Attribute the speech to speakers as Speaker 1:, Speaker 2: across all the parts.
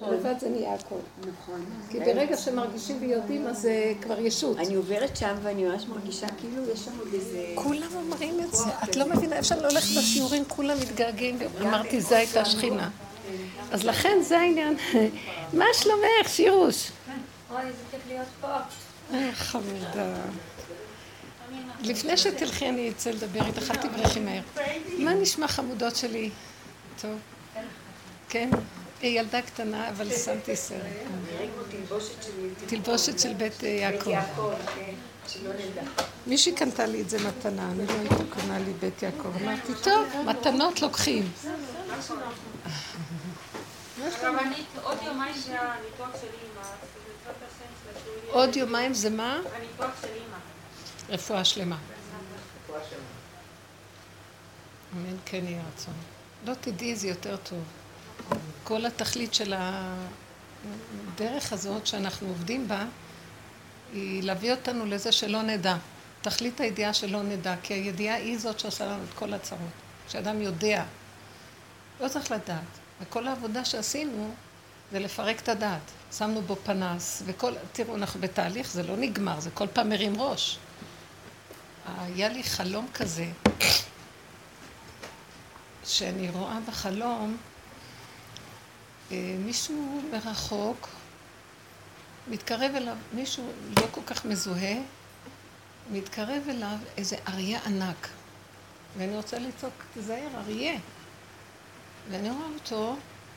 Speaker 1: לבד זה נהיה הכל.
Speaker 2: נכון.
Speaker 1: כי ברגע שמרגישים ויודעים, אז זה כבר ישות.
Speaker 2: אני עוברת שם ואני ממש מרגישה כאילו יש שם עוד איזה...
Speaker 1: כולם אומרים את זה. את לא מבינה, איפה שאני הולכת בשיעורים, כולם מתגעגעים. אמרתי, זה הייתה שכינה. אז לכן זה העניין. מה שלומך, שירוש?
Speaker 3: אוי, זה כיף להיות פה.
Speaker 1: חמודה. לפני שתלכי אני אצא לדבר איתך, אל תברכי מהר. מה נשמע חמודות שלי? טוב. כן? היא ילדה קטנה, אבל שמתי סרט. תלבושת של בית יעקב.
Speaker 2: שלא נדע.
Speaker 1: מישהי קנתה לי את זה מתנה, אני לא הייתי קונה לי בית יעקב. אמרתי, טוב, מתנות לוקחים.
Speaker 3: רבנית, עוד יומיים זה הניתוח של אמא.
Speaker 1: עוד יומיים זה מה?
Speaker 3: הניתוח של אמא.
Speaker 1: רפואה שלמה. אמן, כן יהיה רצון. לא תדעי, זה יותר טוב. כל התכלית של הדרך הזאת שאנחנו עובדים בה, היא להביא אותנו לזה שלא נדע. תכלית הידיעה שלא נדע, כי הידיעה היא זאת שעושה לנו את כל הצרות. כשאדם יודע, לא צריך לדעת. וכל העבודה שעשינו זה לפרק את הדעת. שמנו בו פנס, תראו, אנחנו בתהליך, זה לא נגמר, זה כל פעם מרים ראש. היה לי חלום כזה, שאני רואה בחלום, מישהו מרחוק, מתקרב אליו, מישהו לא כל כך מזוהה, מתקרב אליו איזה אריה ענק. ואני רוצה לצעוק, תזהר, אריה. ואני רואה אותו,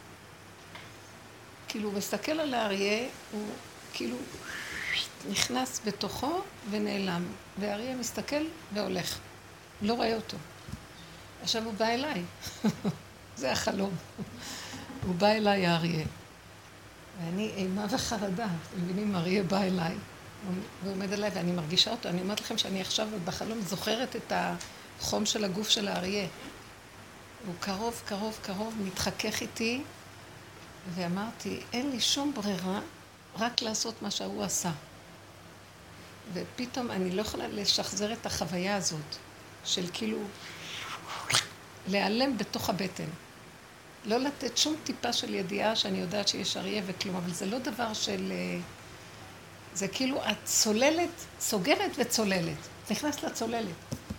Speaker 1: כאילו הוא מסתכל על האריה, הוא כאילו נכנס בתוכו ונעלם. והאריה מסתכל והולך. לא רואה אותו. עכשיו הוא בא אליי. זה החלום. הוא בא אליי האריה. ואני אימה וחרדה. אתם מבינים, אריה בא אליי. הוא עומד אליי ואני מרגישה אותו. אני אומרת לכם שאני עכשיו בחלום זוכרת את החום של הגוף של האריה. הוא קרוב, קרוב, קרוב, מתחכך איתי. ואמרתי, אין לי שום ברירה רק לעשות מה שהוא עשה. ופתאום אני לא יכולה לשחזר את החוויה הזאת של כאילו להיעלם בתוך הבטן. לא לתת שום טיפה של ידיעה שאני יודעת שיש אריה וכלום, אבל זה לא דבר של... זה כאילו הצוללת, סוגרת וצוללת. נכנס לצוללת.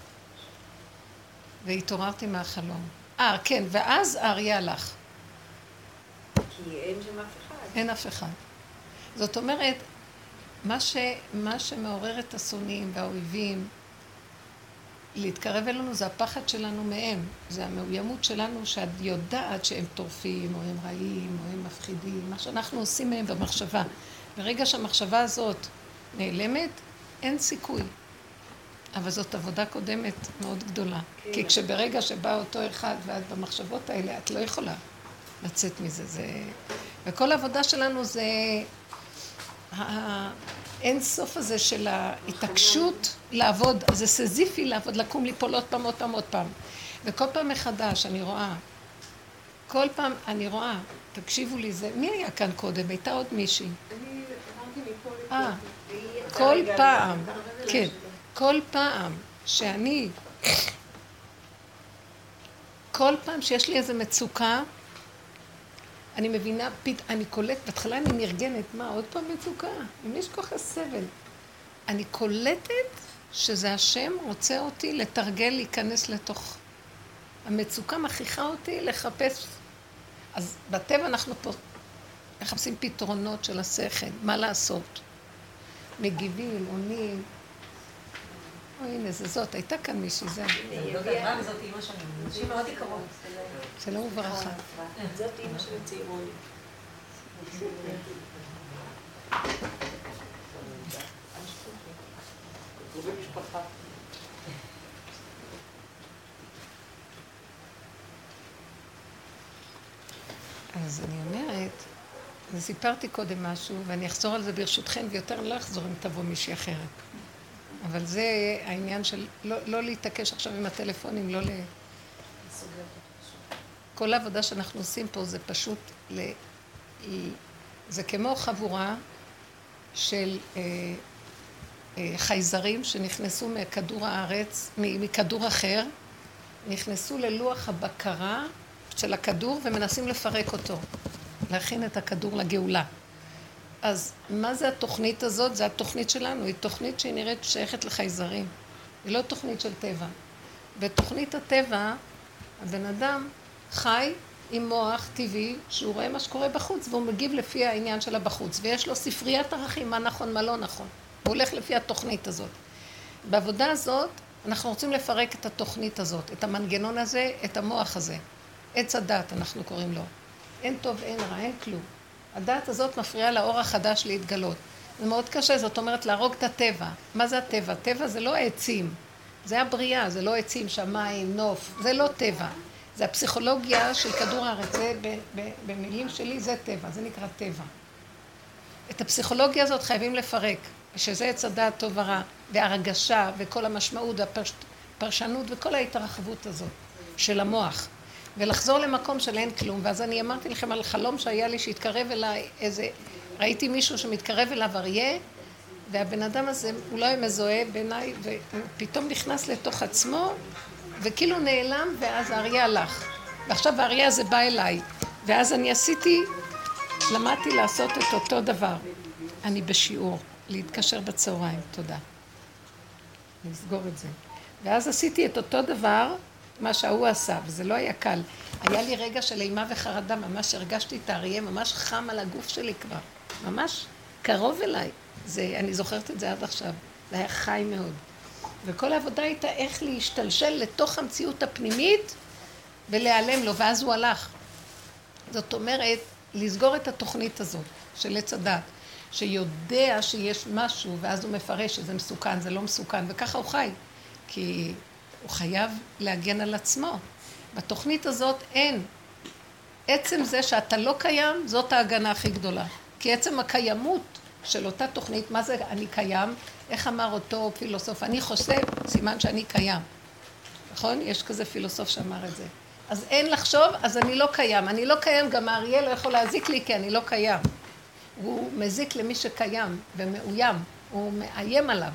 Speaker 1: והתעוררתי מהחלום. כן, ואז האריה הלך.
Speaker 2: כי אין שם אף אחד.
Speaker 1: אין אף אחד. זאת אומרת, מה שמעורר את השונאים והאויבים להתקרב אלינו זה הפחד שלנו מהם. זה המאוימות שלנו שאת יודעת שהם טורפים או הם רעים או הם מפחידים. מה שאנחנו עושים מהם במחשבה. ברגע שהמחשבה הזאת נעלמת, אין סיכוי. אבל זאת עבודה קודמת מאוד גדולה. כן. כי כשברגע שבא אותו אחד ואת במחשבות האלה, את לא יכולה לצאת מזה. וכל העבודה שלנו זה האין סוף הזה של ההתעקשות לעבוד, זה סזיפי לעבוד, לקום ליפול עוד פעם, עוד פעם, עוד פעם. וכל פעם מחדש אני רואה, כל פעם אני רואה, תקשיבו לי, מי היה כאן קודם? הייתה עוד מישהי.
Speaker 4: אני אמרתי מפה
Speaker 1: כל פעם, כן, כל פעם שאני, כל פעם שיש לי איזו מצוקה, אני מבינה, אני קולט, בהתחלה אני נרגנת, מה, עוד פעם מצוקה? אם יש ככה סבל. אני קולטת שזה השם רוצה אותי לתרגל, להיכנס לתוך... המצוקה מכריחה אותי לחפש. אז בטבע אנחנו פה מחפשים פתרונות של השכל, מה לעשות? מגיבים, עונים. הנה, זאת, הייתה כאן מישהי, זה.
Speaker 5: זאת אימא שלי, נשים מאוד יקרות.
Speaker 1: שלום וברכה.
Speaker 2: זאת אימא של הצעירון.
Speaker 1: אז אני אומרת, אני סיפרתי קודם משהו, ואני אחזור על זה ברשותכן, ויותר לא אחזור אם תבוא מישהי אחרת. אבל זה העניין של לא להתעקש עכשיו עם הטלפונים, לא כל העבודה שאנחנו עושים פה זה פשוט, זה כמו חבורה של חייזרים שנכנסו מכדור הארץ, מכדור אחר, נכנסו ללוח הבקרה של הכדור ומנסים לפרק אותו. להכין את הכדור לגאולה. אז מה זה התוכנית הזאת? זה התוכנית שלנו, היא תוכנית שהיא נראית שייכת לחייזרים. היא לא תוכנית של טבע. בתוכנית הטבע, הבן אדם חי עם מוח טבעי, שהוא רואה מה שקורה בחוץ, והוא מגיב לפי העניין שלה בחוץ, ויש לו ספריית ערכים, מה נכון, מה לא נכון. הוא הולך לפי התוכנית הזאת. בעבודה הזאת, אנחנו רוצים לפרק את התוכנית הזאת, את המנגנון הזה, את המוח הזה. עץ הדת, אנחנו קוראים לו. אין טוב, אין רע, אין כלום. הדת הזאת מפריעה לאור החדש להתגלות. זה מאוד קשה, זאת אומרת להרוג את הטבע. מה זה הטבע? טבע זה לא העצים, זה הבריאה, זה לא עצים, שמיים, נוף, זה לא טבע. זה הפסיכולוגיה של כדור הארץ, זה במילים שלי זה טבע, זה נקרא טבע. את הפסיכולוגיה הזאת חייבים לפרק, שזה עץ הדעת טוב ורע, והרגשה וכל המשמעות והפרשנות וכל ההתרחבות הזאת של המוח. ולחזור למקום של אין כלום, ואז אני אמרתי לכם על חלום שהיה לי שהתקרב אליי ראיתי מישהו שמתקרב אליו אריה, והבן אדם הזה הוא לא היה מזוהה בעיניי, ופתאום נכנס לתוך עצמו, וכאילו נעלם, ואז האריה הלך. ועכשיו האריה הזה בא אליי, ואז אני למדתי לעשות את אותו דבר. אני בשיעור, להתקשר בצהריים, תודה. נסגור את זה. ואז עשיתי את אותו דבר, מה שהוא עשה, וזה לא היה קל. היה לי רגע של אימה וחרדה, ממש הרגשתי את האריה, ממש חם על הגוף שלי כבר. ממש קרוב אליי. אני זוכרת את זה עד עכשיו. זה היה חי מאוד. וכל העבודה הייתה איך להשתלשל לתוך המציאות הפנימית ולהיעלם לו, ואז הוא הלך. זאת אומרת, לסגור את התוכנית הזאת של עץ הדת, שיודע שיש משהו, ואז הוא מפרש שזה מסוכן, זה לא מסוכן, וככה הוא חי. כי הוא חייב להגן על עצמו. בתוכנית הזאת אין. עצם זה שאתה לא קיים, זאת ההגנה הכי גדולה. כי עצם הקיימות של אותה תוכנית, מה זה אני קיים? איך אמר אותו פילוסוף? אני חושב, סימן שאני קיים. נכון? יש כזה פילוסוף שאמר את זה. אז אין לחשוב, אז אני לא קיים. אני לא קיים, גם האריה לא יכול להזיק לי, כי אני לא קיים. הוא מזיק למי שקיים ומאוים. הוא מאיים עליו.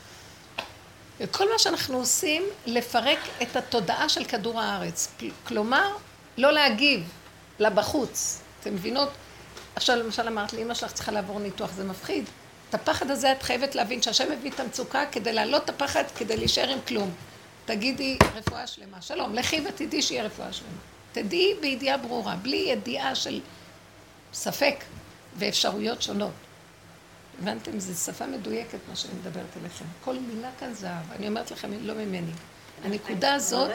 Speaker 1: וכל מה שאנחנו עושים, לפרק את התודעה של כדור הארץ. כלומר, לא להגיב לבחוץ. אתם מבינות? עכשיו למשל אמרת לי, אמא שלך צריכה לעבור ניתוח, זה מפחיד. את הפחד הזה את חייבת להבין שהשם מביא את המצוקה כדי להעלות את הפחד, כדי להישאר עם כלום. תגידי רפואה שלמה. שלום, לכי ותדעי שיהיה רפואה שלמה. תדעי בידיעה ברורה, בלי ידיעה של ספק ואפשרויות שונות. הבנתם? זו שפה מדויקת מה שאני מדברת אליכם. כל מילה כאן זהב. אני אומרת לכם, לא ממני. הנקודה הזאת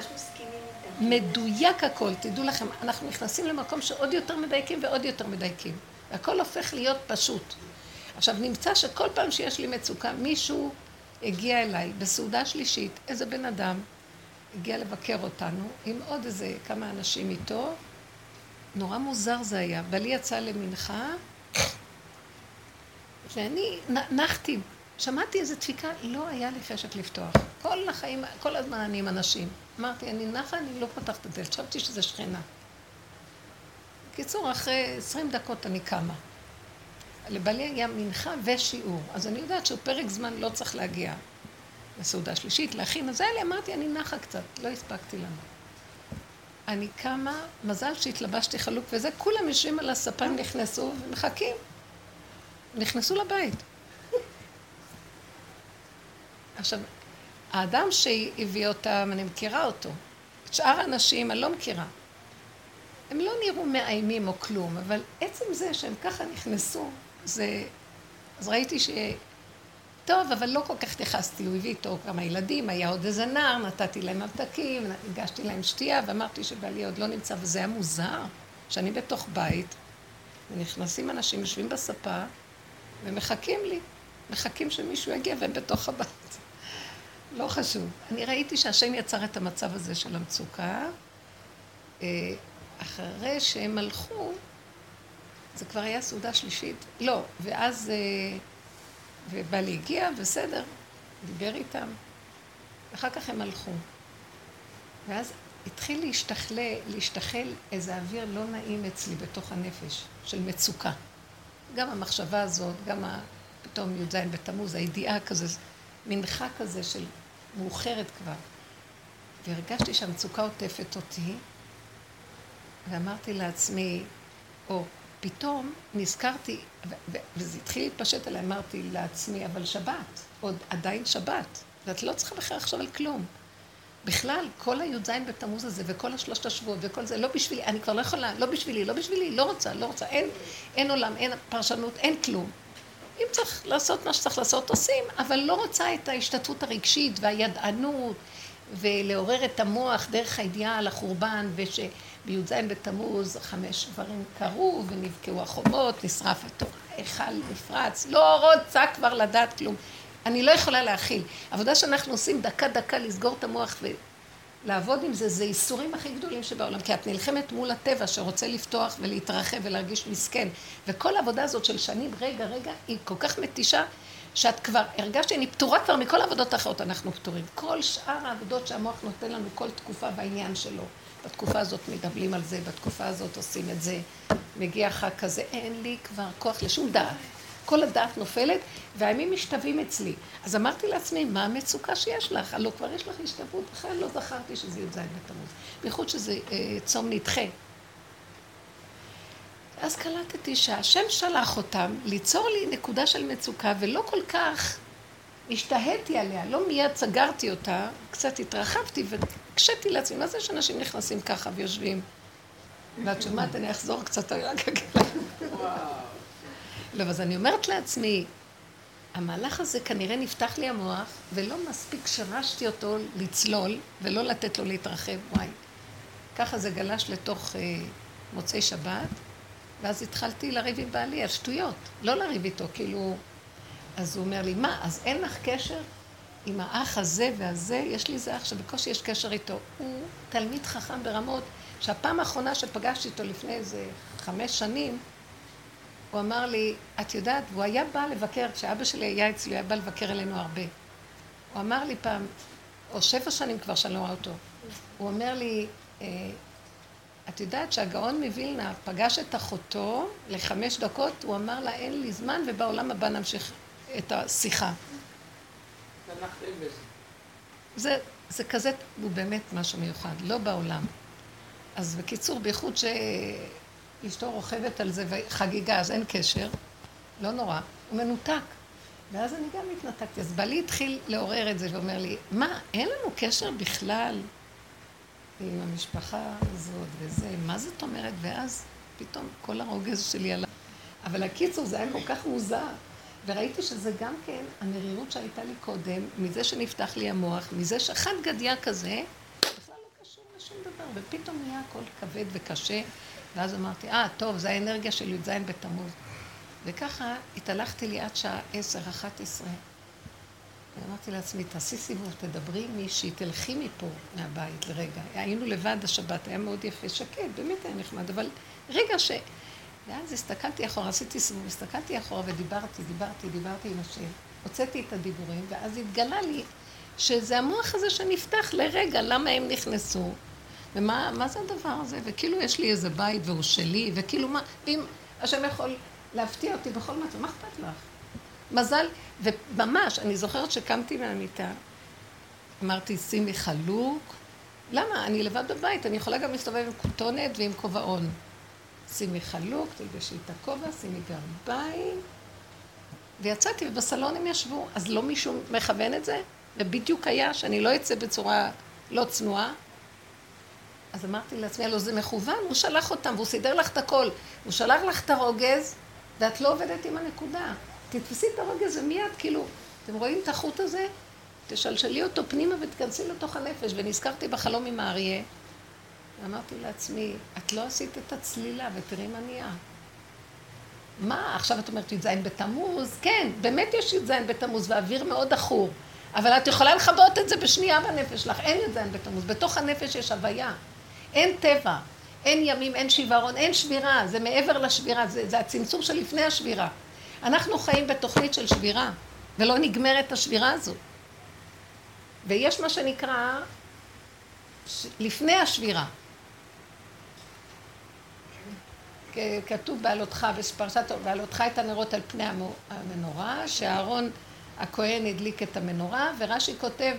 Speaker 1: מדויק הכל. תדעו לכם, אנחנו נכנסים למקום שעוד יותר מדייקים ועוד יותר מדייקים. הכל הופך להיות פשוט. עכשיו נמצא שכל פעם שיש לי מצוקה, מישהו הגיע אליי בסעודה שלישית, איזה בן אדם הגיע לבקר אותנו, עם עוד איזה כמה אנשים איתו, נורא מוזר זה היה. בעלי יצא למנחה, ואני נחתי, שמעתי איזו דפיקה, לא היה לי חשק לפתוח. כל החיים, כל הזמן אני עם אנשים. אמרתי, אני נחה, אני לא פותחת את הדלת, חשבתי שזה שכנה. בקיצור, אחרי 20 דקות אני קמה. לבעלי היה מנחה ושיעור, אז אני יודעת שהוא פרק זמן לא צריך להגיע לסעודה שלישית, להכין, אז אלה אמרתי, אני נחה קצת, לא הספקתי לנו. אני קמה, מזל שהתלבשתי חלוק וזה, כולם יושבים על הספה, הם נכנסו ומחכים. נכנסו לבית. עכשיו, האדם שהביא אותם, אני מכירה אותו. את שאר האנשים אני לא מכירה. הם לא נראו מאיימים או כלום, אבל עצם זה שהם ככה נכנסו, זה... אז ראיתי ש... טוב, אבל לא כל כך התייחסתי, הוא הביא איתו כמה ילדים, היה עוד איזה נער, נתתי להם מבטקים, הגשתי להם שתייה, ואמרתי שבעלי עוד לא נמצא, וזה היה מוזר, שאני בתוך בית, ונכנסים אנשים, יושבים בספה, ומחכים לי, מחכים שמישהו יגיע, והם בתוך הבית. לא חשוב. אני ראיתי שהשם יצר את המצב הזה של המצוקה, אחרי שהם הלכו, זה כבר היה סעודה שלישית. לא, ואז... ובעלי הגיע, בסדר, דיבר איתם, ואחר כך הם הלכו. ואז התחיל להשתחל איזה אוויר לא נעים אצלי בתוך הנפש, של מצוקה. גם המחשבה הזאת, גם פתאום י"ז בתמוז, הידיעה כזה, מנחה כזה של מאוחרת כבר. והרגשתי שהמצוקה עוטפת אותי, ואמרתי לעצמי, פתאום נזכרתי, וזה התחיל להתפשט עליי, אמרתי לעצמי, אבל שבת, עוד עדיין שבת, ואת לא צריכה בכלל לחשוב על כלום. בכלל, כל הי"ז בתמוז הזה, וכל השלושת השבועות, וכל זה, לא בשבילי, אני כבר לא יכולה, לא בשבילי, לא רוצה, אין עולם, אין פרשנות, אין כלום. אם צריך לעשות מה שצריך לעשות, עושים, אבל לא רוצה את ההשתתפות הרגשית והידענות, ולעורר את המוח דרך הידיעה על החורבן, ושבי"ז בתמוז 5 דברים קרו, ונבקעו החומות, נשרף התורה, היכל נפרץ, לא רוצה כבר לדעת כלום. אני לא יכולה להכיל. העבודה שאנחנו עושים דקה לסגור את המוח ולעבוד עם זה, זה איסורים הכי גדולים שבעולם, כי את נלחמת מול הטבע שרוצה לפתוח ולהתרחב ולהרגיש מסכן, וכל העבודה הזאת של שנים, רגע, היא כל כך מתישה, שאת כבר הרגשת שאני פטורה כבר מכל העבודות האחרות, אנחנו פטורים. כל שאר העבודות שהמוח נותן לנו כל תקופה בעניין שלו. בתקופה הזאת מדברים על זה, בתקופה הזאת עושים את זה, מגיע חג כזה, אין לי כבר כוח לשום דעת. כל הדעת נופלת, והימים משתווים אצלי. אז אמרתי לעצמי, מה המצוקה שיש לך? הלוא כבר יש לך השתוות, בכלל לא זכרתי שזה י"ז בתמוז. בייחוד שזה צום נדחה. אז קלטתי שהשם שלח אותם ליצור לי נקודה של מצוקה, ולא כל כך השתהיתי עליה, לא מיד סגרתי אותה, קצת התרחבתי וקשתי לעצמי, מה זה שאנשים נכנסים ככה ויושבים? ואת שומעת, אני אחזור קצת, אני רק אגיד לך. לא, אז אני אומרת לעצמי, המהלך הזה כנראה נפתח לי המוח, ולא מספיק שרשתי אותו לצלול, ולא לתת לו להתרחב, וואי. ככה זה גלש לתוך מוצאי שבת, ואז התחלתי לריב עם בעלי על שטויות, לא לריב איתו, כאילו... אז הוא אומר לי, מה, אז אין לך קשר עם האח הזה והזה? יש לי איזה אח שבקושי יש קשר איתו. הוא תלמיד חכם ברמות, שהפעם האחרונה שפגשתי איתו לפני איזה 5 שנים, הוא אמר לי, את יודעת, והוא היה בא לבקר, כשאבא שלי היה אצלי, הוא היה בא לבקר אלינו הרבה. הוא אמר לי פעם, או 7 שנים כבר שאני לא רואה אותו, הוא אומר לי, את יודעת שהגאון מווילנה פגש את אחותו ל5 דקות, הוא אמר לה, אין לי זמן, ובעולם הבא נמשיך את השיחה. זה כזה, הוא באמת משהו מיוחד, לא בעולם. אז בקיצור, בייחוד שאשתו רוכבת על זה וחגיגה, אז אין קשר, לא נורא, הוא מנותק. ואז אני גם התנתקתי, אז בעלי התחיל לעורר את זה ואומר לי, מה, אין לנו קשר בכלל עם המשפחה הזאת וזה, מה זאת אומרת? ואז פתאום כל הרוגז שלי עלה. אבל הקיצור זה היה כל כך מוזר. וראיתי שזה גם כן המרירות שהייתה לי קודם, מזה שנפתח לי המוח, מזה שאחד גדיה כזה, בכלל לא קשור לשום דבר, ופתאום נהיה הכל כבד וקשה, ואז אמרתי, טוב, זה האנרגיה של י"ז בתמוז. וככה התהלכתי לי עד שעה 10, 11. ואמרתי לעצמי, תעשי סיבוב, תדברי עם מישהי, תלכי מפה מהבית לרגע. היינו לבד השבת, היה מאוד יפה, שקט, באמת היה נחמד, אבל רגע ואז הסתכלתי אחורה, עשיתי סיבוב, הסתכלתי אחורה ודיברתי עם השם. הוצאתי את הדיבורים, ואז התגלה לי שזה המוח הזה שנפתח לרגע, למה הם נכנסו, ומה זה הדבר הזה, וכאילו יש לי איזה בית והוא שלי, וכאילו מה, ואם השם יכול להפתיע אותי בכל מצב, מה אכפת לך? מזל, וממש, אני זוכרת שקמתי מהמיטה, אמרתי, שימי חלוק, למה? אני לבד בבית, אני יכולה גם להסתובב עם כותונת ועם כובעון. שימי חלוק, תלבשי את הכובע, שימי גרביים, ויצאתי, ובסלון הם ישבו, אז לא מישהו מכוון את זה, ובדיוק היה שאני לא אצא בצורה לא צנועה, אז אמרתי לעצמי, הלוא זה מכוון, הוא שלח אותם, והוא סידר לך את הכל, הוא שלח לך את הרוגז, ואת לא עובדת עם הנקודה. תתפסי את הרוגז ומיד, כאילו, אתם רואים את החוט הזה? תשלשלי אותו פנימה ותכנסי לתוך הנפש, ונזכרתי בחלום עם האריה, ואמרתי לעצמי, את לא עשית את הצלילה, ותראי מה נהיה. מה? עכשיו את אומרת י"ז בתמוז? כן, באמת יש י"ז בתמוז, והאוויר מאוד עכור. אבל את יכולה לכבות את זה בשנייה בנפש שלך. אין י"ז בתמוז, בתוך הנפש יש הוויה. אין טבע, אין ימים, אין שברון, אין שבירה. זה מעבר לשבירה, זה הצמצום של לפני השבירה. אנחנו חיים בתוכנית של שבירה, ולא נגמרת השבירה הזו. ויש מה שנקרא לפני השבירה. כתוב בעלותך בפרשת בעלותך את הנרות על פני המנורה, שהארון הכהן הדליק את המנורה, ורש"י כותב,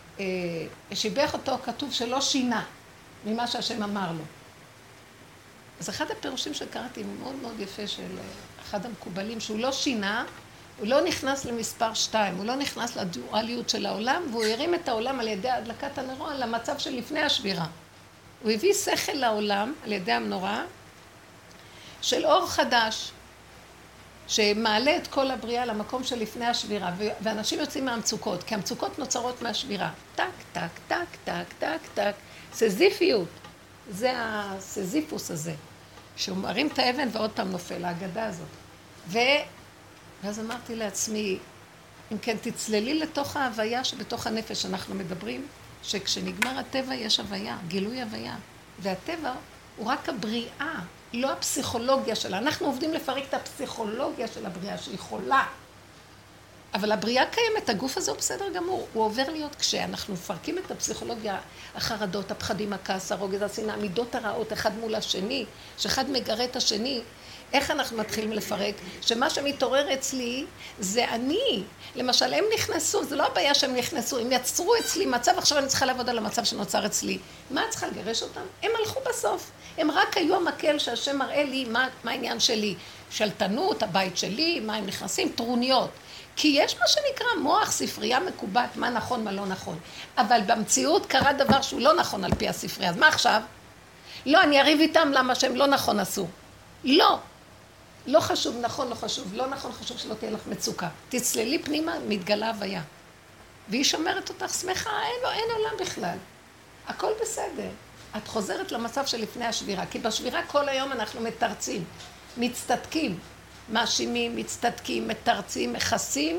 Speaker 1: שיבח אותו, כתוב שלא שינה ממה שהשם אמר לו. אז אחד הפירושים שקראתי מאוד מאוד יפה של אחד המקובלים, שהוא לא שינה, הוא לא נכנס למספר 2, הוא לא נכנס לדואליות של העולם, והוא הרים את העולם על ידי הדלקת הנורה למצב של לפני השבירה. הוא הביא שכל לעולם על ידי המנורה של אור חדש, שמעלה את כל הבריאה למקום של לפני השבירה, ואנשים יוצאים מהמצוקות, כי המצוקות נוצרות מהשבירה. טק, טק, טק, טק, טק, טק. סזיפיות. זה הסזיפוס הזה, שהוא מרים את האבן ועוד פעם נופל, ההגדה הזאת. ואז אמרתי לעצמי, אם כן תצללי לתוך ההוויה שבתוך הנפש אנחנו מדברים, שכשנגמר הטבע יש הוויה, גילוי הוויה. והטבע הוא רק הבריאה, לא הפסיכולוגיה שלה. אנחנו עובדים לפרק את הפסיכולוגיה של הבריאה שהיא חולה. אבל הבריאה קיימת, הגוף הזה הוא בסדר גמור. הוא עובר להיות כשאנחנו מפרקים את הפסיכולוגיה, החרדות, הפחדים, הכעס, הרוגז, השנאה, המידות הרעות, אחד מול השני, שאחד מגרה את השני. איך אנחנו מתחילים לפרק? שמה שמתעורר אצלי זה אני. למשל, הם נכנסו, זה לא הבעיה שהם נכנסו, הם יצרו אצלי מצב, עכשיו אני צריכה לעבוד על המצב שנוצר אצלי. מה את צריכה לגרש אותם? הם הלכו בסוף. הם רק היו המקל שהשם מראה לי מה העניין שלי. שלטנות, הבית שלי, מה הם נכנסים, טרוניות. כי יש מה שנקרא מוח, ספרייה מקובעת, מה נכון, מה לא נכון. אבל במציאות קרה דבר שהוא לא נכון על פי הספרייה. אז מה עכשיו? לא, אני אריב איתם למה שהם לא נכון עשו. לא. לא חשוב, נכון, לא חשוב. לא נכון, חשוב שלא תהיה לך מצוקה. תצללי פנימה, מתגלה הוויה. והיא שומרת אותך שמחה, אין עולם בכלל. הכל בסדר. את חוזרת למצב של לפני השבירה, כי בשבירה כל היום אנחנו מתרצים, מצטדקים, מאשימים, מצטדקים, מתרצים, מכסים,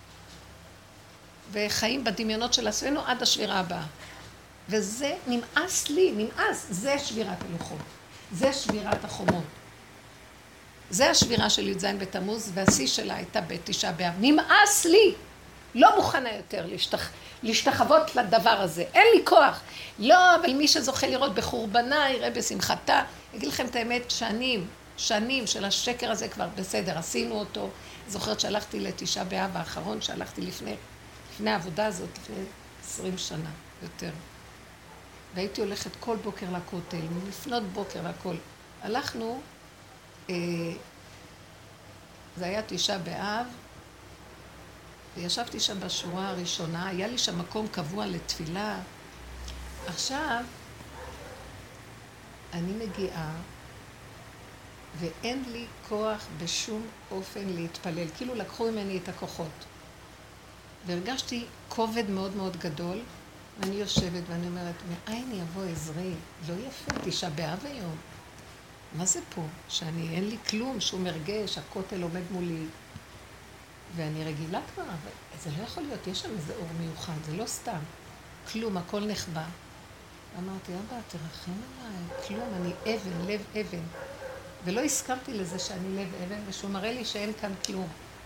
Speaker 1: וחיים בדמיונות של עצמנו עד השבירה הבאה. וזה נמאס לי, נמאס, זה שבירת הלוחות, זה שבירת החומות. זה השבירה של י"ז בתמוז, והשיא שלה הייתה בתשעה באב. נמאס לי, לא מוכנה יותר להשתחוות לדבר הזה, אין לי כוח. לא, אבל מי שזוכה לראות בחורבנה יראה בשמחתה. אגיד לכם את האמת, שנים של השקר הזה כבר בסדר, עשינו אותו. זוכרת שהלכתי לתשעה באב האחרון, שהלכתי לפני העבודה הזאת, לפני 20 שנה יותר. והייתי הולכת כל בוקר לכותל, לפנות בוקר והכל. הלכנו, זה היה תשעה באב, וישבתי שם בשורה הראשונה, היה לי שם מקום קבוע לתפילה. עכשיו, אני מגיעה, ואין לי כוח בשום אופן להתפלל. כאילו לקחו ממני את הכוחות. והרגשתי כובד מאוד מאוד גדול, ואני יושבת ואני אומרת, מאין יבוא עזרי? לא יפה, תשעה באב היום. מה זה פה? שאני אין לי כלום, שום הרגש, הכותל עומד מולי. ואני רגילה כבר, אבל זה לא יכול להיות, יש שם איזה אור מיוחד, זה לא סתם. כלום, הכל נחבא. אמרתי, אבא, תרחם עליי, כלום, אני אבן, לב אבן. ולא הסכמתי לזה שאני לב אבן, ושהוא מראה לי שאין כאן כלום.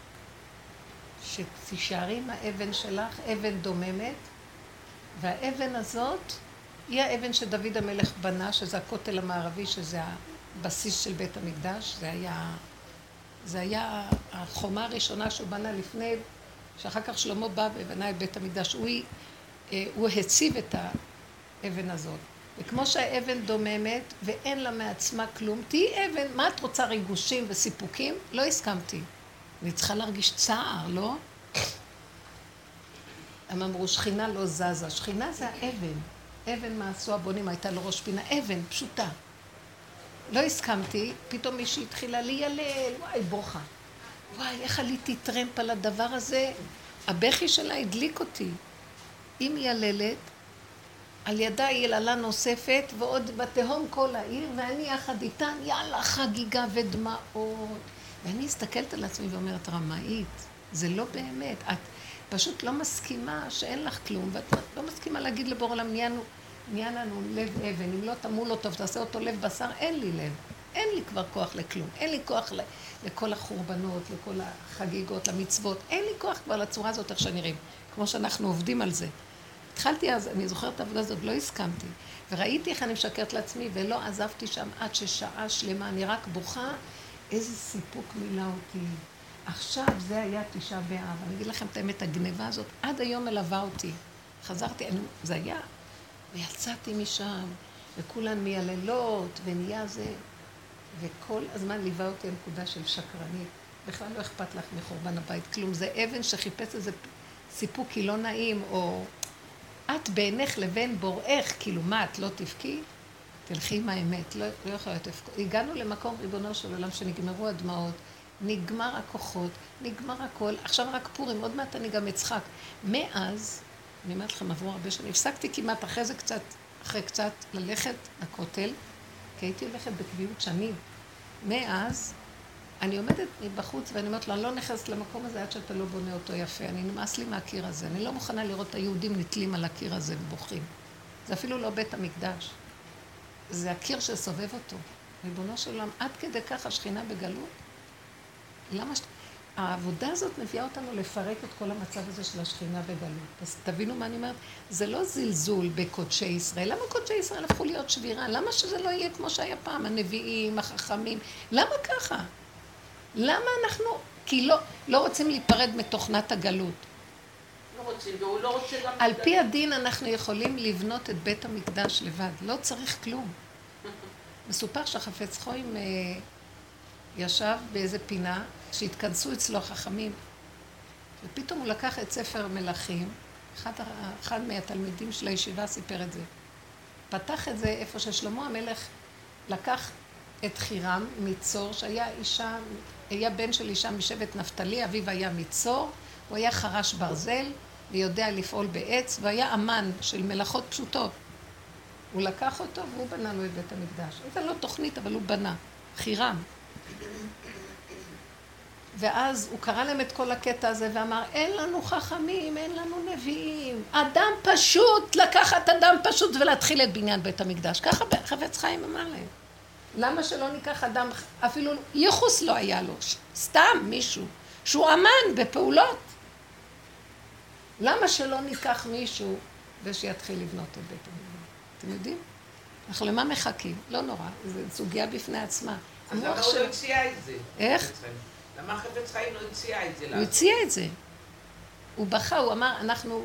Speaker 1: שתישארי עם האבן שלך, אבן דוממת, והאבן הזאת היא האבן שדוד המלך בנה, שזה הכותל המערבי, שזה הבסיס של בית המקדש. זה היה החומה הראשונה שהוא בנה לפני, שאחר כך שלמה בא ובנה את בית המקדש. הוא הציב את האבן הזאת. וכמו שהאבן דוממת ואין לה מעצמה כלום, תהי אבן, מה את רוצה, ריגושים וסיפוקים? לא הסכמתי. אני צריכה להרגיש צער, לא? הם אמרו, שכינה לא זזה. שכינה זה האבן. אבן מעשו הבונים, הייתה לו ראש פינה. אבן, פשוטה. לא הסכמתי, פתאום מישהי התחילה להילל, וואי, בוכה. וואי, איך עליתי טרמפ על הדבר הזה? הבכי שלה הדליק אותי. היא מייללת, על ידה יללה נוספת, ועוד בתהום כל העיר, ואני יחד איתן, יאללה, חגיגה ודמעות. ואני הסתכלת על עצמי ואומרת, רמאית, זה לא באמת. את פשוט לא מסכימה שאין לך כלום, ואת לא מסכימה להגיד לבור עולם, נהיה לנו לב אבן, אם לא תמול לו טוב, תעשה אותו לב בשר, אין לי לב. אין לי כבר כוח לכלום, אין לי כוח לכל החורבנות, לכל החגיגות, למצוות, אין לי כוח כבר לצורה הזאת איך שנראים, כמו שאנחנו עובדים על זה. התחלתי אז, אני זוכרת את העבודה הזאת, לא הסכמתי, וראיתי איך אני משקרת לעצמי, ולא עזבתי שם עד ששעה שלמה, אני רק בוכה, איזה סיפוק מילא אותי. עכשיו זה היה תשעה באב, אני אגיד לכם את האמת, הגניבה הזאת עד היום מלווה אותי. חזרתי, זה היה, ויצאתי משם, וכולן מייללות, ונהיה זה, וכל הזמן ליווה אותי הנקודה של שקרנית. בכלל לא אכפת לך מחורבן הבית, כלום. זה אבן שחיפש איזה סיפוק כי לא נעים, או את בעינך לבין בוראך, כאילו מה, את לא תבכי? תלכי עם האמת, לא יכולה להיות תבכי. הגענו למקום ריבונו של עולם שנגמרו הדמעות, נגמר הכוחות, נגמר הכל, עכשיו רק פורים, עוד מעט אני גם אצחק. מאז, אני אומרת לכם, עברו הרבה שנים, הפסקתי כמעט אחרי קצת ללכת לכותל, כי הייתי הולכת בקביעות שנים. מאז, אני עומדת בחוץ ואני אומרת לו, אני לא נכנסת למקום הזה עד שאתה לא בונה אותו יפה. אני נמאס לי מהקיר הזה. אני לא מוכנה לראות את היהודים נתלים על הקיר הזה ובוכים. זה אפילו לא בית המקדש. זה הקיר שסובב אותו. ריבונו של עולם, עד כדי כך השכינה בגלות. העבודה הזאת מביאה אותנו לפרק את כל המצב הזה של השכינה בגלות. אז תבינו מה אני אומרת? זה לא זלזול בקודשי ישראל. למה קודשי ישראל הפכו להיות שבירה? למה שזה לא יהיה כמו שהיה פעם? הנביאים, החכמים. למה ככה? למה אנחנו, כי לא רוצים להיפרד מתוכנת הגלות.
Speaker 6: לא רוצים, והוא לא רוצה גם...
Speaker 1: על פי הדין אנחנו יכולים לבנות את בית המקדש לבד, לא צריך כלום. מסופר שהחפץ חיים ישב באיזה פינה, שהתכנסו אצלו החכמים, ופתאום הוא לקח את ספר מלכים, אחד מהתלמידים של הישיבה סיפר את זה. פתח את זה איפה ששלמה המלך לקח את חירם מצור, היה בן של אישה משבט נפתלי, אביו היה מצור, הוא היה חרש ברזל ויודע לפעול בעץ, והיה אמן של מלאכות פשוטות. הוא לקח אותו והוא בנה לו את בית המקדש. זה לא תוכנית, אבל הוא בנה. חירם. ואז הוא קרא להם את כל הקטע הזה ואמר, אין לנו חכמים, אין לנו נביאים. אדם פשוט, לקחת אדם פשוט ולהתחיל את בניין בית המקדש. ככה חפץ חיים אמר להם. למה שלא ניקח אדם, אפילו ייחוס לא היה לו, סתם מישהו, שהוא אמן בפעולות. למה שלא ניקח מישהו ושיתחיל לבנות את בית המקדש? אתם יודעים? אנחנו למה מחכים? לא נורא, זו סוגיה בפני עצמה.
Speaker 6: אז למה הוא לא הציע את זה?
Speaker 1: איך?
Speaker 6: למה חפץ חיים לא הציע את זה?
Speaker 1: הוא הציע את זה. הוא בכה, הוא אמר,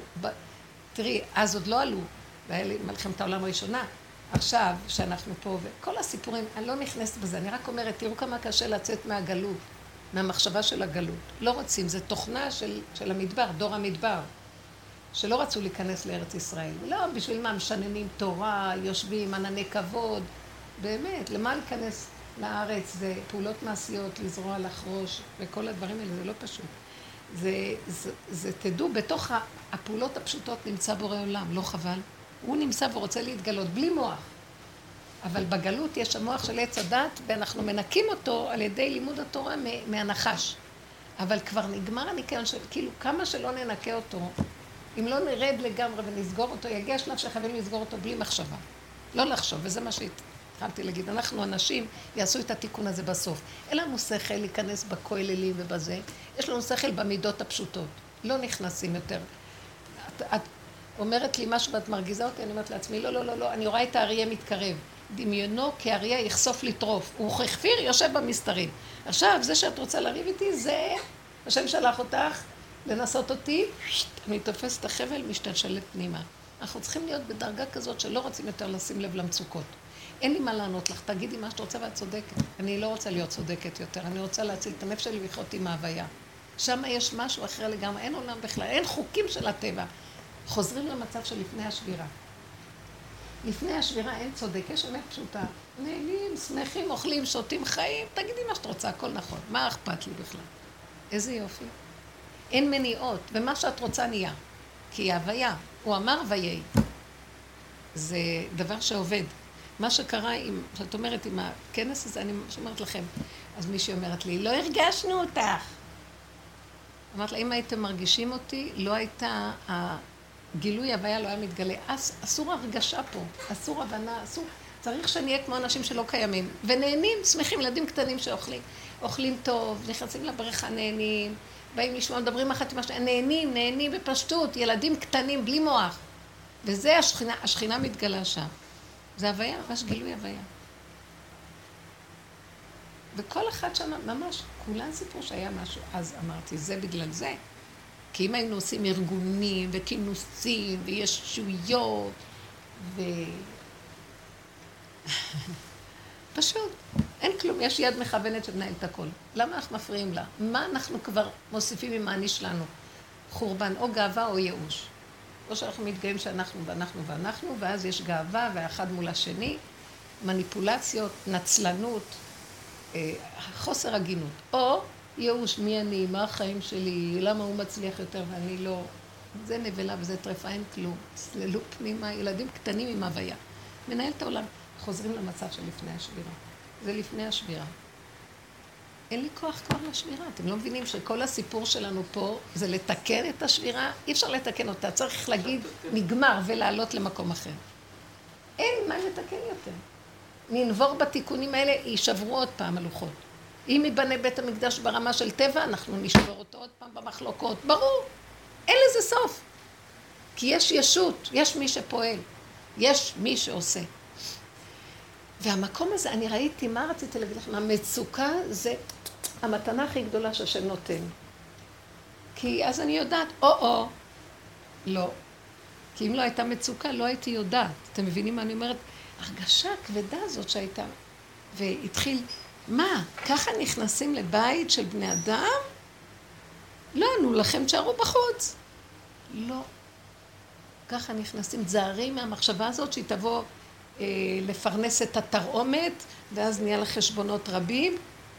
Speaker 1: תראי, אז עוד לא עלו, והיה לי מלחמת העולם הראשונה, עכשיו שאנחנו פה, וכל הסיפורים, אני לא נכנסת בזה, אני רק אומרת, תראו כמה קשה לצאת מהגלות, מהמחשבה של הגלות. לא רוצים, זה תוכנה של המדבר, דור המדבר, שלא רצו להיכנס לארץ ישראל. לא, בשביל מה, משננים תורה, יושבים, ענני כבוד, באמת, למה להיכנס לארץ? זה פעולות מעשיות, לזרוע, לחרוש, וכל הדברים האלה, זה לא פשוט. זה תדעו, בתוך הפעולות הפשוטות נמצא בורא עולם, לא חבל? הוא נמצא ורוצה להתגלות, בלי מוח. אבל בגלות יש המוח של עץ הדת, ואנחנו מנקים אותו על ידי לימוד התורה מהנחש. אבל כבר נגמר הניקיון של, כאילו, כמה שלא ננקה אותו, אם לא נרד לגמרי ונסגור אותו, יגיע שלב שחייבים לסגור אותו בלי מחשבה. לא לחשוב, וזה מה שהתחלתי להגיד. אנחנו אנשים יעשו את התיקון הזה בסוף. אין לנו שכל להיכנס בכוללים ובזה, יש לנו שכל במידות הפשוטות. לא נכנסים יותר. את אומרת לי משהו ואת מרגיזה אותי, אני אומרת לעצמי, לא, אני רואה את האריה מתקרב. דמיונו כאריה יחשוף לטרוף. הוא חכפיר, יושב במסתרים. עכשיו, זה שאת רוצה לריב איתי, זה השם שלח אותך לנסות אותי, אני תופס את החבל, משתלשלת פנימה. אנחנו צריכים להיות בדרגה כזאת שלא רוצים יותר לשים לב למצוקות. אין לי מה לענות לך, תגידי מה שאת רוצה ואת צודקת. אני לא רוצה להיות צודקת יותר, אני רוצה להציל את הנפש שלי ולחיות עם ההוויה. שם יש משהו אחר לגמרי, אין עולם בכלל, אין חוקים של הטבע. חוזרים למצב של לפני השבירה. לפני השבירה אין צודק, יש אמת פשוטה. נהנים, שמחים, אוכלים, שותים, חיים, תגידי מה שאת רוצה, הכל נכון. מה אכפת לי בכלל? איזה יופי. אין מניעות, ומה שאת רוצה נהיה. כי ההוויה, הוא אמר ויהי. זה דבר שעובד. מה שקרה, שאת אומרת, עם הכנס הזה, אני אומרת לכם, אז מישהי אומרת לי, לא הרגשנו אותך. אמרת לה, אם הייתם מרגישים אותי, לא הייתה, הגילוי הוויה לא היה מתגלה. אסור הרגשה פה, אסור הבנה, אסור. צריך שנהיה כמו אנשים שלא קיימים. ונהנים, שמחים, ילדים קטנים שאוכלים. אוכלים טוב, נכנסים לבריכה, נהנים, באים לשמוע, מדברים אחת עם השנייה, נהנים בפשטות, ילדים קטנים, בלי מוח. וזה השכינה מתגלה שם. זה הוויה, ממש גילוי הוויה. וכל אחד שם, ממש, כולן סיפור שהיה משהו. אז אמרתי, זה בגלל זה. כי אם היינו עושים ארגונים וכינוסים וישויות פשוט, אין כלום, יש יד מכוונת שמנהלת את הכל. למה אנחנו מפריעים לה? מה אנחנו כבר מוסיפים עם האני שלנו? חורבן, או גאווה או ייאוש. או שאנחנו מתגאים שאנחנו ואנחנו ואנחנו, ואז יש גאווה והאחד מול השני, מניפולציות, נצלנות, חוסר הגינות. או ייאוש, מי אני, מה החיים שלי, למה הוא מצליח יותר ואני לא. זה נבלה וזה טרפה, אין כלום. צללו פנימה, ילדים קטנים עם הוויה. מנהל את העולם, חוזרים למצב של לפני השבירה. זה לפני השבירה. אין לי כוח כבר לשבירה. אתם לא מבינים שכל הסיפור שלנו פה זה לתקן את השבירה? אי אפשר לתקן אותה, צריך להגיד נגמר ולעלות למקום אחר. אין מה לתקן יותר. ננבור בתיקונים האלה, יישברו עוד פעם הלוחות. אם ייבנה בית המקדש ברמה של טבע, אנחנו נשבור אותו עוד פעם במחלוקות. ברור, אין לזה סוף. כי יש ישות, יש מי שפועל, יש מי שעושה. והמקום הזה, אני ראיתי, מה רציתי להגיד לכם? המצוקה זה המתנה הכי גדולה שהשם נותן. כי אז אני יודעת, לא. כי אם לא הייתה מצוקה, לא הייתי יודעת. אתם מבינים מה אני אומרת? הרגשה הכבדה הזאת שהייתה, והתחיל, מה? ככה נכנסים לבית של בני אדם? לא, נו לכם תשארו בחוץ. לא. ככה נכנסים, תזהרי מהמחשבה הזאת שהיא תבוא לפרנס את התרעומת, ואז נהיה לחשבונות רבים.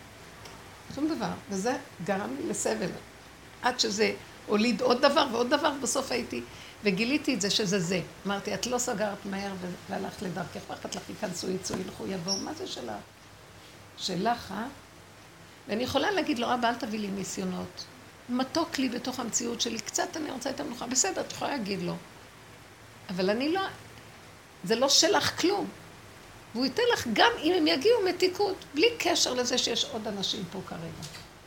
Speaker 1: שום דבר. וזה גרם לי לסבל. עד שזה הוליד עוד דבר ועוד דבר, בסוף הייתי, וגיליתי את זה שזה זה. אמרתי, את לא סגרת מהר והלכת לדרכך, ואחת לך ייכנסו, יצאו, ילכו, יבואו. מה זה שלך? שלך, ואני יכולה להגיד לו, אבא, אל תביא לי ניסיונות. מתוק לי בתוך המציאות שלי, קצת אני רוצה את המנוחה. בסדר, את יכולה להגיד לו. אבל אני לא, זה לא שלך כלום. והוא ייתן לך גם אם הם יגיעו מתיקות, בלי קשר לזה שיש עוד אנשים פה כרגע.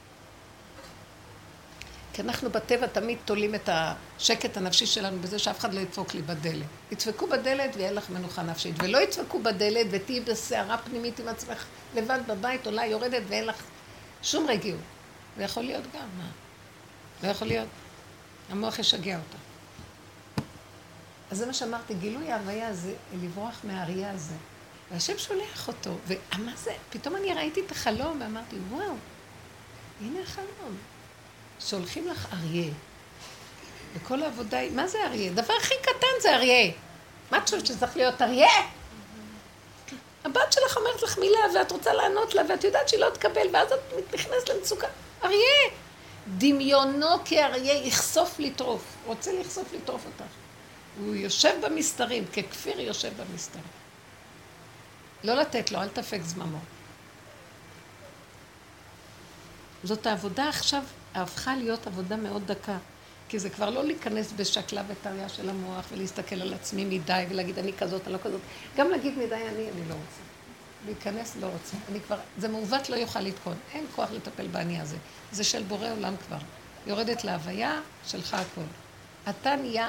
Speaker 1: כי אנחנו בטבע תמיד תולים את השקט הנפשי שלנו בזה שאף אחד לא ידפוק לי בדלת. ידפקו בדלת ויהיה לך מנוחה נפשית, ולא ידפקו בדלת ותהי בסערה פנימית עם עצמך לבד בבית, עולה יורדת ואין לך שום רגיעות. זה יכול להיות גם, מה? לא יכול להיות. המוח ישגע אותה. אז זה מה שאמרתי, גילוי ההוויה זה לברוח מהאריה הזה. והשם שולח אותו, ומה זה? פתאום אני ראיתי את החלום ואמרתי, וואו, הנה החלום. שולחים לך אריה. וכל העבודה היא, מה זה אריה? דבר הכי קטן זה אריה. מה את חושבת שצריך להיות אריה? הבת שלך אומרת לך מילה ואת רוצה לענות לה ואת יודעת שהיא לא תקבל ואז את נכנסת למצוקה. אריה! דמיונו כאריה יחשוף לטרוף. רוצה לחשוף לטרוף אותך. הוא יושב במסתרים, ככפיר יושב במסתרים. לא לתת לו, אל תפק זממו. זאת העבודה עכשיו, הפכה להיות עבודה מאוד דקה. כי זה כבר לא להיכנס בשקלה וטריה של המוח ולהסתכל על עצמי מדי ולהגיד אני כזאת, אני לא כזאת. גם להגיד מדי אני לא רוצה. להיכנס לא רוצה. אני כבר, זה מעוות לא יוכל לתקון. אין כוח לטפל בעני הזה. זה של בורא עולם כבר. יורדת להוויה שלך הכל. אתה נהיה,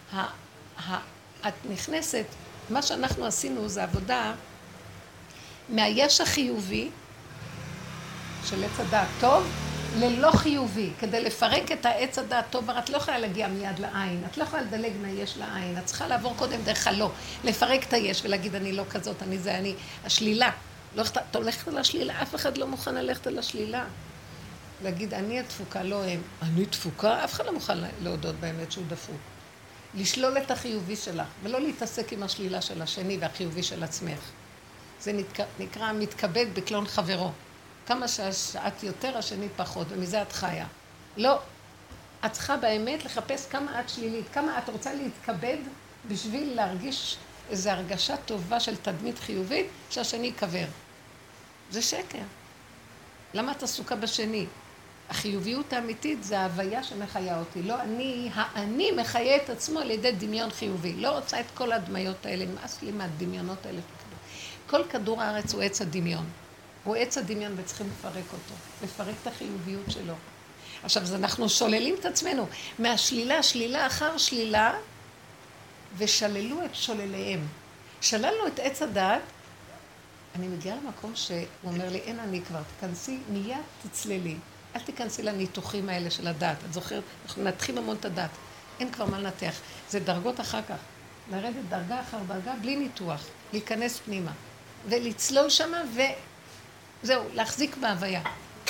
Speaker 1: את נכנסת, מה שאנחנו עשינו זה עבודה מהיש החיובי של עץ הדעת טוב ללא חיובי, כדי לפרק את העץ הדעת טוב, את לא יכולה להגיע מיד לעין, את לא יכולה לדלג מהיש לעין, את צריכה לעבור קודם דרך הלא, לפרק את היש ולהגיד אני לא כזאת, אני זה, אני, השלילה. לא, אתה הולכת על השלילה, אף אחד לא מוכן ללכת על השלילה. להגיד אני התפוקה, לא הם. אני תפוקה? אף אחד לא מוכן להודות באמת שהוא דפוק. לשלול את החיובי שלך, ולא להתעסק עם השלילה של השני והחיובי של עצמך. זה נקרא מתכבד בקלון חברו. כמה שאת יותר, השני פחות, ומזה את חיה. לא. את צריכה באמת לחפש כמה את שלילית, כמה את רוצה להתכבד בשביל להרגיש איזו הרגשה טובה של תדמית חיובית שהשני יקבר. זה שקר. למה את עסוקה בשני? החיוביות האמיתית זה ההוויה שמחיה אותי. לא אני מחיה את עצמו על ידי דמיון חיובי. לא רוצה את כל הדמיות האלה, נמאס לי מהדמיונות האלה. כל כדור הארץ הוא עץ הדמיון. הוא עץ הדמיון וצריכים לפרק אותו. לפרק את החיוביות שלו. עכשיו, אז אנחנו שוללים את עצמנו מהשלילה, שלילה אחר שלילה, ושללו את שולליהם. שללנו את עץ הדעת, אני מגיעה למקום שהוא אומר לי, אין אני כבר, תכנסי, מיד תצללי. אל תיכנסי לניתוחים האלה של הדעת. את זוכרת, אנחנו נתחים המון את הדעת. אין כבר מה לנתח. זה דרגות אחר כך. לרדת דרגה אחר דרגה בלי ניתוח. להיכנס פנימה. ולצלול שמה זהו, להחזיק בהוויה.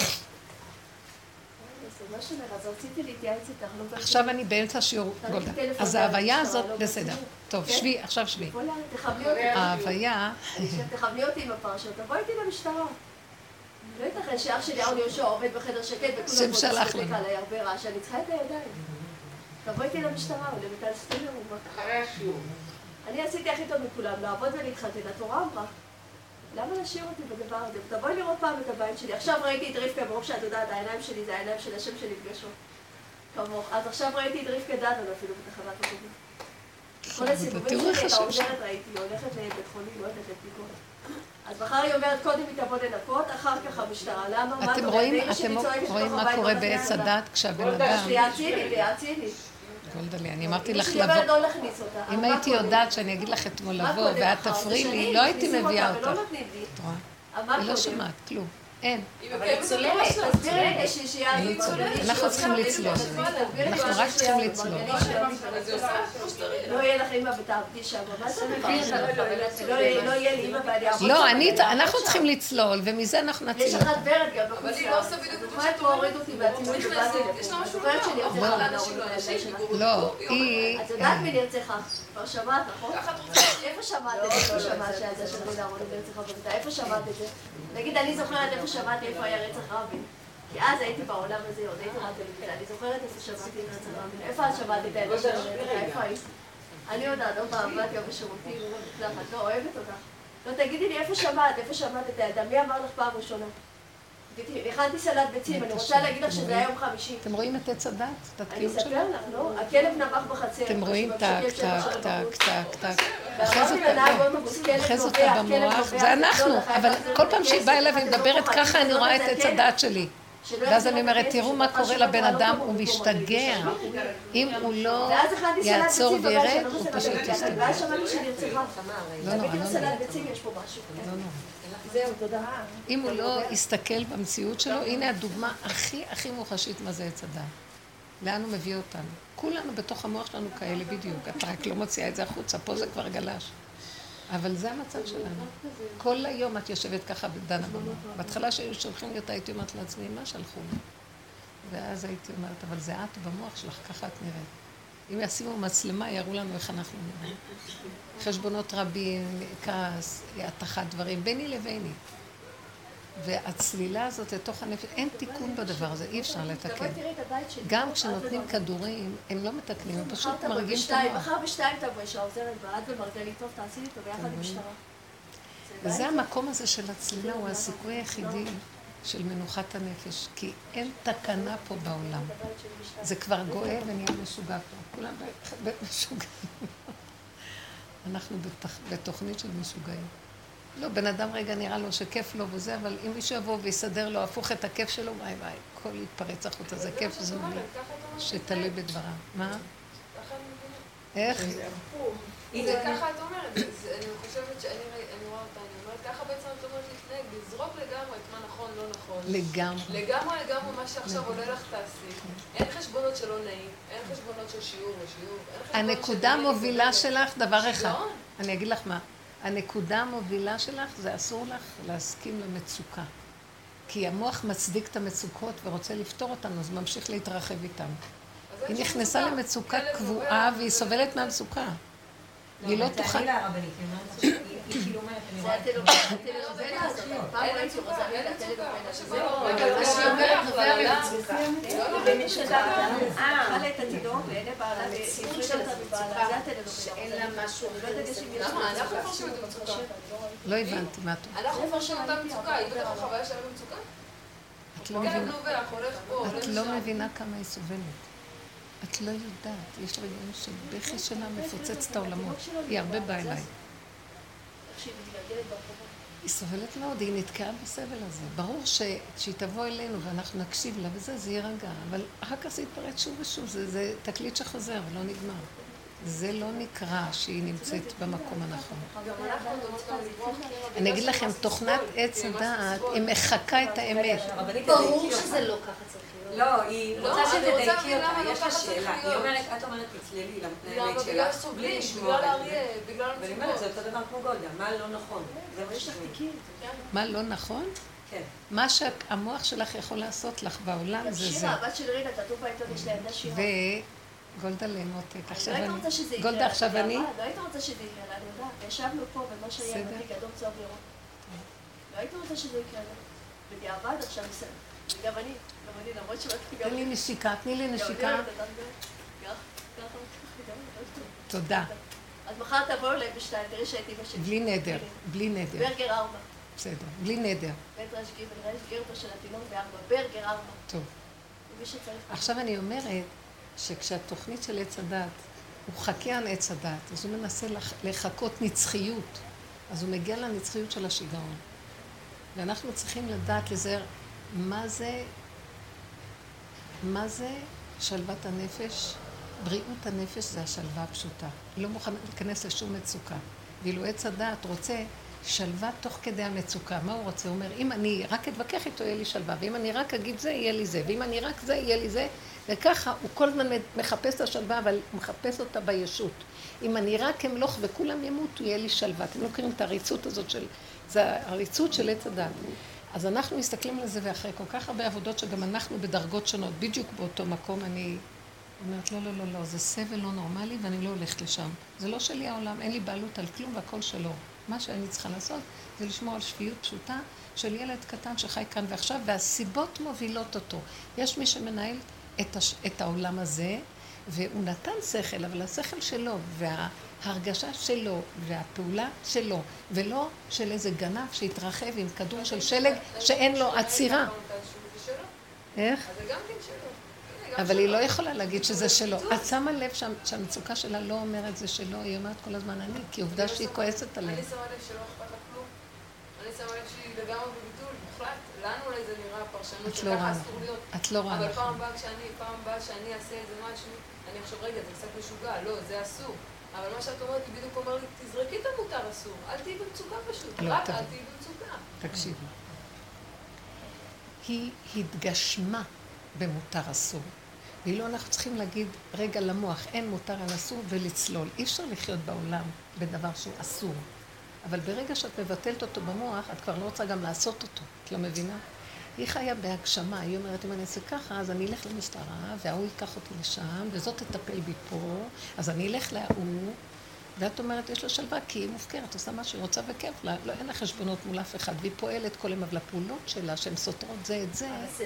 Speaker 7: אז רציתי להתייעץ איתך, לא...
Speaker 1: עכשיו אני באמצע שיעור גולדה. אז ההוויה הזאת, בסדר. טוב, שבי, עכשיו שבי.
Speaker 7: תכבלי אותי.
Speaker 1: ההוויה...
Speaker 7: תכבלי אותי עם הפרשות, תבואי איתי למשטרה. לא ייתכן שאח שלי אהרון יהושע עובד בחדר שקט וכולם פה תסתכל עליי הרבה רעש, אני צריכה את הידיים. תבואי איתי למשטרה או למיטל סטילר.
Speaker 6: אחרי השיעור.
Speaker 7: אני עשיתי הכי טוב מכולם, לעבוד ולהתחתן, התורה אמרה. למה להשאיר אותי בדבר הזה? תבואי לראות פעם את הבית שלי. עכשיו ראיתי את רבקה, ברוב שאת יודעת, העיניים שלי זה העיניים של השם שלי נפגשו. כמוך. אז עכשיו ראיתי את רבקה דדון אפילו בתחנת אוטובוס. כל הסיבובים שלי, את העוזרת ראיתי, היא הולכת לבית חולים, לא יודעת לבדיקות. אז מחר היא אומרת, קודם היא תבוא לנקות, אחר כך המשטרה. למה?
Speaker 1: אתם רואים מה קורה בעץ הדת כשהבן אדם...
Speaker 7: תיעצי לי.
Speaker 1: גולדלי, אני אמרתי לך לבוא. אם הייתי יודעת שאני אגיד לך אתמול לבוא ואת תפריעי לי, לא הייתי מביאה אותך. את רואה? היא לא שומעת, כלום. אין.
Speaker 2: אבל היא צוללת.
Speaker 7: תסבירי לי שישייה.
Speaker 1: אנחנו צריכים לצלול. אנחנו רק צריכים לצלול.
Speaker 7: לא יהיה לך אימא ותעבדי שם. לא יהיה לי אימא ואני אעבוד.
Speaker 1: לא, אנחנו צריכים לצלול, ומזה אנחנו נציל.
Speaker 7: יש אחת ורד גם בחוץ. אבל היא לא עושה בדיוק. זוכרת הוא הוריד אותי בעצמות ובאתי לפה. זוכרת שאני נרצחה לאנשים לא.
Speaker 1: לא, היא...
Speaker 7: את יודעת מי נרצחה? כבר שמעת, נכון? איפה שמעת את זה? איפה שמעת שהזה של רינה אהרון נרצחה בביתה? איפה שמעת את זה? נגיד, אני זוכרת איפה שמעתי איפה היה רצח רבין. כי אז הייתי בעולם הזה, עוד הייתי בטלוויזיה. אני זוכרת איפה שמעתי את רצח רבין. איפה את שמעת את האלה של רצח? איפה היית? אני יודעת, עוד באמבטיה בשירותים, לא אוהבת אותך. לא, תגידי לי, איפה שמעת את הילדה? מי אמר לך פעם ראשונה? הכנתי סלט ביצים, אני רוצה להגיד לך שזה היה יום חמישי.
Speaker 1: אתם רואים את עץ הדת? את
Speaker 7: אני
Speaker 1: התקיעות שלו?
Speaker 7: אספר לך, לא? הכלב נמך בחצר.
Speaker 1: אתם רואים טק. אחרי זאת במוח, זה אנחנו, אבל כל פעם שהיא באה אליי ומדברת ככה אני רואה את עץ הדת שלי. ואז אני אומרת, תראו מה קורה לבן אדם, הוא משתגע. אם הוא לא יעצור ויראה, הוא פשוט ישתגע.
Speaker 7: ואז שמעתי שנרצחה.
Speaker 1: לא נורא,
Speaker 7: בדיוק סלט ביצים יש פה משהו. זהו, תודה.
Speaker 1: אם הוא לא יסתכל במציאות שלו, הנה הדוגמה הכי מוחשית מה זה עץ הדת. לאן הוא מביא אותנו? כולנו בתוך המוח שלנו כאלה בדיוק. את רק לא מוציאה את זה החוצה, פה זה כבר גלש. אבל זה המצב שלנו. כל היום את יושבת ככה בדנה במוח. בהתחלה שהיו שולחים לי אותה, הייתי אומרת לעצמי, מה שלחו לי? ואז הייתי אומרת, אבל זה את במוח שלך, ככה את נראית. אם ישימו מצלמה, יראו לנו איך אנחנו נראים. חשבונות רבים, כעס, התחת דברים, ביני לביני. והצלילה הזאת לתוך הנפש, אין תיקון בדבר הזה, אי אפשר לתקן. גם כשנותנים כדורים, הם לא מתקנים, הם פשוט מרגיעים את המוח.
Speaker 7: מחרblbשתיים תבואי שהעוזרת ואת ומרגלית טוב, תעשי לי טוב ביחד עם משטרה.
Speaker 1: וזה המקום הזה של הצלילה, הוא הסיכוי היחידי של מנוחת הנפש, כי אין תקנה פה בעולם. זה כבר גואה ונהיה משוגע פה. כולם משוגעים. אנחנו בתוכנית של משוגעים. לא, בן אדם רגע נראה לו שכיף לו וזה, אבל אם מישהו יבוא ויסדר לו, הפוך את הכיף שלו, וואי, הכל יתפרץ החוצה, זה כיף זמני, שתלוי בדברה. מה? איך?
Speaker 8: זה ככה את אומרת, אני חושבת שאני רואה אותה, אני אומרת, ככה בעצם את אומרת להתנהג, לזרוק לגמרי את מה נכון, לא נכון.
Speaker 1: לגמרי.
Speaker 8: לגמרי מה שעכשיו עולה לך תעשי. אין חשבונות שלא נעים, אין חשבונות של שיעור ושיעור.
Speaker 1: הנקודה המובילה שלך, דבר אחד. אני אגיד לך מה. הנקודה המובילה שלך זה אסור לך להסכים למצוקה. כי המוח מצדיק את המצוקות ורוצה לפתור אותנו, אז ממשיך להתרחב איתם. היא נכנסה למצוקה קבועה והיא סובלת מהמצוקה. היא לא תוכל...
Speaker 5: תעני לה הרבנית, היא כאילו אומרת, אני
Speaker 1: לא הבנתי מה את...
Speaker 8: אנחנו חושבים אותה מצוקה, היא בטח החוויה שלה במצוקה?
Speaker 1: את לא מבינה כמה היא סובלת. את לא יודעת, יש רגעים שבכי שלה מפוצץ את העולמות. היא הרבה באה אליי. היא סובלת מאוד, היא נתקעה בסבל הזה. ברור שהיא תבוא אלינו ואנחנו נקשיב לה וזה, זה יירגע. אבל אחר כך זה יתפרץ שוב ושוב, זה תקליט שחוזר ולא נגמר. זה לא נקרא שהיא נמצאת במקום הנכון. אני אגיד לכם, תוכנת עץ הדעת, היא מחכה את האמת.
Speaker 2: ברור שזה לא ככה צריך להיות.
Speaker 5: לא, היא רוצה שתדייקי אותה, יש לה שאלה. היא אומרת, את אומרת, תצללי למתנהלת שלך, בלי לשמוע על זה. ואני אומרת, זה אותו דבר כמו גולדה, מה לא נכון? זה מה שתקי.
Speaker 1: מה לא נכון? מה שהמוח שלך יכול לעשות לך בעולם זה זה.
Speaker 7: שירה, הבת של רינה, כתוב בעיתון, יש לה ילדה שירה.
Speaker 1: וגולדה למותק, עכשיו
Speaker 7: לא
Speaker 1: אני...
Speaker 7: היית רוצה שזה יקרה.
Speaker 1: גולדה, עכשיו אני...
Speaker 7: לא היית רוצה שזה יקרה, אני יודעת. ישבנו פה במה שהיה עם התיק אדום צהוב ירוק. לא היית רוצה שזה יקרה. בדיעבד עכשיו בסדר. גם אני, למרות שבאתי גם...
Speaker 1: תני לי נשיקה, תני לי נשיקה. תודה.
Speaker 7: אז מחר תבואו להם בשתיים, תראי שהייתי בשביל.
Speaker 1: בלי נדר, בלי נדר.
Speaker 7: ברגר 4.
Speaker 1: בסדר, בלי נדר.
Speaker 7: בית רשגי ונראה גרטו של התינוק ב4. ברגר 4.
Speaker 1: טוב.
Speaker 7: ומי שצריך...
Speaker 1: עכשיו אני אומרת שכשהתוכנית של עץ הדת, הוא חכה על עץ הדת, אז הוא מנסה לחכות נצחיות. אז הוא מגיע לנצחיות של השיגעון. ואנחנו צריכים לדעת לזהר מה זה שלוות הנפש. בריאות הנפש זה השלווה הפשוטה. לא מוכן להיכנס לשום מצוקה. ואילו עץ הדעת רוצה שלווה תוך כדי המצוקה. מה הוא רוצה? הוא אומר, אם אני רק אתווכח איתו, יהיה לי שלווה. ואם אני רק אגיד זה, יהיה לי זה. ואם אני רק זה, יהיה לי זה. וככה הוא כל הזמן מחפש את השלווה, אבל הוא מחפש אותה בישות. אם אני רק אמלוך וכולם ימותו, יהיה לי שלווה. אתם לא מכירים את העריצות הזאת של... זה העריצות של עץ הדעת. אז אנחנו מסתכלים על זה, ואחרי כל כך הרבה עבודות שגם אנחנו בדרגות שונות, בדיוק באותו מקום, אני אומרת, לא, זה סבל לא נורמלי ואני לא הולכת לשם. זה לא שלי העולם, אין לי בעלות על כלום והכל שלו. מה שאני צריכה לעשות זה לשמור על שפיות פשוטה של ילד קטן שחי כאן ועכשיו, והסיבות מובילות אותו. יש מי שמנהל את העולם הזה, והוא נתן שכל, אבל השכל שלו וההרגשה שלו והפעולה שלו, ולא של איזה גנב שהתרחב עם כדור של שלג שאין לו עצירה. איך?
Speaker 8: אז זה גם כן שלו.
Speaker 1: אבל היא לא יכולה להגיד שזה שלו. את שמה לב שהמצוקה שלה לא אומרת זה שלו, היא אומרת כל הזמן אני, כי עובדה שהיא כועסת עליה.
Speaker 8: אני שמה לב שלא אכפת לה כלום. אני שמה לב שהיא לגמרי בביטול, מוחלט. לנו אולי זה נראה פרשנות שככה אסור להיות.
Speaker 1: את לא רעה.
Speaker 8: אבל פעם הבאה שאני אעשה איזה משהו, אני אחשוב רגע, זה קצת משוגע, לא, זה אסור. אבל מה שאת אומרת, היא בדיוק אומר לי, תזרקי את המותר אסור, אל תהי במצוקה פשוט, רק אל תהי במצוקה.
Speaker 1: תקשיבי. היא התגשמה במותר אסור. ואילו אנחנו צריכים להגיד, רגע למוח, אין מותר על אסור ולצלול. אי אפשר לחיות בעולם בדבר שהוא אסור. אבל ברגע שאת מבטלת אותו במוח, את כבר לא רוצה גם לעשות אותו. את לא מבינה? היא חיה בהגשמה. היא אומרת, אם אני אעשה ככה, אז אני אלך למשטרה, והוא ייקח אותי לשם, וזאת תטפל בי פה, אז אני אלך להוא, ואת אומרת, יש לה שלווה, כי היא מופקרת, עושה מה שהיא רוצה וכיף לה. לא, אין לה חשבונות מול אף אחד, והיא פועלת כל יום, אבל הפעולות שלה, שהן סותרות זה את זה,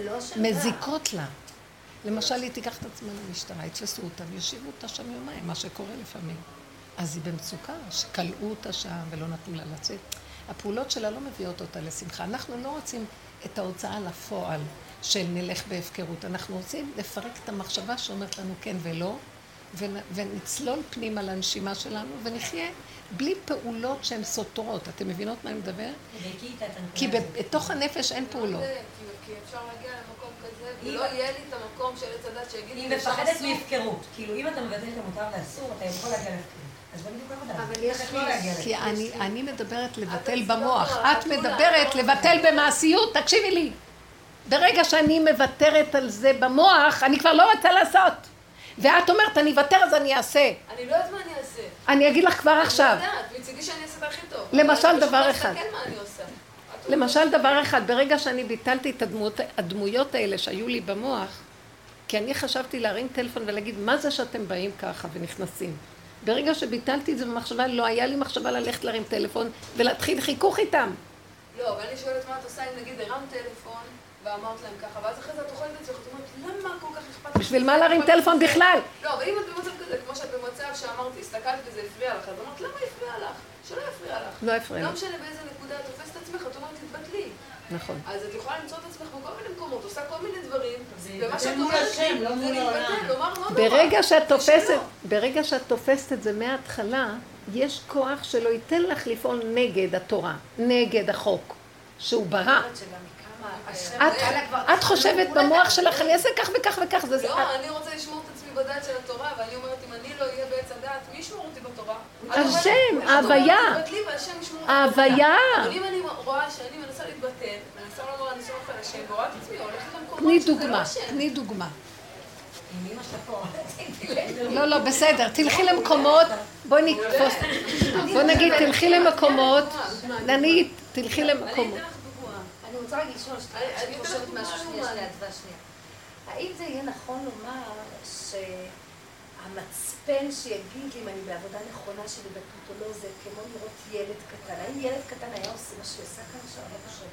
Speaker 1: מזיקות לה. למשל, היא תיקח את עצמה למשטרה, יתפסו אותה וישיבו אותה שם יומיים, מה שקורה לפעמים. אז היא במצוקה, שקלעו אותה שם ולא נתנו לה לצאת. הפעולות שלה לא מביאות אותה לשמחה. אנחנו לא רוצים את ההוצאה לפועל של נלך בהפקרות. אנחנו רוצים לפרק את המחשבה שאומרת לנו כן ולא, ונצלול פנימה לנשימה שלנו, ונחיה בלי פעולות שהן סותרות. אתם מבינות מה אני מדבר? כי בתוך הנפש אין פעולות.
Speaker 8: כי אפשר להגיע למקום כזה, ולא יהיה לי את המקום של עץ הדת שיגיד לי,
Speaker 5: היא מפחדת מהפקרות. כאילו, אם אתה מבטל את המותר ואסור, אתה יכול להגיע להפקרות. אז בוא בדיוק לא מדבר.
Speaker 1: כי אני מדברת לבטל במוח. את מדברת לבטל במעשיות. תקשיבי לי. ברגע שאני מבטרת על זה במוח, אני כבר לא רוצה לעשות. ואת אומרת, אני אוותר אז אני אעשה.
Speaker 8: אני לא יודעת מה אני אעשה.
Speaker 1: אני אגיד לך כבר עכשיו.
Speaker 8: אני לא יודעת, מצידי שאני אעשה את הכי טוב.
Speaker 1: למשל דבר אחד.
Speaker 8: אני מה אני עושה.
Speaker 1: למשל דבר אחד, ברגע שאני ביטלתי את הדמויות האלה שהיו לי במוח, כי אני חשבתי להרים טלפון ולהגיד, מה זה שאתם באים ככה ונכנסים? ברגע שביטלתי את זה במחשבה, לא היה לי מחשבה ללכת להרים טלפון ולהתחיל חיכוך איתם.
Speaker 8: לא, אבל אני שואלת מה את עושה אם נגיד הרמת טלפון ואמרת להם ככה, ואז אחרי זה את אוכלת את זה, ואת אומרת, למה כל כך אכפת?
Speaker 1: בשביל מה להרים טלפון בכלל?
Speaker 8: לא, אבל אם את במצב כזה, כמו שאת במצב שאמרתי, הסתכלת וזה הפריע לך, אז אמרת, למה הפריע לך? שלא יפריע לך.
Speaker 1: לא יפריע לך.
Speaker 8: לא משנה באיזה נקודה את תופסת את עצמך, את אומרת, תתבטלי.
Speaker 1: נכון.
Speaker 8: אז את יכולה למצוא את עצמך בכל מיני מקומות, עושה כל מיני דברים, ומה שאת אומרת, זה להתבטל, לומר לא
Speaker 1: ברגע שאת תופסת את זה מההתחלה, יש כוח שלא ייתן לך לפעול נגד התורה, נגד החוק, שהוא ברא. את חושבת במוח שלך, אני אעשה כך וכך וכך.
Speaker 8: לא, אני רוצה לשמור את עצמי בדעת של התורה, ואני אומרת, אם אני לא אהיה בעץ הדעת, מי ישמור אותי בתורה?
Speaker 1: השם, ההוויה. ההוויה.
Speaker 8: אבל אם אני רואה שאני מנסה להתבטל, מנסה לומר, אני סומכת על השם, ורואה את עצמי, הולכת למקומות שזה לא השם.
Speaker 1: תני דוגמה. לא, בסדר, תלכי למקומות, בואי נתפוס, בואי נגיד, תלכי למקומות, תלכי למקומות.
Speaker 2: רוצה להגיד לשאול, אני חושבת משהו שנייה, האם זה יהיה נכון לומר שהמצפן שיגיד לי אם אני בעבודה נכונה שלי בדקות או לא, זה כמו לראות ילד קטן? האם ילד קטן היה עושה מה שעושה כאן עכשיו? לא חושבת.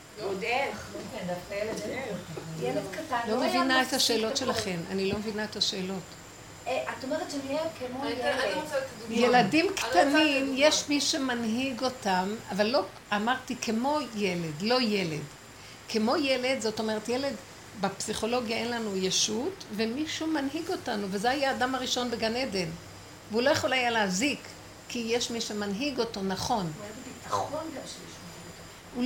Speaker 2: ילד קטן
Speaker 1: לא מבינה את השאלות שלכם, אני לא מבינה את השאלות.
Speaker 2: את אומרת שנהיה כמו ילד.
Speaker 1: ילדים קטנים, יש מי שמנהיג אותם, אבל לא, אמרתי כמו ילד, לא ילד. כמו ילד, זאת אומרת ילד, בפסיכולוגיה אין לנו ישות, ומישהו מנהיג אותנו, וזה היה האדם הראשון בגן עדן. והוא לא יכול היה להזיק, כי יש מי שמנהיג אותו נכון. הוא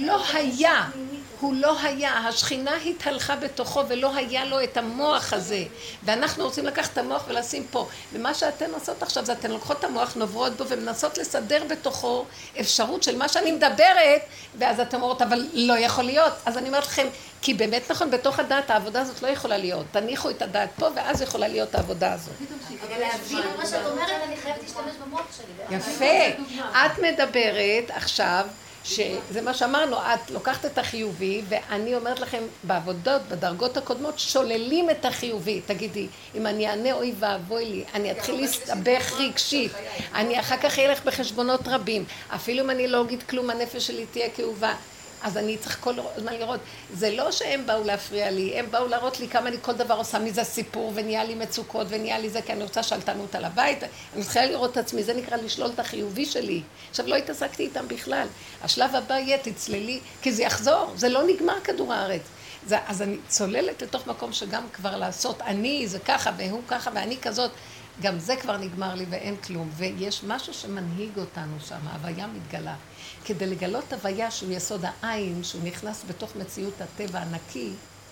Speaker 1: לא היה, השכינה התהלכה בתוכו ולא היה לו את המוח הזה. ואנחנו רוצים לקחת את המוח ולשים פה. ומה שאתן עושות עכשיו זה אתן לוקחות את המוח, נוברות בו ומנסות לסדר בתוכו אפשרות של מה שאני מדברת, ואז אתן אומרות, אבל לא יכול להיות. אז אני אומרת לכם, כי באמת נכון, בתוך הדעת העבודה הזאת לא יכולה להיות. תניחו את הדעת פה ואז יכולה להיות העבודה הזאת.
Speaker 2: אבל להבין מה שאת אומרת, אני חייבת להשתמש במוח שלי.
Speaker 1: יפה. את מדברת עכשיו, שזה מה שאמרנו, את לוקחת את החיובי, ואני אומרת לכם, בעבודות, בדרגות הקודמות, שוללים את החיובי. תגידי, אם אני אענה אוי ואבוי לי, אני אתחיל להסתבך רגשית, אני אחר כך אלך בחשבונות רבים, אפילו אם אני לא אגיד כלום, הנפש שלי תהיה כאובה. אז אני צריך כל הזמן לראות, זה לא שהם באו להפריע לי, הם באו להראות לי כמה אני כל דבר עושה מזה סיפור, ונהיה לי מצוקות, ונהיה לי זה, כי אני רוצה שלטנות על הבית, אני צריכה לראות את עצמי, זה נקרא לשלול את החיובי שלי. עכשיו לא התעסקתי איתם בכלל, השלב הבא יהיה תצללי, כי זה יחזור, זה לא נגמר כדור הארץ. אז אני צוללת לתוך מקום שגם כבר לעשות, אני זה ככה, והוא ככה, ואני כזאת, גם זה כבר נגמר לי ואין כלום, ויש משהו שמנהיג אותנו שם, ההוויה מתגלה. כדי לגלות הוויה שהוא יסוד העין, שהוא נכנס בתוך מציאות הטבע הנקי,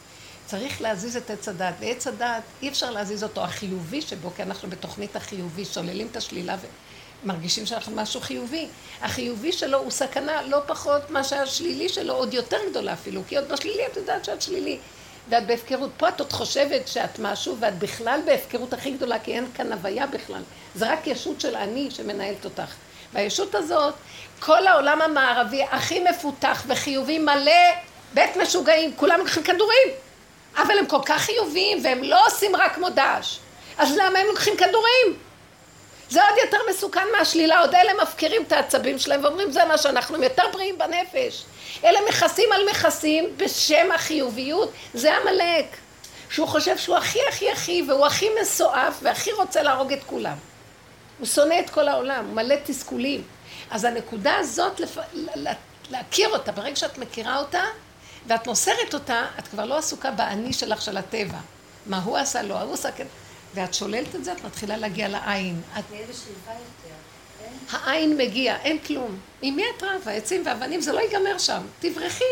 Speaker 1: צריך להזיז את עץ הדעת, ועץ הדעת אי אפשר להזיז אותו החיובי שבו, כי אנחנו בתוכנית החיובי, שוללים את השלילה ומרגישים שאנחנו משהו חיובי. החיובי שלו הוא סכנה לא פחות מה שהשלילי שלו, עוד יותר גדולה אפילו, כי עוד בשלילי את יודעת שאת שלילי. ואת בהפקרות, פה את עוד חושבת שאת משהו, ואת בכלל בהפקרות הכי גדולה, כי אין כאן הוויה בכלל. זה רק ישות של אני שמנהלת אותך. והישות הזאת, כל העולם המערבי הכי מפותח וחיובי מלא בית משוגעים, כולם לוקחים כדורים, אבל הם כל כך חיוביים והם לא עושים רק כמו דאעש. אז למה הם לוקחים כדורים? זה עוד יותר מסוכן מהשלילה, עוד אלה מפקירים את העצבים שלהם ואומרים זה מה שאנחנו יותר בריאים בנפש. אלה מכסים על מכסים בשם החיוביות, זה המלאק, שהוא חושב שהוא הכי והוא הכי מסועף והכי רוצה להרוג את כולם. הוא שונא את כל העולם, הוא מלא תסכולים. אז הנקודה הזאת, להכיר אותה, ברגע שאת מכירה אותה, ואת מוסרת אותה, את כבר לא עסוקה באני שלך של הטבע. מה הוא עשה לו, הוא עשה כן. ואת שוללת את זה, את מתחילה להגיע לעין.
Speaker 2: את נהיה בשליפה יותר, כן?
Speaker 1: העין מגיע, אין כלום. עם מי את רבה? עצים ואבנים, זה לא ייגמר שם. תברכי.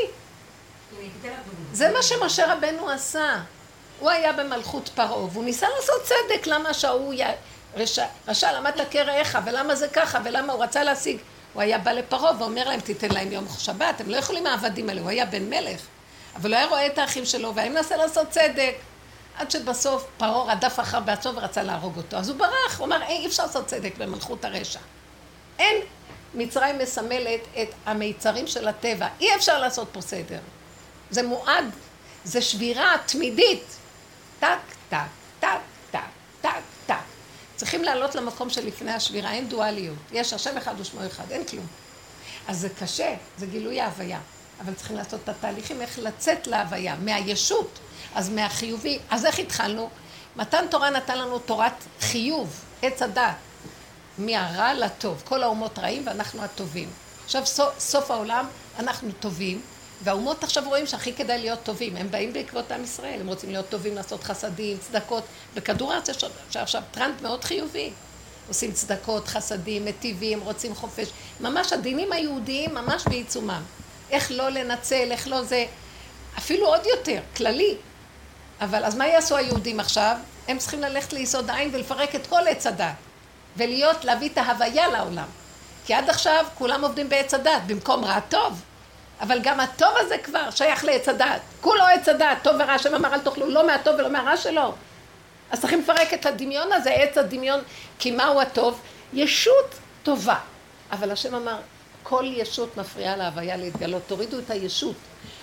Speaker 1: זה מה שמשה רבנו עשה. הוא היה במלכות פרעה, והוא ניסה לעשות צדק, למה שהוא רשע, למה תכה רעך, ולמה זה ככה, ולמה הוא רצה להשיג. הוא היה בא לפרעה ואומר להם, תיתן להם יום שבת, הם לא יכולים העבדים האלה, הוא היה בן מלך. אבל לא היה רואה את האחים שלו, והיה מנסה לעשות צדק. עד שבסוף פרעה רדף אחר בעצמו ורצה להרוג אותו. אז הוא ברח, הוא אמר, אי אפשר לעשות צדק במלכות הרשע. אין, מצרים מסמלת את המיצרים של הטבע, אי אפשר לעשות פה סדר. זה מועד, זה שבירה תמידית. טק, טק, טק, טק, טק, טק. צריכים לעלות למקום שלפני השבירה, אין דואליות. יש השם אחד ושמו אחד, אין כלום. אז זה קשה, זה גילוי ההוויה. אבל צריכים לעשות את התהליכים, איך לצאת להוויה, מהישות. אז מהחיובי, אז איך התחלנו? מתן תורה נתן לנו תורת חיוב, עץ הדת, מהרע לטוב, כל האומות רעים ואנחנו הטובים. עכשיו סוף העולם, אנחנו טובים, והאומות עכשיו רואים שהכי כדאי להיות טובים, הם באים בעקבות עם ישראל, הם רוצים להיות טובים, לעשות חסדים, צדקות, בכדור הארץ שעכשיו טרנד מאוד חיובי, עושים צדקות, חסדים, מטיבים, רוצים חופש, ממש הדינים היהודיים ממש בעיצומם, איך לא לנצל, איך לא זה, אפילו עוד יותר, כללי. אבל אז מה יעשו היהודים עכשיו? הם צריכים ללכת ליסוד העין ולפרק את כל עץ הדת. ולהיות, להביא את ההוויה לעולם. כי עד עכשיו כולם עובדים בעץ הדת, במקום רע טוב. אבל גם הטוב הזה כבר שייך לעץ הדת. כולו עץ הדת, טוב ורע, השם אמר אל תאכלו לא מהטוב ולא מהרע שלו. אז צריכים לפרק את הדמיון הזה, עץ הדמיון, כי מהו הטוב? ישות טובה. אבל השם אמר, כל ישות מפריעה להוויה להתגלות, תורידו את הישות.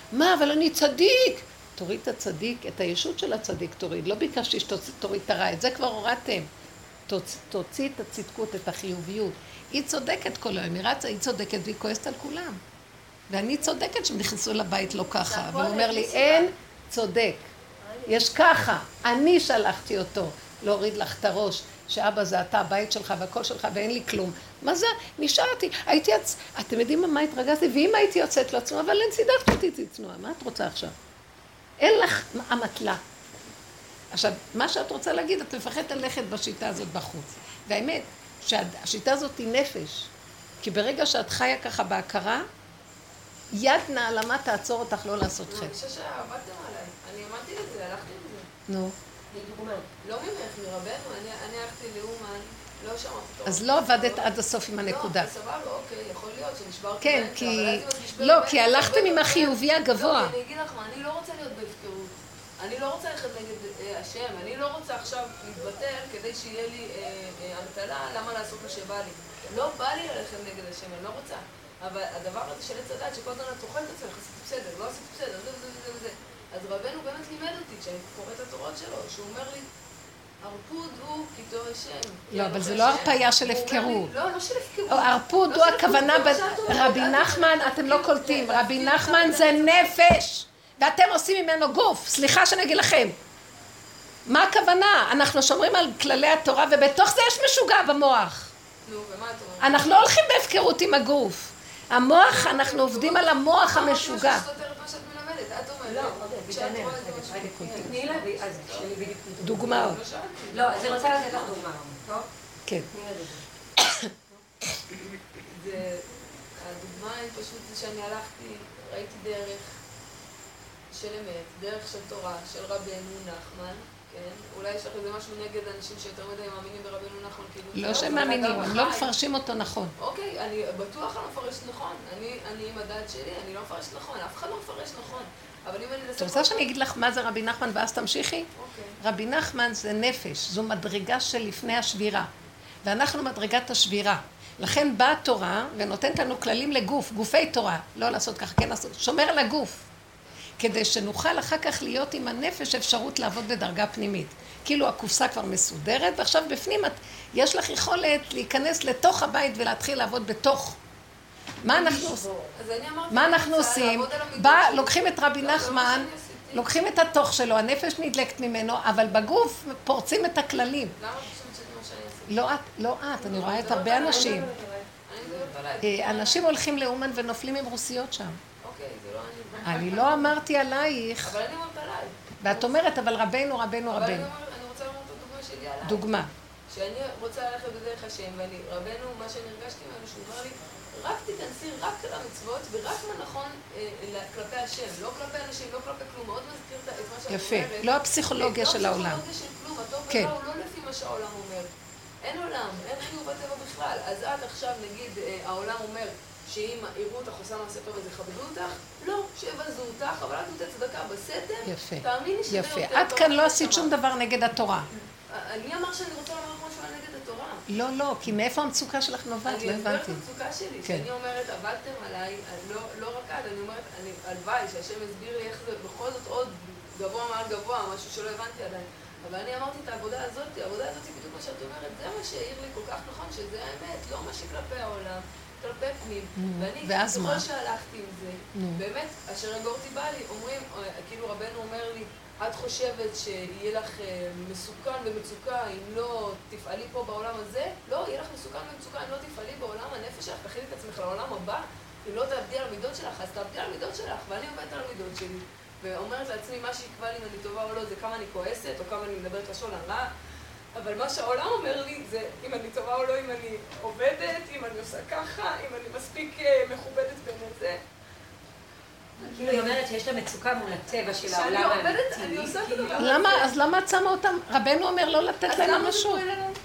Speaker 1: מה, אבל אני צדיק. תוריד את הצדיק, את הישות של הצדיק תוריד. לא ביקשתי שתוריד את הרע, את זה כבר הורדתם. תוציא את הצדקות, את החיוביות. היא צודקת כל היום, היא רצה, היא צודקת והיא כועסת על כולם. ואני צודקת שהם נכנסו לבית לא ככה, אבל הוא אומר לי, אין צודק. יש ככה, אני שלחתי אותו להוריד לך את הראש, שאבא זה אתה, הבית שלך והכל שלך ואין לי כלום. מה זה? נשארתי, אתם יודעים מה התרגזתי? ואם הייתי יוצאת לעצמה, אבל אין סידרת אותי צנועה, מה את רוצה עכשיו? אין לך המטלה. עכשיו, מה שאת רוצה להגיד, את מפחדת ללכת בשיטה הזאת בחוץ. והאמת, שהשיטה הזאת היא נפש. כי ברגע שאת חיה ככה בהכרה, יד נעלמה תעצור אותך לא לעשות חטא.
Speaker 8: אני חושב שעבדתם עליי. אני עמדתי לזה, הלכתי לזה.
Speaker 1: נו.
Speaker 8: לא ממך, מרבנו. אני הלכתי לאומן, לא שמעתי אותו.
Speaker 1: אז לא עבדת עד הסוף עם הנקודה.
Speaker 8: לא, סבבה, אוקיי, יכול להיות שנשברתי.
Speaker 1: כן, כי הלכתם עם החיובי הגבוה.
Speaker 8: לא, אני אגיד לך מה, אני לא רוצה להיות בהפקרות. אני לא רוצה ללכת נגד השם, אני לא רוצה עכשיו להתבטל כדי שיהיה לי המתלה, למה לעשות מה שבא לי. לא בא לי ללכת נגד השם, אני לא רוצה. אבל הדבר הזה של עץ הדת, שכל הזמן את אוכלת את עצמך, עשיתי בסדר, לא עשיתי בסדר, זה. אז רבנו באמת לימד אותי, כשאני קורא את התורות שלו, שהוא אומר לי, הרפוד הוא קיטור השם.
Speaker 1: לא, אבל זה לא הרפאיה של הפקרות.
Speaker 8: לא של הפקרות.
Speaker 1: הרפוד הוא הכוונה, רבי נחמן, אתם לא קולטים, רבי נחמן זה נפש, ואתם עושים ממנו גוף, סליחה שאני אגיד לכם. מה הכוונה? אנחנו שומרים על כללי התורה, ובתוך זה יש משוגע במוח.
Speaker 8: נו, ומה את אומרת?
Speaker 1: אנחנו לא הולכים בהפקרות עם הגוף. המוח, אנחנו עובדים על המוח המשוגע.
Speaker 8: את אומרת,
Speaker 5: תני לה, אז כשאני בדיוק...
Speaker 1: דוגמאות.
Speaker 5: לא, אז אני רוצה לתת לך דוגמה, טוב?
Speaker 1: כן.
Speaker 8: הדוגמה היא פשוט שאני הלכתי, ראיתי דרך של אמת, דרך של תורה, של רבנו נחמן, כן? אולי יש לך איזה משהו נגד אנשים שיותר מדי מאמינים ברבנו נחמן, כאילו...
Speaker 1: לא שהם מאמינים, הם לא מפרשים אותו נכון.
Speaker 8: אוקיי, אני בטוח לא מפרשת נכון. אני עם הדעת שלי, אני לא מפרשת נכון, אף אחד לא מפרש נכון. אבל אם אני...
Speaker 1: אתה רוצה שאני אגיד לך מה זה רבי נחמן ואז תמשיכי?
Speaker 8: אוקיי.
Speaker 1: רבי נחמן זה נפש, זו מדרגה של לפני השבירה. ואנחנו מדרגת השבירה. לכן באה התורה ונותנת לנו כללים לגוף, גופי תורה. לא לעשות ככה, כן לעשות, שומר על הגוף. כדי שנוכל אחר כך להיות עם הנפש אפשרות לעבוד בדרגה פנימית. כאילו הקופסה כבר מסודרת, ועכשיו בפנים יש לך יכולת להיכנס לתוך הבית ולהתחיל לעבוד בתוך. מה אנחנו עושים? לוקחים את רבי נחמן, לוקחים את התוך שלו, הנפש נדלקת ממנו, אבל בגוף פורצים את הכללים.
Speaker 8: למה חושבת שזה מה שאני עשיתי?
Speaker 1: לא את, אני רואה את הרבה אנשים. אנשים הולכים לאומן ונופלים עם רוסיות שם.
Speaker 8: אוקיי, זה לא אני.
Speaker 1: אני לא אמרתי עלייך.
Speaker 8: אבל אני אומרת עליי.
Speaker 1: ואת אומרת, אבל רבנו.
Speaker 8: אבל אני רוצה לומר את הדוגמה שלי עליי.
Speaker 1: דוגמה.
Speaker 8: שאני רוצה ללכת בדרך השם, רבנו, מה שאני הרגשתי ממנו, שהוא אומר לי, רק תתנסי רק למצוות ורק מה נכון כלפי השם, לא כלפי אנשים, לא כלפי כלום. מאוד מזכיר את מה שאת אומרת.
Speaker 1: יפה, לא הפסיכולוגיה של העולם.
Speaker 8: לא הפסיכולוגיה של כלום, הטוב והרע הוא לא לפי מה שהעולם אומר. אין עולם, אין חיוב בטבע בכלל. אז את עכשיו, נגיד, העולם אומר שאם יראו אותך עושה מעשה טוב אז יכבדו אותך, לא, שיבזו אותך, אבל את נותנת צדקה בסתר, תאמיני שזה יותר טוב.
Speaker 1: יפה, את כאן לא עשית שום דבר נגד התורה.
Speaker 8: אני אמר שאני רוצה לומר משהו על נגד התורה.
Speaker 1: לא, כי מאיפה המצוקה שלך נובעת? לא הבנתי.
Speaker 8: אני אסביר את המצוקה שלי, שאני אומרת, עבדתם עליי, לא רק עד, אני אומרת, הלוואי שהשם הסביר לי איך זה בכל זאת עוד גבוה מעל גבוה, משהו שלא הבנתי עדיין. אבל אני אמרתי את העבודה הזאת בדיוק מה שאת אומרת, זה מה שהעיר לי כל כך נכון, שזה האמת, לא מה שכלפי העולם, כלפי פנים. ואני, ככל שהלכתי עם זה, באמת, אשר הגורתי בא לי, אומרים, כאילו רבנו אומר לי, את חושבת שיהיה לך מסוכן ומצוקה אם לא תפעלי פה בעולם הזה? לא, יהיה לך מסוכן ומצוקה אם לא תפעלי בעולם הנפש שלך, תכיני את עצמך לעולם הבא. אם לא תעבדי על המידות שלך, אז תעבדי על המידות שלך, ואני עובדת על המידות שלי. ואומרת לעצמי, מה שיקבע לי אם אני טובה או לא, זה כמה אני כועסת, או כמה אני מדברת לשון הרע. אבל מה שהעולם אומר לי, זה אם אני טובה או לא, אם אני עובדת, אם אני עושה ככה, אם אני מספיק מכובדת בין את זה.
Speaker 5: כאילו היא אומרת שיש לה מצוקה מול הטבע של העולם האמיתי.
Speaker 8: אני עושה את הדבר.
Speaker 1: אז למה את שמה אותם? רבנו אומר לא לתת להם משהו.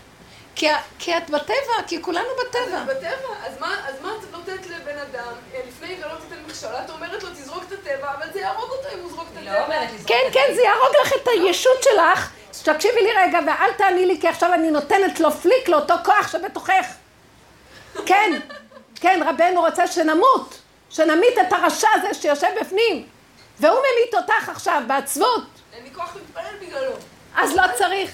Speaker 1: כי את בטבע, כי כולנו בטבע.
Speaker 8: אז בטבע, אז מה את נותנת לבן אדם, לפני ולא תיתן מכשול, את אומרת לו תזרוק את הטבע, אבל זה יהרוג אותו אם הוא זרוק את הטבע.
Speaker 1: כן, זה יהרוג לך את הישות שלך. תקשיבי לי רגע ואל תעני לי, כי עכשיו אני נותנת לו פליק לאותו כוח שבתוכך. כן, רבנו רוצה שנמות, שנמית את הרשע הזה שיושב בפנים, והוא ממית אותך עכשיו בעצבות.
Speaker 8: אין לי כוח להתפלל בגללו.
Speaker 1: אז לא צריך,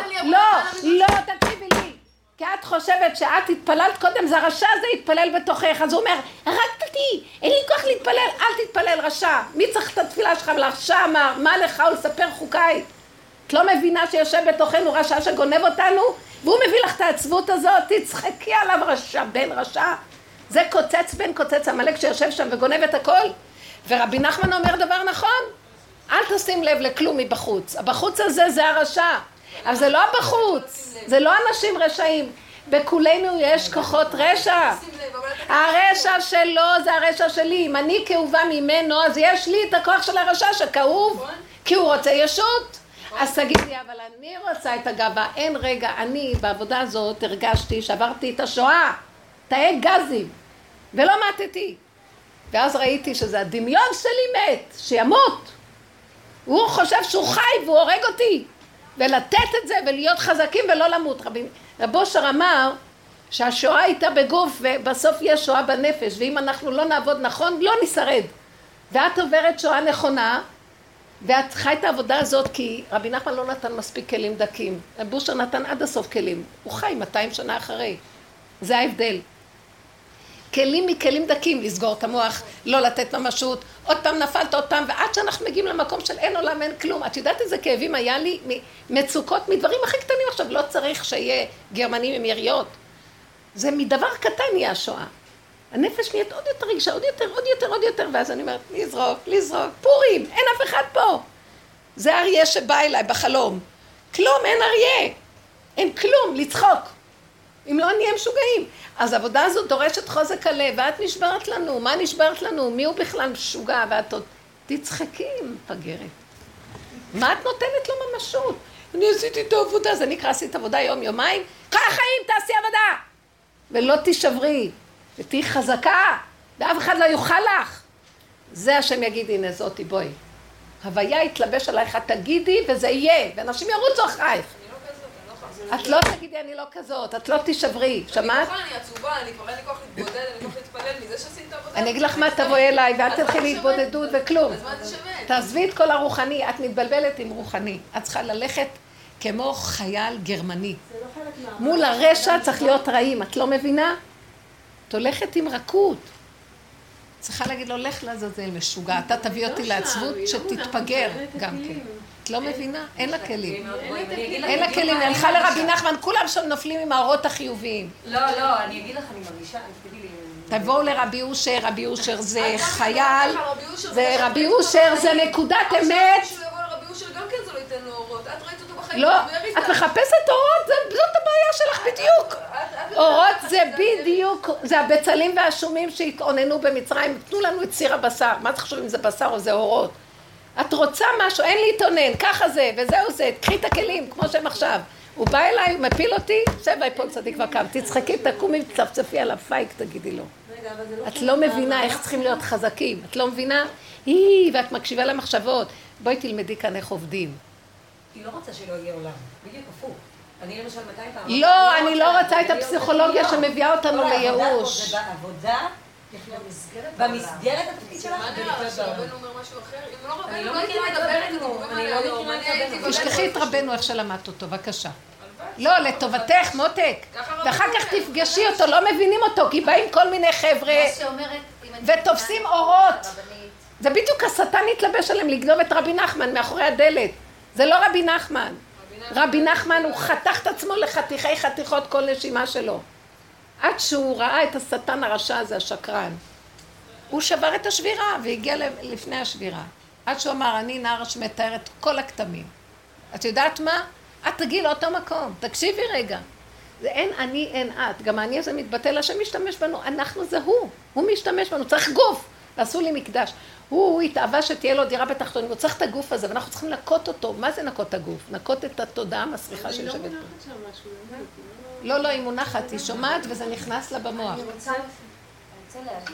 Speaker 1: לא, תקשיבי לי. כי את חושבת שאת התפללת קודם, זה הרשע הזה התפלל בתוכך. אז הוא אומר, הרגת אותי, אין לי כוח להתפלל, אל תתפלל רשע. מי צריך את התפילה שלך? לרשע אמר, מה לך הוא לספר חוקיי? את לא מבינה שיושב בתוכנו רשע שגונב אותנו? והוא מביא לך את העצבות הזאת, תצחקי עליו רשע, בן רשע. זה קוצץ בן קוצץ, המלאק שיושב שם וגונב את הכל. ורבי נחמן אומר דבר נכון, אל תשים לב לכלום מבחוץ. הבחוץ הזה זה הרשע. אבל זה לא הבחוץ, זה לא אנשים רשעים. בכולנו יש כוחות רשע. הרשע שלו זה הרשע שלי. אם אני כאובה ממנו, אז יש לי את הכוח של הרשע שכאוב, כי הוא רוצה ישות. אז תגידי, אבל אני רוצה את הגאווה. אין רגע, אני בעבודה הזאת הרגשתי שעברתי את השואה, תאי גזים, ולא מתתי. ואז ראיתי שזה הדמיון שלי מת, שימות. הוא חושב שהוא חי והוא הורג אותי. ולתת את זה ולהיות חזקים ולא למות. רב אושר אמר שהשואה הייתה בגוף ובסוף יש שואה בנפש, ואם אנחנו לא נעבוד נכון לא נשרד. ואת עוברת שואה נכונה ואת חי את העבודה הזאת, כי רבי נחמן לא נתן מספיק כלים דקים. רב אושר נתן עד הסוף כלים, הוא חי 200 שנה אחרי. זה ההבדל. כלים מכלים דקים, לסגור את המוח, לא לתת ממשות, עוד פעם נפלת עוד פעם, ועד שאנחנו מגיעים למקום של אין עולם, אין כלום. את יודעת איזה כאבים היה לי מצוקות מדברים הכי קטנים עכשיו, לא צריך שיהיה גרמנים עם יריות. זה מדבר קטן יהיה השואה. הנפש נהיית עוד יותר רגשה, עוד יותר, ואז אני אומרת, לזרוק, פורים, אין אף אחד פה. זה אריה שבא אליי בחלום. כלום, אין אריה, אין כלום, לצחוק. אם לא נהיה משוגעים. אז העבודה הזאת דורשת חוזק הלב, ואת נשברת לנו. מה נשברת לנו? מי הוא בכלל משוגע? ואת עוד תצחקי, מפגרת. מה את נותנת לו ממשות? אני עשיתי את העבודה, זה נקרא עשית עבודה יום-יומיים, ככה חיים, תעשי עבודה. ולא תשברי, ותהי חזקה, ואף אחד לא יוכל לך. זה השם יגיד, הנה זאתי, בואי. הוויה יתלבש עלייך, תגידי, וזה יהיה, ואנשים ירוצו אחרייך. את לא תגידי, אני לא כזאת, את לא תשברי, שמעת?
Speaker 8: אני עצובה, אני כבר אין לי כוח להתבודד, אין לי כוח להתפלל מזה שעשית את העבודה.
Speaker 1: אני אגיד לך מה, תבואי אליי, ואל תלכי להתבודדות וכלום.
Speaker 8: אז מה זה שווה?
Speaker 1: תעזבי את כל הרוחני, את מתבלבלת עם רוחני. את צריכה ללכת כמו חייל גרמני. מול הרשע צריך להיות רעים, את לא מבינה? את הולכת עם רכות. צריכה להגיד לו, לך לעזאזל משוגע, אתה תביא אותי לעצבות שתתפגר גם כן. את לא מבינה? אין לה כלים. אין לה כלים, הלכה לרבי נחמן, כולם שם נופלים עם האורות החיוביים.
Speaker 5: לא, אני אגיד לך, אני מרגישה, תגידי לי...
Speaker 1: תבואו לרבי אושר, רבי אושר זה חייל, זה רבי אושר, זה נקודת אמת.
Speaker 8: כשהוא יבוא לרבי אושר גם כן זה לא ייתן לו אורות, את ראית אותו בחיים.
Speaker 1: לא, את מחפשת אורות, זאת הבעיה שלך בדיוק. אורות זה בדיוק, זה הבצלים והשומים שהתעוננו במצרים, תנו לנו את סיר הבשר, מה זה חשוב אם זה בשר או זה אורות? את רוצה משהו, אין להתעונן, ככה זה, וזהו זה, תקחי את הכלים, כמו שהם עכשיו. הוא בא אליי, הוא מפיל אותי, שבע יפול צדיק וקם, תצחקי, תקומי, צפצפי על הפייק, תגידי לו. את לא מבינה איך צריכים להיות חזקים, את לא מבינה? ואת מקשיבה למחשבות, בואי תלמדי כאן איך עובדים.
Speaker 5: היא לא רוצה שלא יהיה עולם, בדיוק הפוך. אני למשל 200 פעם...
Speaker 1: לא, אני לא רוצה את הפסיכולוגיה שמביאה אותנו לייאוש.
Speaker 5: זה בעבודה, במסגרת התפקיד שלך.
Speaker 8: מה נראה, שהרבנו אומר משהו אחר? אם לא
Speaker 5: אני
Speaker 8: רבנו,
Speaker 5: לא מכירה את רבנו, אני לא מכירה את רבנו.
Speaker 1: תשכחי את רבנו איך שלמדת אותו, בבקשה. לא, לטובתך, מותק. ואחר כך תפגשי אותו, לא מבינים אותו, כי באים כל מיני חבר'ה ותופסים אורות. זה בדיוק השטן התלבש עליהם לגנוב את רבי נחמן מאחורי הדלת. זה לא רבי נחמן. רבי נחמן הוא חתך את עצמו לחתיכי חתיכות כל נשימה שלו. עד שהוא ראה את השטן הרשע הזה, השקרן. הוא שבר את השבירה והגיע לפני השבירה. עד שהוא אמר, אני נער שמתאר את כל הכתמים. את יודעת מה? את תגיעי לאותו מקום. תקשיבי רגע. זה אין אני, אין את. גם אני הזה מתבטל, השם משתמש בנו. אנחנו זה הוא משתמש בנו. צריך גוף. ועשו לי מקדש. הוא התאהבה שתהיה לו דירה בתחתונים. הוא צריך את הגוף הזה, ואנחנו צריכים לקות אותו. מה זה נקות הגוף? נקות את התודעה המסריחה שיושבת פה.
Speaker 4: אני לא מונחת שם משהו.
Speaker 1: לא, היא מונחת, היא שומעת וזה נכנס לה במוח.
Speaker 2: אני רוצה להגיד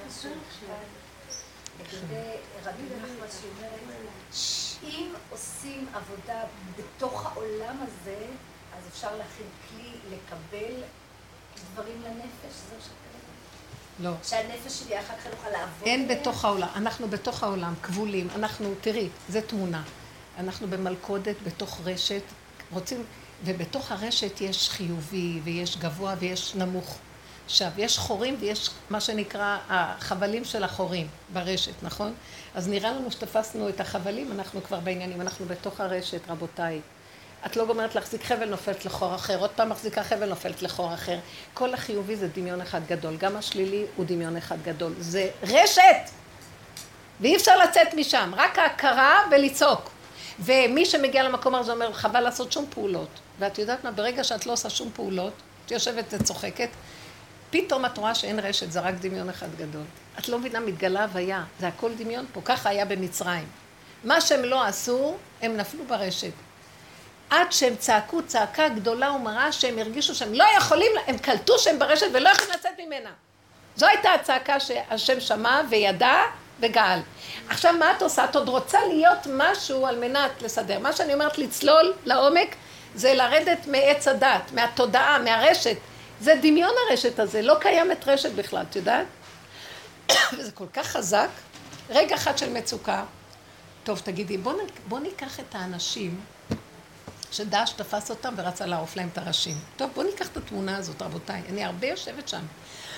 Speaker 2: לגבי רבי נחמן שאומרת, אם עושים עבודה בתוך העולם הזה, אז אפשר להכין כלי לקבל דברים לנפש, זהו שקרה.
Speaker 1: לא.
Speaker 2: שהנפש שלי אחר כך נוכל לעבוד.
Speaker 1: אין בתוך העולם, אנחנו בתוך העולם, כבולים, אנחנו, תראי, זה תמונה. אנחנו במלכודת, בתוך רשת, רוצים, ובתוך הרשת יש חיובי, ויש גבוה, ויש נמוך. עכשיו, יש חורים ויש מה שנקרא החבלים של החורים ברשת, נכון? אז נראה לנו שתפסנו את החבלים, אנחנו כבר בעניינים, אנחנו בתוך הרשת, רבותיי. את לא גומרת להחזיק חבל, נופלת לחור אחר, עוד פעם מחזיקה חבל, נופלת לחור אחר. כל החיובי זה דמיון אחד גדול, גם השלילי הוא דמיון אחד גדול. זה רשת! ואי אפשר לצאת משם, רק ההכרה ולצעוק. ומי שמגיע למקום הזה אומר, חבל לעשות שום פעולות. ואת יודעת מה, ברגע שאת לא עושה שום פעולות, את יושבת וצוחקת, פתאום את רואה שאין רשת, זה רק דמיון אחד גדול. את לא מבינה, מתגלה הוויה, זה הכל דמיון פה, ככה היה במצרים. מה שהם לא עשו, הם נפלו ברשת. עד שהם צעקו צעקה גדולה ומרה, שהם הרגישו שהם לא יכולים, הם קלטו שהם ברשת ולא יכולים לצאת ממנה. זו הייתה הצעקה שהשם שמע וידע וגאל. עכשיו מה את עושה? את עוד רוצה להיות משהו על מנת לסדר. מה שאני אומרת לצלול לעומק, זה לרדת מעץ הדת, מהתודעה, מהרשת. זה דמיון הרשת הזה, לא קיימת רשת בכלל, את יודעת? וזה כל כך חזק. רגע אחד של מצוקה. טוב, תגידי, בוא ניקח את האנשים שדאעש תפס אותם ורצה לערוף להם את הראשים. טוב, בוא ניקח את התמונה הזאת, רבותיי. אני הרבה יושבת שם.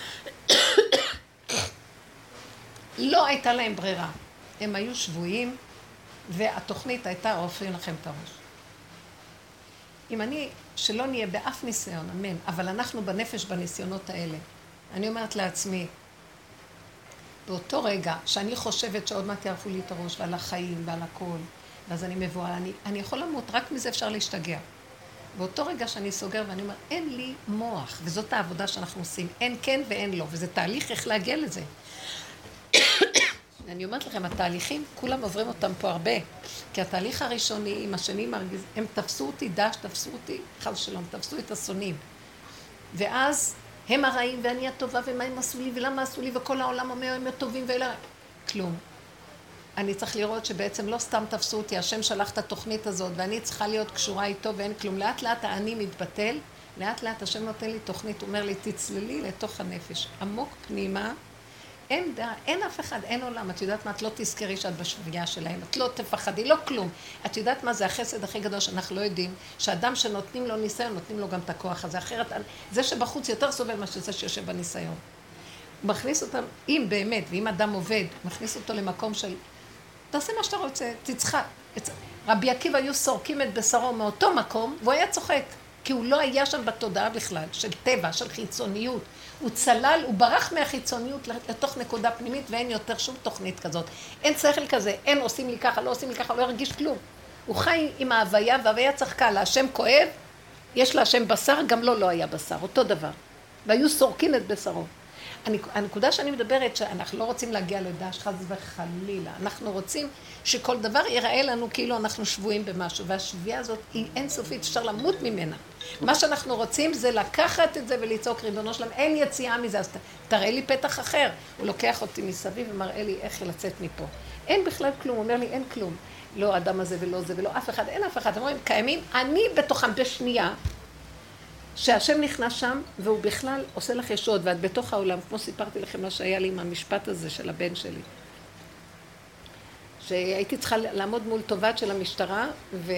Speaker 1: לא הייתה להם ברירה. הם היו שבויים, והתוכנית הייתה עורפים לכם את הראש. אם שלא נהיה באף ניסיון, אמן, אבל אנחנו בנפש בניסיונות האלה. אני אומרת לעצמי, באותו רגע שאני חושבת שעוד מעט יערפו לי את הראש ועל החיים ועל הכל, ואז אני מבואה, אני יכול למות, רק מזה אפשר להשתגע. באותו רגע שאני סוגר ואני אומר, אין לי מוח, וזאת העבודה שאנחנו עושים, אין כן ואין לא, וזה תהליך איך להגיע לזה. אני אומרת לכם, התהליכים, כולם עוברים אותם פה הרבה, כי התהליך הראשוני, עם השני מרגיז, הם תפסו אותי, דאעש תפסו אותי, חס שלום, תפסו את השונאים. ואז הם הרעים ואני הטובה, ומה הם עשו לי, ולמה עשו לי, וכל העולם אומר, הם הטובים ואלה... כלום. אני צריך לראות שבעצם לא סתם תפסו אותי, השם שלח את התוכנית הזאת, ואני צריכה להיות קשורה איתו ואין כלום. לאט לאט האני מתבטל, לאט לאט השם נותן לי תוכנית, הוא אומר לי, תצללי לתוך הנפש. עמוק פנימה, אין דעה, אין אף אחד, אין עולם. את יודעת מה? את לא תזכרי שאת בשבייה שלהם, את לא תפחדי, לא כלום. את יודעת מה? זה החסד הכי גדול שאנחנו לא יודעים, שאדם שנותנים לו ניסיון, נותנים לו גם את הכוח הזה. אחרת, זה שבחוץ יותר סובל מה שזה שיושב בניסיון. הוא מכניס אותם, אם באמת, ואם אדם עובד, מכניס אותו למקום של, תעשה מה שאתה רוצה, תצחק. רבי עקיבא היו סורקים את בשרו מאותו מקום, והוא היה צוחק, כי הוא לא היה שם בתודעה בכלל, של טבע, של חיצוניות. הוא צלל, הוא ברח מהחיצוניות לתוך נקודה פנימית, ואין יותר שום תוכנית כזאת. אין שכל כזה, אין עושים לי ככה, לא עושים לי ככה, לא הרגיש כלום. הוא חי עם ההוויה, וההוויה צחקה לה, השם כואב, יש לה השם בשר, גם לא היה בשר, אותו דבר. והיו סורקים את בשרו. הנקודה שאני מדברת, שאנחנו לא רוצים להגיע לדאעש חס וחלילה, אנחנו רוצים שכל דבר ייראה לנו כאילו אנחנו שבויים במשהו, והשביעה הזאת היא אינסופית, אפשר למות ממנה. מה שאנחנו רוצים זה לקחת את זה ולצעוק ריבונו שלם, אין יציאה מזה, אז תראה לי פתח אחר. הוא לוקח אותי מסביב ומראה לי איך לצאת מפה. אין בכלל כלום, הוא אומר לי אין כלום. לא האדם הזה ולא זה ולא אף אחד, אין אף אחד. הם אומרים, קיימים, אני בתוכם בשנייה, שהשם נכנס שם, והוא בכלל עושה לך ישועות, ואת בתוך העולם, כמו סיפרתי לכם מה שהיה לי עם המשפט הזה של הבן שלי. שהייתי צריכה לעמוד מול תובעת של המשטרה,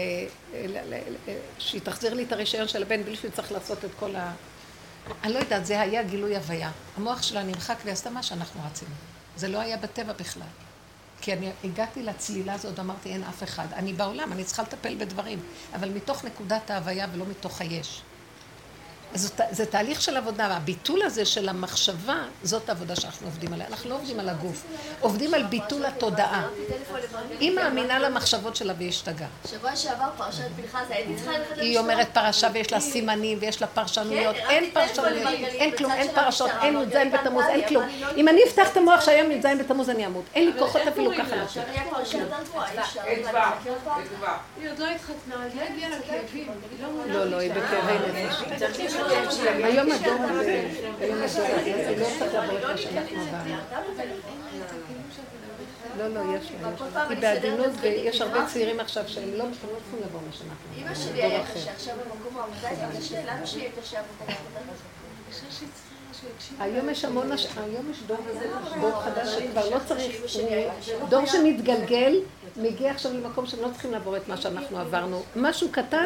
Speaker 1: שהיא תחזיר לי את הרישיון של הבן, בלי שהיא צריך לעשות את כל אני לא יודעת, זה היה גילוי הוויה. המוח שלה נמחק ועשתה מה שאנחנו רצינו. זה לא היה בטבע בכלל. כי אני הגעתי לצלילה הזאת, אמרתי, אין אף אחד. אני בעולם, אני צריכה לטפל בדברים, אבל מתוך נקודת ההוויה ולא מתוך היש. אז זה תהליך של עבודה, והביטול הזה של המחשבה, זאת העבודה שאנחנו עובדים עליה. אנחנו לא עובדים על הגוף, עובדים על ביטול התודעה. היא מאמינה למחשבות שלה והשתגעה.
Speaker 7: שבוע שעבר פרשת פנחס, הייתי צריכה ללכת למשטרה.
Speaker 1: היא אומרת פרשה ויש לה סימנים ויש לה פרשנויות. אין פרשנויות, אין כלום, אין פרשות, אין י"ז בתמוז, אין כלום. אם אני אפתח את המוח שהיום י"ז בתמוז אני אמות. אין לי כוחות אפילו ככה לעשות.
Speaker 4: היא עוד לא התחתנה, היא לא הגיעה לכאבים.
Speaker 1: לא, היא בכאבי נפש. היום הדור הזה, לא צריך לעבור את מה שאנחנו עברנו. לא, יש לה. היא בעדינות ויש הרבה צעירים עכשיו שהם לא צריכים לעבור מה שאנחנו עברנו.
Speaker 7: אמא שלי היה קשה עכשיו במקום העבודה, היא קשה, למה שהיא קשה במקום העבודה?
Speaker 1: היום יש המון, היום יש דור חדש שכבר לא צריך, דור שמתגלגל, מגיע עכשיו למקום שהם לא צריכים לעבור את מה שאנחנו עברנו. משהו קטן,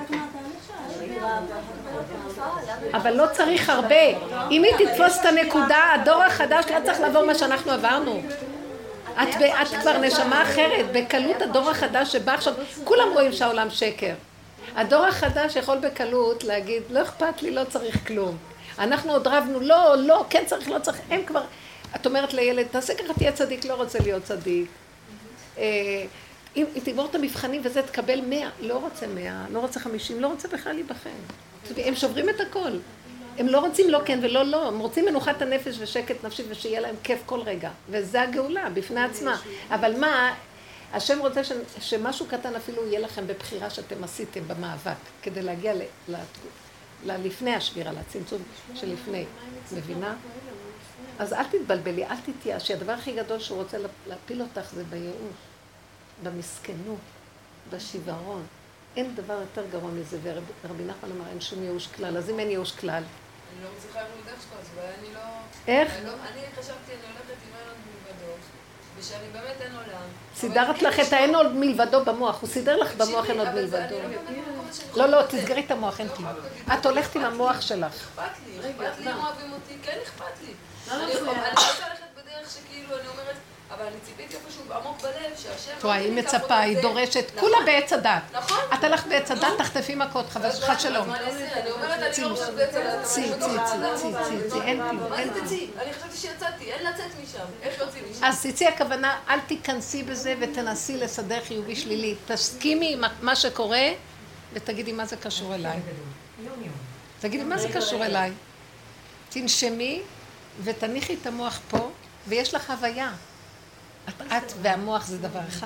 Speaker 1: אבל לא צריך הרבה. אם היא תתפוס את הנקודה, הדור החדש לא צריך לעבור מה שאנחנו עברנו. את כבר נשמה אחרת, בקלות הדור החדש שבא עכשיו, כולם רואים שהעולם שקר. הדור החדש יכול בקלות להגיד, לא אכפת לי, לא צריך כלום. אנחנו עוד רבנו, לא, כן צריך, לא צריך, הם כבר, את אומרת לילד, תעשה ככה, תהיה צדיק, לא רוצה להיות צדיק. אם תגמור את המבחנים וזה תקבל 100, לא רוצה 100, לא רוצה 50, לא רוצה בכלל להיבחן. הם שוברים את הכל. הם לא רוצים לא כן ולא לא, הם רוצים מנוחת הנפש ושקט נפשי ושיהיה להם כיף כל רגע. וזה הגאולה בפני עצמה. אבל מה, השם רוצה שמשהו קטן אפילו יהיה לכם בבחירה שאתם עשיתם במאבק, כדי להגיע לפני השבירה, לצמצום שלפני. מבינה? אז אל תתבלבלי, אל תתייאשי. הדבר הכי גדול שהוא רוצה להפיל אותך זה בייאוש, במסכנות, בשברון. אין דבר יותר גרוע מזה, ורבי נחמן אמר, אין שום ייאוש כלל. אז אם אין ייאוש כלל...
Speaker 8: אני לא מצליחה ללמוד איך שלך, אז אולי אני לא...
Speaker 1: איך?
Speaker 8: אני חשבתי, אני הולכת עם אין עוד מלבדו, ושאני באמת אין עולם.
Speaker 1: סידרת לך את האין עוד מלבדו במוח, הוא סידר לך במוח אין עוד מלבדו. לא, תסגרי את המוח, אין כלום. את הולכת עם המוח שלך.
Speaker 8: אכפת לי, הם אוהבים אותי, כן אכפת לי. אני רוצה ללכת בדרך שכאילו, אני אומרת, אבל אני ציפיתי איפשהו עמוק בלב, שהשם...
Speaker 1: היא מצפה, היא דורשת, כולה בעץ הדת.
Speaker 8: נכון.
Speaker 1: את הלכת בעץ הדת, תחטפי מכות, חד שלום.
Speaker 8: אני אומרת, אני לא אומרת בעץ הדת.
Speaker 1: צי, אין כלום.
Speaker 8: אני חשבתי שיצאתי, אין לצאת משם. איך יוצאים משם?
Speaker 1: אז תצאי הכוונה, אל תיכנסי בזה ותנסי לסדר חיובי שלילי. תסכימי עם מה שקורה ותגידי מה זה קשור אליי. תגידי מה זה קשור אליי. תנשמי ותניחי את המוח פה, ויש לך הוויה. את והמוח זה דבר אחד.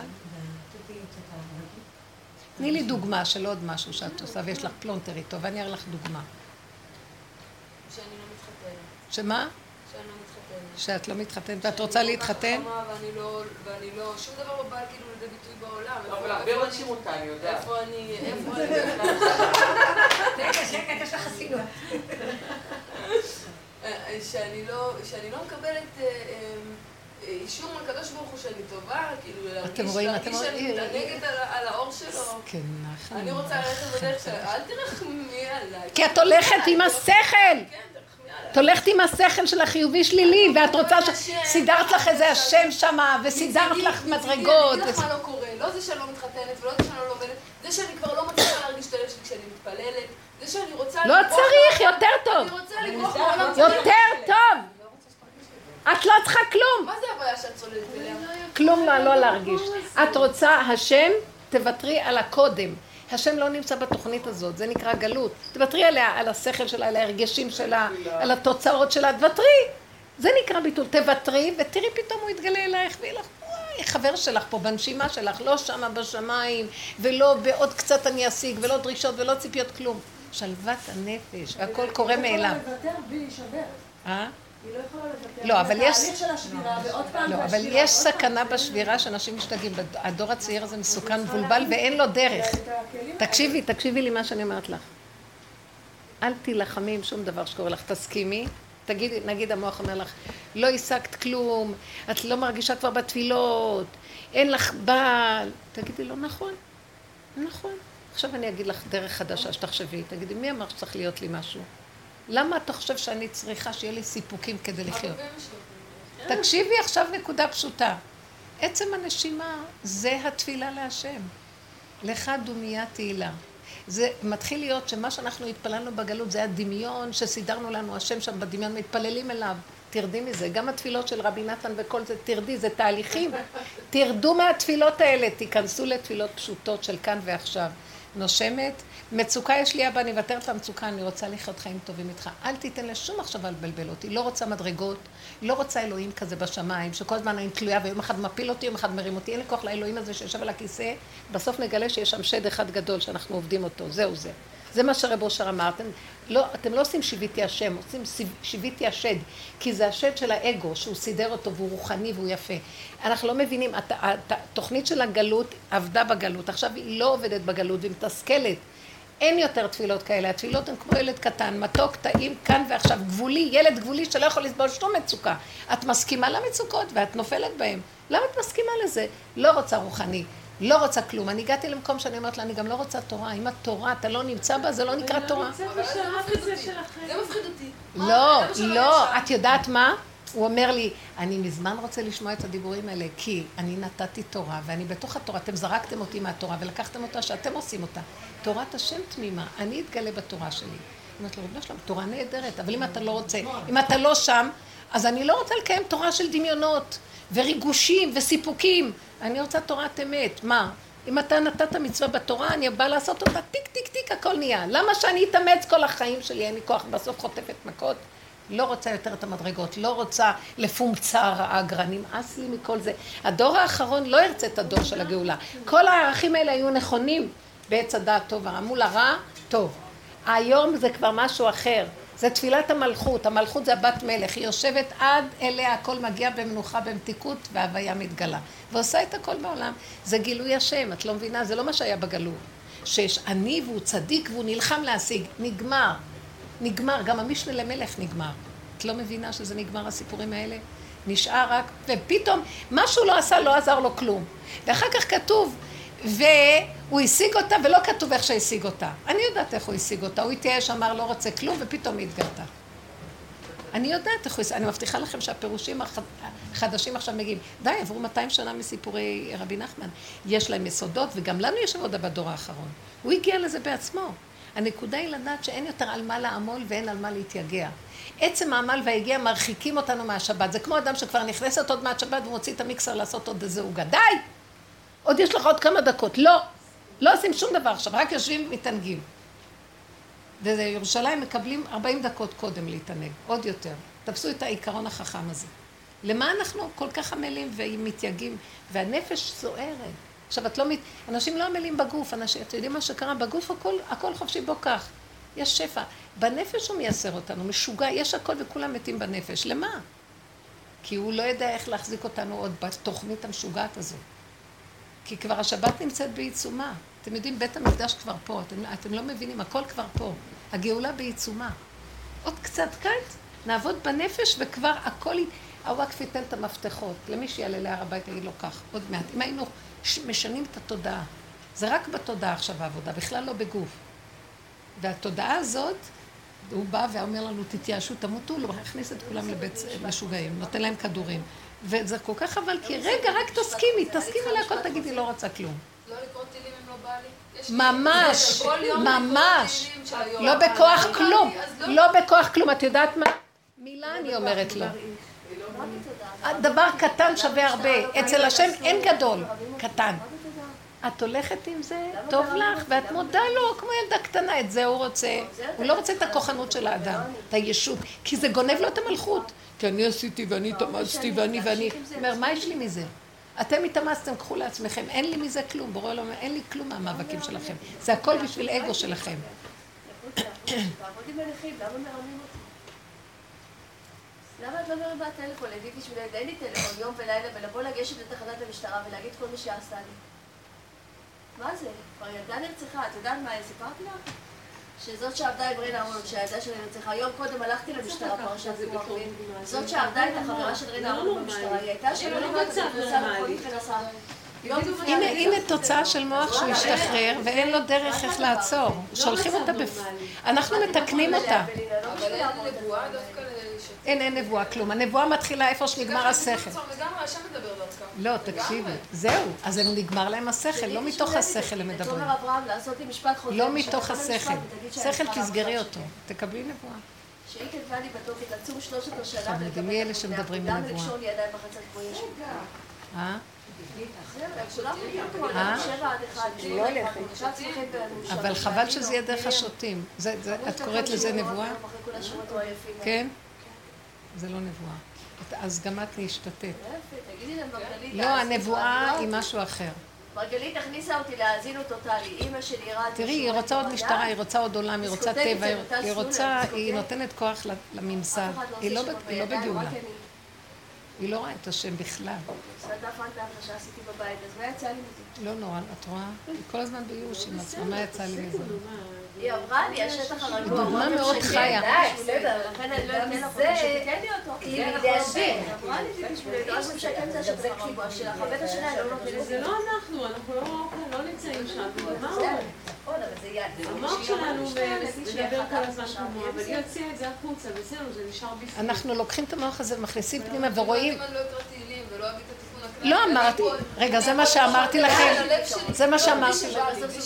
Speaker 1: תני לי דוגמה של עוד משהו שאת עושה, ויש לך פלונטר איתו, ואני אראה לך דוגמה.
Speaker 8: שאני לא מתחתנת.
Speaker 1: שמה?
Speaker 8: שאני לא מתחתנת.
Speaker 1: שאת לא מתחתנת, ואת רוצה להתחתן?
Speaker 8: ואני לא, שום דבר לא בא כאילו לידי ביטוי בעולם.
Speaker 6: אבל הרבה רוצים אותה, אני יודעת.
Speaker 8: איפה אני...
Speaker 5: שקט, יש לך חסינות.
Speaker 8: שאני לא מקבלת אישור מהקדוש ברוך הוא שאני טובה, כאילו להרגיש שאני מתענגת על האור שלו.
Speaker 1: כן,
Speaker 8: אני רוצה ללכת בדרך שלה, אל תרחמי עליי.
Speaker 1: כי את הולכת עם השכל. את הולכת עם השכל של החיובי שלילי, ואת רוצה סידרת לך איזה השם שמה, וסידרת לך מדרגות.
Speaker 8: אני אגיד לך מה לא קורה, לא זה שאני לא מתחתנת, ולא זה שאני לא לומדת, זה שאני כבר לא מצליחה להרגיש את הלב שלי כשאני מתפללת, זה שאני רוצה...
Speaker 1: לא צריך, יותר טוב.
Speaker 8: אני רוצה לברוח בעולם.
Speaker 1: יותר טוב. את לא צריכה כלום.
Speaker 8: מה זה הבעיה שאת צוללת אליה?
Speaker 1: כלום לא להרגיש. את רוצה, השם, תוותרי על הקודם. השם לא נמצא בתוכנית הזאת, זה נקרא גלות. תוותרי עליה, על השכל שלה, על ההרגשים שלה, על התוצאות שלה, תוותרי. זה נקרא ביטול. תוותרי, ותראי פתאום הוא יתגלה אלייך, ויהיה לך, וואי, חבר שלך פה, בנשימה שלך, לא שמה בשמיים, ולא בעוד קצת אני אשיג, ולא דרישות, ולא ציפיות, כלום. שלוות הנפש, והכל קורה מאליו.
Speaker 2: היא לא יכולה לוותר בלי להישבר. היא לא יכולה לוותר.
Speaker 1: לא, אבל יש...
Speaker 2: התהליך של השבירה, ועוד פעם
Speaker 1: לא, אבל יש סכנה בשבירה שאנשים משתגעים. הדור הצעיר הזה מסוכן, מבולבל ואין לו דרך. תקשיבי לי מה שאני אומרת לך. אל תילחמי עם שום דבר שקורה לך, תסכימי. תגידי, נגיד המוח אומר לך, לא השגת כלום, את לא מרגישה כבר בתפילות, אין לך בעל. תגידי לו, נכון, נכון. עכשיו אני אגיד לך דרך חדשה שתחשבי. תגידי, מי אמר שצריך להיות לי משהו? למה אתה חושב שאני צריכה שיהיה לי סיפוקים כדי לחיות? תקשיבי עכשיו נקודה פשוטה. עצם הנשימה זה התפילה להשם. לך דומיה תהילה. זה מתחיל להיות שמה שאנחנו התפללנו בגלות זה הדמיון שסידרנו לנו, השם שם בדמיון מתפללים אליו. תרדי מזה, גם התפילות של רבי נתן וכל זה, תרדי, זה תהליכים. תרדו מהתפילות האלה, תיכנסו לתפילות פשוטות של כאן ועכשיו. נושמת, מצוקה יש לי אבא, אני אוותרת למצוקה, אני רוצה לחיות חיים טובים איתך. אל תיתן לשום מחשבה לבלבל אותי, לא רוצה מדרגות, לא רוצה אלוהים כזה בשמיים, שכל הזמן אני תלויה ויום אחד מפיל אותי, יום אחד מרים אותי, אין לי כוח לאלוהים הזה שיושב על הכיסא, בסוף נגלה שיש שם שד אחד גדול שאנחנו עובדים אותו, זהו זה. זה מה שרב אושר אמר, אתם לא עושים שיביתי השם, עושים שיביתי השד, כי זה השד של האגו, שהוא סידר אותו והוא רוחני והוא יפה. אנחנו לא מבינים, התוכנית של הגלות עבדה בגלות, עכשיו היא לא עובדת בגלות והיא מתסכלת. אין יותר תפילות כאלה, התפילות הן כמו ילד קטן, מתוק, טעים, כאן ועכשיו, גבולי, ילד גבולי שלא יכול לסבול שום מצוקה. את מסכימה למצוקות ואת נופלת בהן. למה את מסכימה לזה? לא רוצה רוחני, לא רוצה כלום. אני הגעתי למקום שאני אומרת לה, אני גם לא רוצה תורה. אם התורה, אתה לא נמצא בה, זה לא נקרא תורה.
Speaker 8: זה מפחיד אותי.
Speaker 1: לא, את יודעת מה? הוא אומר לי, אני מזמן רוצה לשמוע את הדיבורים האלה, כי אני נתתי תורה, ואני בתוך התורה, אתם זרקתם אותי מהתורה, ולקחתם אותה שאתם עושים אותה. תורת השם תמימה, אני אתגלה בתורה שלי. אומרת לו, רבנו שלום, תורה נהדרת, אבל אם אתה לא רוצה, אם אתה לא שם, אז אני לא רוצה לקיים תורה של דמיונות, וריגושים, וסיפוקים. אני רוצה תורת אמת. מה? אם אתה נתת מצווה בתורה, אני באה לעשות אותה, טיק, טיק, טיק, הכל נהיה. למה שאני אתאמץ כל החיים שלי, אין לי כוח, בסוף חוטפת מכות? לא רוצה יותר את המדרגות, לא רוצה לפומצה רעה גרנים, נמאס לי מכל זה. הדור האחרון לא ירצה את הדור של הגאולה. כל הערכים האלה היו נכונים בעץ הדעת טוב, מול הרע טוב. היום זה כבר משהו אחר, זה תפילת המלכות, המלכות זה הבת מלך, היא יושבת עד אליה, הכל מגיע במנוחה, במתיקות, וההוויה מתגלה. ועושה את הכל בעולם, זה גילוי השם, את לא מבינה, זה לא מה שהיה בגלות. שיש עני והוא צדיק והוא נלחם להשיג, נגמר, גם המשנה למלך נגמר. את לא מבינה שזה נגמר הסיפורים האלה? נשאר רק, ופתאום משהו לא עשה, לא עזר לו כלום. ואחר כך כתוב, והוא השיג אותה, ולא כתוב איך שהשיג אותה. אני יודעת איך הוא השיג אותה, הוא התייאש, אמר לא רוצה כלום, ופתאום היא התגלתה. אני יודעת איך הוא השיג, אני מבטיחה לכם שהפירושים החדשים עכשיו מגיעים. די, עברו 200 שנה מסיפורי רבי נחמן. יש להם יסודות, וגם לנו יש עבודה בדור האחרון. הוא הגיע לזה בעצמו. הנקודה היא לדעת שאין יותר על מה לעמול ואין על מה להתייגע. עצם העמל וההגיע מרחיקים אותנו מהשבת. זה כמו אדם שכבר נכנסת עוד מעט שבת ומוציא את המיקסר לעשות עוד איזה עוגה. די! עוד יש לך עוד כמה דקות. לא עושים שום דבר עכשיו, רק יושבים ומתענגים. וירושלים מקבלים 40 דקות קודם להתענג, עוד יותר. תפסו את העיקרון החכם הזה. למה אנחנו כל כך עמלים ומתייגעים? והנפש סוערת. עכשיו, אנשים לא עמלים בגוף, אתם יודעים מה שקרה? בגוף הכל חופשי בו כך. יש שפע. בנפש הוא מייסר אותנו, משוגע, יש הכל וכולם מתים בנפש. למה? כי הוא לא יודע איך להחזיק אותנו עוד בתוכנית המשוגעת הזו. כי כבר השבת נמצאת בעיצומה. אתם יודעים, בית המקדש כבר פה, אתם לא מבינים, הכל כבר פה. הגאולה בעיצומה. עוד קצת נעבוד בנפש וכבר הכל, הוואקף ייתן את המפתחות. למי שיעלה להר הבית יגיד לו כך, עוד מעט. אם היינו משנים את התודעה, זה רק בתודעה עכשיו העבודה, בכלל לא בגוף. והתודעה הזאת, הוא בא ואומר לנו, תתייאשו, תמותו, לא הכניס את כולם לבית משוגעים, נותן להם כדורים. וזה כל כך חבל, כי רגע, רק תסכימי להכל, תגידי, לא רוצה כלום.
Speaker 8: לא לקרוא טילים אם לא בא לי?
Speaker 1: ממש, ממש. לא בכוח כלום, לא בכוח כלום. את יודעת מה? מילה אני אומרת לו. דבר קטן שווה הרבה. אצל השם אין גדול, קטן. את הולכת עם זה, טוב לך, ואת מודה לו כמו ילדה קטנה, את זה הוא רוצה. הוא לא רוצה את הכוחנות של האדם, את הישות, כי זה גונב לו את המלכות. כי אני עשיתי ואני התאמצתי ואני. הוא אומר, מה יש לי מזה? אתם התאמצתם, קחו לעצמכם, אין לי מזה כלום, בורא לא אומר, אין לי כלום מהמאבקים שלכם. זה הכל בשביל אגו שלכם.
Speaker 7: בעבודים מלכים, למה מרמים אותי? למה את לא מרמים בטלפון? להגיד לי שבאמת אין לי טלפון יום ולילה ולבוא לגשת לתחנת המשטרה ולהגיד כל מה שעשה לי. מה זה? כבר ילדה נרצחה, את יודעת מה, סיפרתי לך? שזאת שעבדה עם רינה אהרון, שהילדה שלי נרצחה. יום קודם הלכתי למשטרה פרשת פורחים. זאת שעבדה את החברה של רינה אהרון במשטרה. היא הייתה שלא למדת ונסעה מכונית ונסעה.
Speaker 1: הנה תוצאה של מוח שהוא השתחרר ואין לו דרך איך לעצור. שולחים אותה אנחנו מתקנים אותה.
Speaker 8: אבל אין נבואה דווקא
Speaker 1: אין נבואה כלום. הנבואה מתחילה איפה שנגמר השכל.
Speaker 8: לגמרי, השם מדבר דווקא.
Speaker 1: לא, תקשיבי. זהו. אז הם נגמר להם השכל. לא מתוך השכל הם מדברים.
Speaker 7: תומר אברהם לעשות לי משפט חוזר.
Speaker 1: לא מתוך השכל. שכל תסגרי אותו. תקבלי נבואה.
Speaker 7: שהיא כתבה לי בטופית עצום 13 שנה.
Speaker 1: חמודים, מי אלה שמדברים בנבואה?
Speaker 7: למה לקשור לי ידיים בחצת כמו יש
Speaker 1: אה? אבל חבל שזה יהיה דרך השוטים. את קוראת לזה נבואה? כן? זה לא נבואה. אז גם את להשתתף. לא, הנבואה היא משהו אחר.
Speaker 7: מרגלית הכניסה אותי להאזינות טוטלי, אמא שלי יראה...
Speaker 1: תראי, היא רוצה עוד משטרה, היא רוצה עוד עולם, היא רוצה טבע, היא נותנת כוח לממסד. היא לא בגאולה. היא לא רואה את השם בכלל.
Speaker 7: סעדה פנטה שעשיתי בבית, אז מה יצא לי מזה?
Speaker 1: לא נורא, את רואה? היא כל הזמן ביוש עם עצמה, מה יצא לי מזה?
Speaker 7: היא אמרה לי, השטח הרגוע.
Speaker 1: דוגמה מאוד חיה.
Speaker 7: לכן אני לא אתן לך אותה שתתן לי אותו. כי היא דעשי. אמרה לי, זה בשבילי, רק משקם זה השטח הרגוע שלך. הבית השני אני לא נותן לזה.
Speaker 4: זה לא אנחנו לא נמצאים שם. המוח שלנו מדבר כל הזמן כמוה, אבל היא הוציאה את זה החוצה, וזהו, זה נשאר בפנים.
Speaker 1: אנחנו לוקחים את המוח הזה ומכניסים פנימה ורואים...
Speaker 8: אם אני לא אקרא תהילים ולא אביא את התיקון הכלל...
Speaker 1: לא אמרתי, רגע, זה מה שאמרתי לכם. זה מה שאמרתי לכם.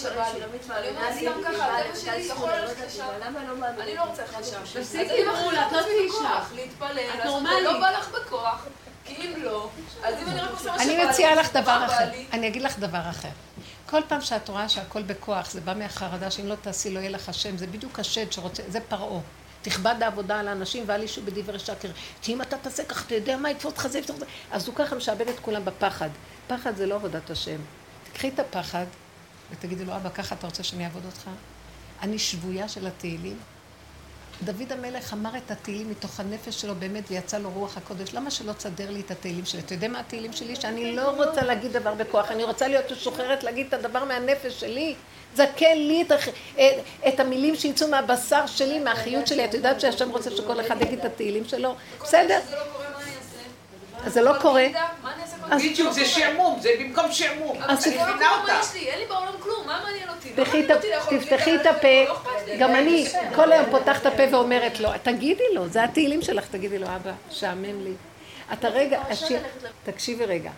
Speaker 8: אני גם ככה, הטבע שלי יכול ללכת לשם. אני לא רוצה ללכת לשם.
Speaker 4: תפסיקי מעולה, את לא תהיי שם.
Speaker 8: להתפלל, זה לא בא לך בכוח, כי אם לא, אז אם אני רק עושה מה שבא לי...
Speaker 1: אני מציעה לך דבר אחר. אני אגיד לך דבר אחר. כל פעם שאת רואה שהכל בכוח, זה בא מהחרדה שאם לא תעשי לא יהיה לך השם, זה בדיוק השד שרוצה, זה פרעה. תכבד העבודה על האנשים ואל ישו בדברי שקר. כי אם אתה תעשה כך, אתה יודע מה, יתפוס לך זה, יתפוס לך זה. אז הוא ככה משעבד את כולם בפחד. פחד זה לא עבודת השם. תקחי את הפחד ותגידי לו, אבא, ככה אתה רוצה שאני אעבוד אותך? אני שבויה של התהילים. דוד המלך אמר את התהילים מתוך הנפש שלו באמת ויצא לו רוח הקודש. למה שלא תסדר לי את התהילים שלי? אתה יודע מה התהילים שלי? שאני לא רוצה להגיד דבר בכוח. אני רוצה להיות משוחררת להגיד את הדבר מהנפש שלי. זכה לי את המילים שיצאו מהבשר שלי, מהחיות שלי. את יודעת שהשם רוצה שכל אחד יגיד את התהילים שלו? בסדר?
Speaker 8: זה לא קורה, מה אני אעשה?
Speaker 1: אז זה לא קורה.
Speaker 8: מה אני אעשה?
Speaker 6: בדיוק, זה שעמום, זה במקום שעמום.
Speaker 8: אבל אני לא קורה, אין לי בעולם כלום, מה מעניין אותי?
Speaker 1: תפתחי את הפה, גם אני כל היום פותח את הפה ואומרת לו, תגידי לו, זה התהילים שלך, תגידי לו, אבא, שעמם לי. אתה רגע, תקשיבי רגע.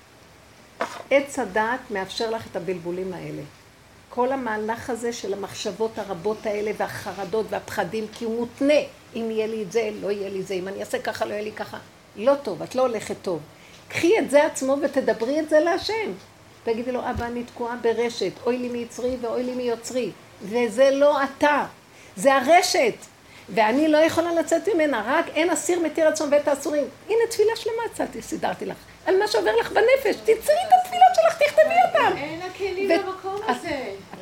Speaker 1: עץ הדעת מאפשר לך את הבלבולים האלה. כל המהלך הזה של המחשבות הרבות האלה והחרדות והפחדים, כי הוא מותנה, אם יהיה לי את זה, לא יהיה לי זה, אם אני אעשה ככה, לא יהיה לי ככה. לא טוב, את לא הולכת טוב. קחי את זה עצמו ותדברי את זה להשם. תגידי לו, אבא, אני תקועה ברשת, אוי לי מיצרי ואוי לי מיוצרי. וזה לא אתה, זה הרשת. ואני לא יכולה לצאת ממנה, רק אין אסיר מתיר עצום ואת האסורים. הנה תפילה שלמה הצעתי, סידרתי לך. על מה שעובר לך בנפש, תצרי את התפילות שלך, תכתבי אותם.
Speaker 4: אין הכלים במקום הזה.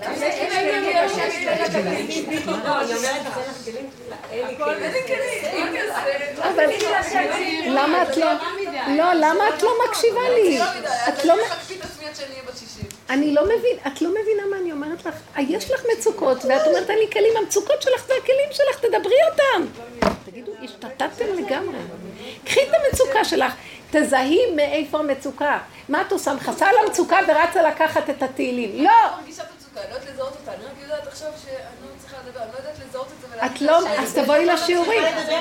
Speaker 1: אבל למה את לא... לא, למה את לא מקשיבה לי? את לא... אני לא מבין, את לא מבינה מה אני אומרת לך. יש לך מצוקות, ואת אומרת, אני כלים, המצוקות שלך זה הכלים שלך, תדברי אותם. תגידו, השתתתם לגמרי. קחי את המצוקה שלך, תזהי מאיפה המצוקה. מה את עושה? מכסה על המצוקה ורצה לקחת את התהילים. לא!
Speaker 8: אני לא מרגישה את המצוקה, אני לא יודעת לזהות אותה, אני רק יודעת עכשיו שאני לא צריכה לדבר, אני לא יודעת לזהות את זה
Speaker 1: את לא, אז תבואי לשיעורים.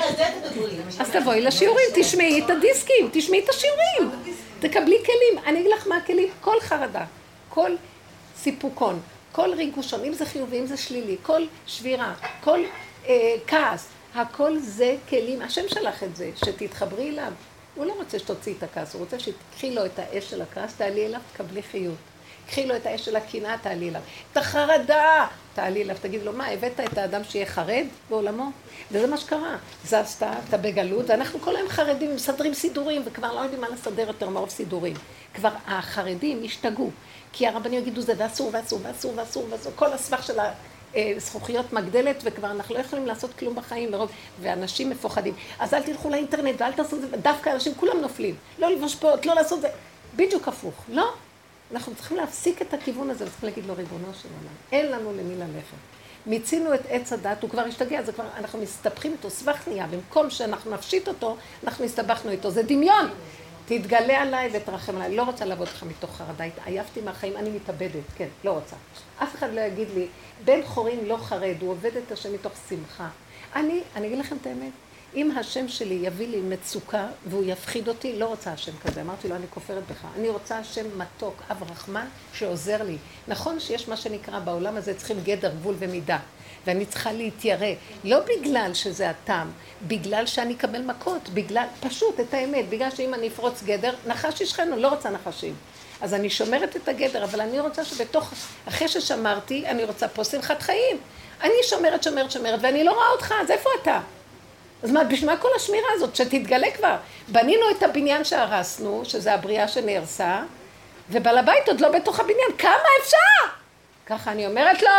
Speaker 1: אז תבואי לשיעורים, תשמעי את הדיסקים, תשמעי את השיעורים. תקבלי כלים. אני אגיד לך מה הכלים, כל חרדה, כל סיפוקון, כל ריגושון, אם זה חיובי, אם זה שלילי, כל שבירה, כל כעס, הכל זה כלים. השם שלח את זה, שתתחברי אליו. הוא לא רוצה שתוציא את הכעס, הוא רוצה שתקחי לו את האש של הכעס, תעלי אליו, תקבלי חיות. קחי לו את האש של הקנאה, תעלי אליו. את החרדה, תעלי אליו, תגיד לו, מה, הבאת את האדם שיהיה חרד בעולמו? וזה מה שקרה. זזת, אתה בגלות, ואנחנו כל היום חרדים, מסדרים סידורים, וכבר לא יודעים מה לסדר יותר מרוב סידורים. כבר החרדים השתגעו, כי הרבנים יגידו זה ואסור, ואסור, ואסור, ואסור, ואסור, כל הסבך של הזכוכיות מגדלת, וכבר אנחנו לא יכולים לעשות כלום בחיים מרוב, ואנשים מפוחדים. אז אל תלכו לאינטרנט, ואל תעשו את זה, דווקא אנשים כולם נופלים. לא לבוש פה, לא לעשות זה. בדיוק הפוך, לא? אנחנו צריכים להפסיק את הכיוון הזה, וצריכים להגיד לו, ריבונו של עולם, אין לנו למי ללכת. מיצינו את עץ הדת, הוא כבר השתגע, זה כבר, אנחנו מסתבכים איתו, סבך נהיה, במקום שאנחנו נפשיט אותו, אנחנו הסתבכנו איתו, זה דמיון. תתגלה עליי ותרחם עליי, לא רוצה לעבוד לך מתוך חרדה, התעייפתי מהחיים, אני מתאבדת, כן, לא רוצה. אף אחד לא יגיד לי, בן חורין לא חרד, הוא עובד את השם מתוך שמחה. אני אגיד לכם את האמת, אם השם שלי יביא לי מצוקה והוא יפחיד אותי, לא רוצה השם כזה. אמרתי לו, אני כופרת בך. אני רוצה השם מתוק, אב רחמן, שעוזר לי. נכון שיש מה שנקרא בעולם הזה, צריכים גדר, גבול ומידה. ואני צריכה להתיירא. לא בגלל שזה הטעם, בגלל שאני אקבל מכות, בגלל, פשוט, את האמת, בגלל שאם אני אפרוץ גדר, נחש ישכנו, לא רוצה נחשים. אז אני שומרת את הגדר, אבל אני רוצה שבתוך, אחרי ששמרתי, אני רוצה פה שמחת חיים. אני שומרת, ואני לא רואה אותך, אז איפה אתה? אז מה, בשביל מה כל השמירה הזאת, שתתגלה כבר? בנינו את הבניין שהרסנו, שזה הבריאה שנהרסה, ובעל הבית עוד לא בתוך הבניין, כמה אפשר? ככה אני אומרת לו,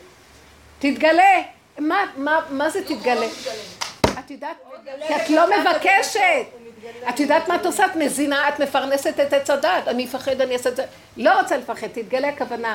Speaker 1: תתגלה. מה זה תתגלה? את יודעת, כי את לא מבקשת. את יודעת מה את עושה? את מזינה, את מפרנסת את עץ הדת. אני אפחד, אני אעשה את זה. לא רוצה לפחד, תתגלה הכוונה.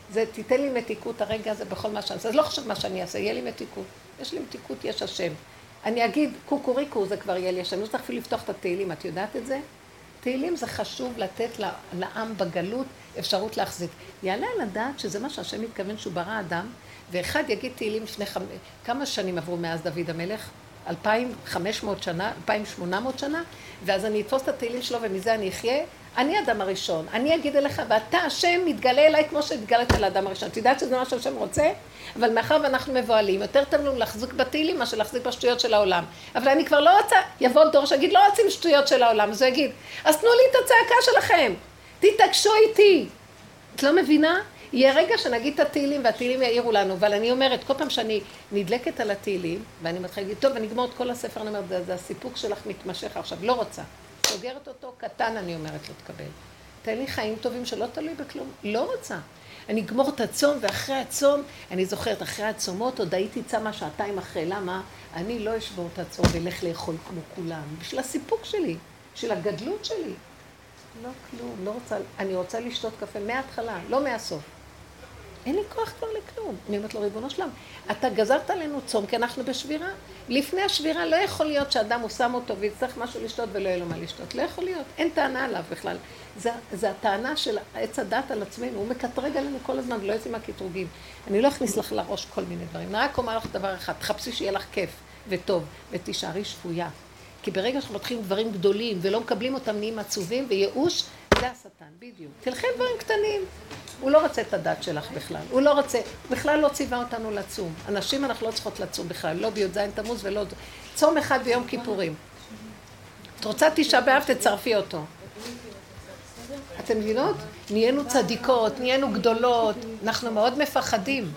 Speaker 1: זה תיתן לי מתיקות הרגע הזה בכל מה שאני אעשה. אז לא חושב מה שאני אעשה, יהיה לי מתיקות. יש לי מתיקות, יש השם. אני אגיד, קוקוריקו, זה כבר יהיה לי השם. לא צריך אפילו לפתוח את התהילים, את יודעת את זה? תהילים זה חשוב לתת לעם בגלות אפשרות להחזיק. יעלה על הדעת שזה מה שהשם מתכוון שהוא ברא אדם, ואחד יגיד תהילים לפני כמה שנים עברו מאז דוד המלך? 2,500 שנה, 2,800 שנה, ואז אני אתפוס את התהילים שלו ומזה אני אחיה. אני האדם הראשון, אני אגיד אליך, ואתה השם מתגלה אליי כמו שהתגלת על האדם הראשון. את יודעת שזה מה שהשם רוצה? אבל מאחר ואנחנו מבועלים, יותר טוב לנו להחזיק בתהילים, מה שלהחזיק בשטויות של העולם. אבל אני כבר לא רוצה, יבוא דור שיגיד, לא רוצים שטויות של העולם, אז הוא יגיד, אז תנו לי את הצעקה שלכם, תתעקשו איתי. את לא מבינה? יהיה רגע שנגיד את התהילים, והתהילים יעירו לנו, אבל אני אומרת, כל פעם שאני נדלקת על התהילים, ואני מתחילה להגיד, טוב, אני אגמור את כל הספר, אני אומרת, זה הסיפוק שלך מתמשך עכשיו, לא רוצה. סוגרת אותו, קטן, אני אומרת לו, תקבל. תן לי חיים טובים שלא תלוי בכלום, לא רוצה. אני אגמור את הצום, ואחרי הצום, אני זוכרת, אחרי הצומות, עוד הייתי צמה שעתיים אחרי, למה? אני לא אשבור את הצום ולך לאכול כמו כולם, בשביל הסיפוק שלי, בשביל הגדלות שלי. לא כלום, לא רוצה, אני רוצה לשתות קפה מההתחלה, לא מהסוף. אין לי כוח כבר לכלום. אני אומרת לו, ריבונו שלם, אתה גזרת עלינו צום, כי אנחנו בשבירה. לפני השבירה לא יכול להיות שאדם הוא שם אותו ויצטרך משהו לשתות ולא יהיה לו מה לשתות. לא יכול להיות, אין טענה עליו בכלל. זה הטענה של עץ הדת על עצמנו, הוא מקטרג עלינו כל הזמן ולא יוצאים מהקטרוגים. אני לא אכניס לך לראש כל מיני דברים. אני רק אומר לך דבר אחד, תחפשי שיהיה לך כיף וטוב ותישארי שפויה. כי ברגע שאנחנו מתחילים דברים גדולים ולא מקבלים אותם נהיים עצובים וייאוש, זה השטן, בדיוק. תלכי דברים קטנים. הוא לא רוצה את הדת שלך בכלל. הוא לא רוצה, בכלל לא ציווה אותנו לצום. אנשים אנחנו לא צריכות לצום בכלל, לא בי"ז תמוז ולא... צום אחד ביום כיפורים. את רוצה תשעה באב, תצרפי אותו. אתם מבינות? נהיינו צדיקות, נהיינו גדולות, אנחנו מאוד מפחדים.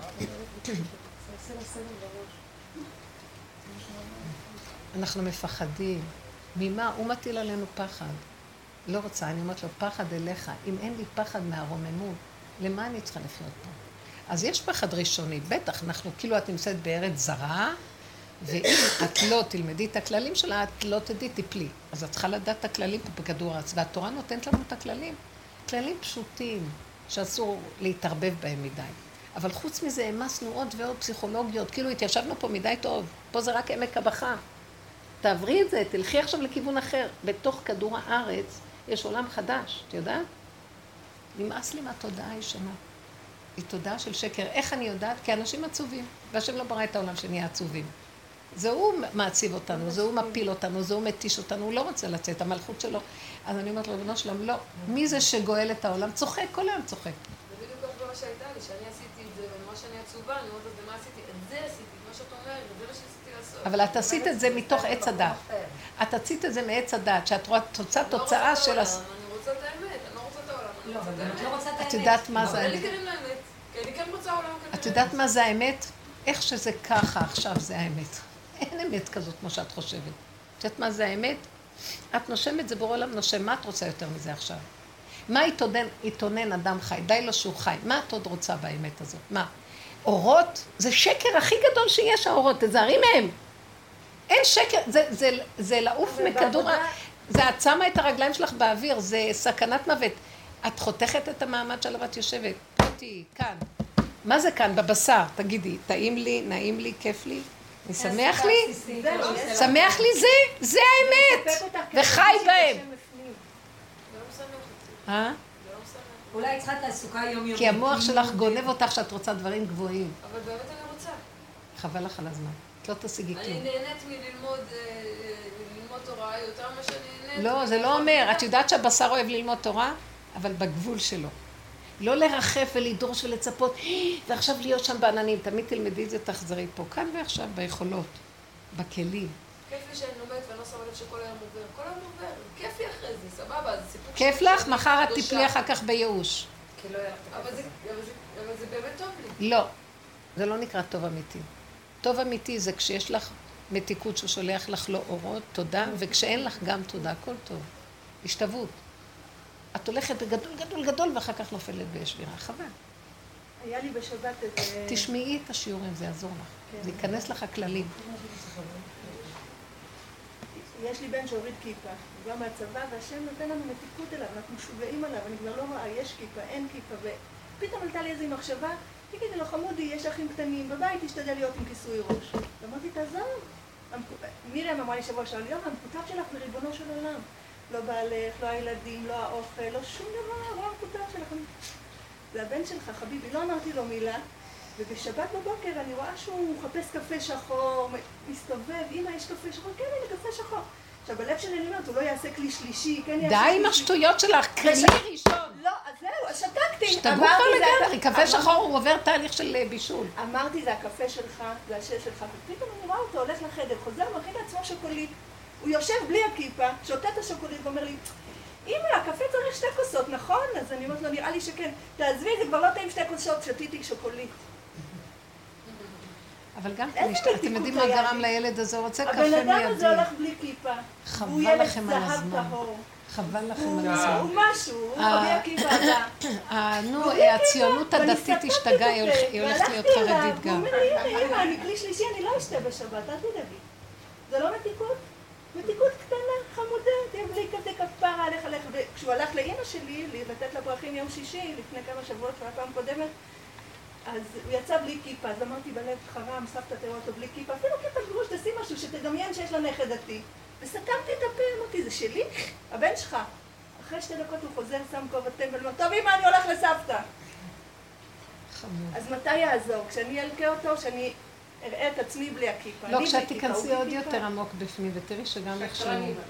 Speaker 1: אנחנו מפחדים. ממה? הוא מטיל עלינו פחד. לא רוצה, אני אומרת לו, פחד אליך. אם אין לי פחד מהרוממות, למה אני צריכה לחיות פה? אז יש פחד ראשוני, בטח, אנחנו כאילו את נמצאת בארץ זרה, ואם את לא תלמדי את הכללים שלה, את לא תדעי, תפלי. אז את צריכה לדעת את הכללים פה בכדור הארץ, והתורה נותנת לנו את הכללים. כללים פשוטים, שאסור להתערבב בהם מדי. אבל חוץ מזה, המסנו עוד ועוד פסיכולוגיות, כאילו התיישבנו פה מדי טוב, פה זה רק עמק הבכה. תעברי את זה, תלכי עכשיו לכיוון אחר. בתוך כדור הארץ יש עולם חדש, את יודעת? נמאס לי מהתודעה הישנה. היא תודעה של שקר. איך אני יודעת? כי אנשים עצובים, והשם לא ברא את העולם שנהיה עצובים. זה הוא מעציב אותנו, זה הוא מפיל אותנו, זה הוא מתיש אותנו, הוא לא רוצה לצאת, המלכות שלו. אז אני אומרת לבנו שלם, לא. מי זה שגואל את העולם? צוחק, כל היום צוחק.
Speaker 8: זה בדיוק כמו שהייתה לי, שאני עשיתי את זה, ומה שאני עצובה, אני אומרת, ומה עשיתי? את זה עשיתי, מה שאת אומרת, זה מה שרציתי לעשות.
Speaker 1: אבל את עשית את זה מתוך עץ הדת. את עשית את זה מעץ הדת, שאת רואה תוצאה של...
Speaker 8: אני רוצה את האמת, אני לא רוצה את העולם.
Speaker 5: לא, אבל באמת לא רוצה את האמת.
Speaker 1: את יודעת מה זה
Speaker 8: האמת?
Speaker 1: האמת?
Speaker 8: אני כן רוצה עולם כזה.
Speaker 1: את יודעת מה זה האמת? איך שזה ככה עכשיו זה האמת. אין אמת כזאת כמו שאת חושבת. את יודעת מה זה האמת? את נושמת, זה בורא עולם נושם. מה את רוצה יותר מזה עכשיו? מה יתונן אדם חי? די לו שהוא חי. מה את עוד רוצה באמת הזאת? מה? אורות? זה שקר הכי גדול שיש, האורות. תזהרי מהם. אין שקר. זה לעוף מכדור... זה את שמה את הרגליים שלך באוויר. זה סכנת מוות. את חותכת את המעמד שעליו את יושבת. פוטי, כאן. מה זה כאן? בבשר. תגידי, טעים לי, נעים לי, כיף לי? אני שמח לי? שמח לי זה האמת. וחי בהם.
Speaker 5: אולי צריכה תעסוקה יומיומית.
Speaker 1: כי המוח שלך גונב אותך שאת רוצה דברים גבוהים.
Speaker 8: אבל באמת אני רוצה.
Speaker 1: חבל לך על הזמן. את לא תשיגי כלום.
Speaker 8: אני נהנית מללמוד תורה יותר ממה שאני נהנית.
Speaker 1: לא, זה לא אומר. את יודעת שהבשר אוהב ללמוד תורה? אבל בגבול שלו. לא לרחף ולדרוש ולצפות, ועכשיו להיות שם בעננים. תמיד תלמדי את זה, תחזרי פה. כאן ועכשיו, ביכולות, בכלים.
Speaker 8: כיף לי שאני לומדת ואני לא שמה לב שכל היום עובר. כל היום עובר. כיף לי אחרי זה, סבבה, זה סיפוק.
Speaker 1: כיף לך? מחר את תפלי אחר כך בייאוש.
Speaker 8: אבל זה באמת טוב לי.
Speaker 1: לא, זה לא נקרא טוב אמיתי. טוב אמיתי זה כשיש לך מתיקות ששולח לך לא אורות, תודה, וכשאין לך גם תודה, הכל טוב. השתוות. את הולכת בגדול גדול גדול ואחר כך נופלת בשבירה. חבל.
Speaker 7: היה לי בשבת איזה...
Speaker 1: תשמעי את השיעורים, זה יעזור לך. זה ייכנס לך כללים.
Speaker 7: יש לי בן שהוריד כיפה, הוא בא מהצבא, והשם נותן לנו מתיקות אליו, אנחנו משוגעים עליו, אני כבר לא רואה, יש כיפה, אין כיפה,
Speaker 9: פתאום עלתה לי איזו מחשבה, תגידי לו, חמודי, יש אחים קטנים, בבית תשתדל להיות עם כיסוי ראש. ואמרתי, תעזוב. מרים אמרה לי שבוע שעל יום, המקוטב שלך לריבונו של עולם. לא בעלך, לא הילדים, לא האוכל, לא שום דבר, לא המקוטב שלך. זה הבן שלך, חביבי, לא אמרתי לו מילה. ובשבת בבוקר אני רואה שהוא מחפש קפה שחור, מסתובב, אמא, יש קפה שחור? כן, הנה קפה שחור. עכשיו, בלב שלי אני אומרת, הוא לא יעשה כלי שלישי, כן יעשה...
Speaker 1: די עם השטויות שלך, כלי ראשון.
Speaker 9: לא, אז זהו, אז שתקתי.
Speaker 1: שתגעו כבר לגמרי, קפה שחור הוא עובר תהליך של בישול.
Speaker 9: אמרתי, זה הקפה שלך, זה השם שלך, ופתאום אני רואה אותו, הולך לחדר, חוזר, מכין לעצמו שוקולית. הוא יושב בלי הכיפה, שותה את השוקולית ואומר לי, אמא, הקפה צריך 2 כוסות, נכון? אז אני אומרת לו, נראה לי שכן. תעזבי, זה כבר לא טעים 2 כוסות, שתיתי שוקולית.
Speaker 1: אבל גם אתם יודעים מה גרם לילד הזה, הוא רוצה קפה מיידי.
Speaker 9: הבן אדם הזה הולך בלי כיפה.
Speaker 1: חבל לכם על הזמן. חבל לכם על הזמן.
Speaker 9: הוא משהו, הוא בלי הכיפה הבא.
Speaker 1: נו, הציונות הדתית השתגעה, היא הולכת להיות חרדית גם.
Speaker 9: הוא אומר לי, אמא, אני כלי שלישי, אני לא אשתה בשבת, אל תדאגי. זה לא מתיקות? מתיקות קטנה, חמודה, תהיה בלי כזה כפרה, הלך. וכשהוא הלך לאמא שלי, לתת לה פרחים יום שישי, לפני כמה שבועות, פעם קודמת, אז הוא יצא בלי כיפה, אז אמרתי בלב חרם, סבתא תראו אותו בלי כיפה, אפילו כיפה גרוש, תשים משהו שתדמיין שיש לה נכד דתי. וסתמתי את הפה, אמרתי, זה שלי? הבן שלך. אחרי 2 דקות הוא חוזר, שם כובע טמבל, ואומר, טוב אמא, אני הולך לסבתא. אז מתי יעזור? כשאני אלקה אותו, שאני אראה את עצמי בלי הכיפה.
Speaker 1: לא, כשאת תיכנסי עוד יותר עמוק בפנים, ותראי שגם איכשהו...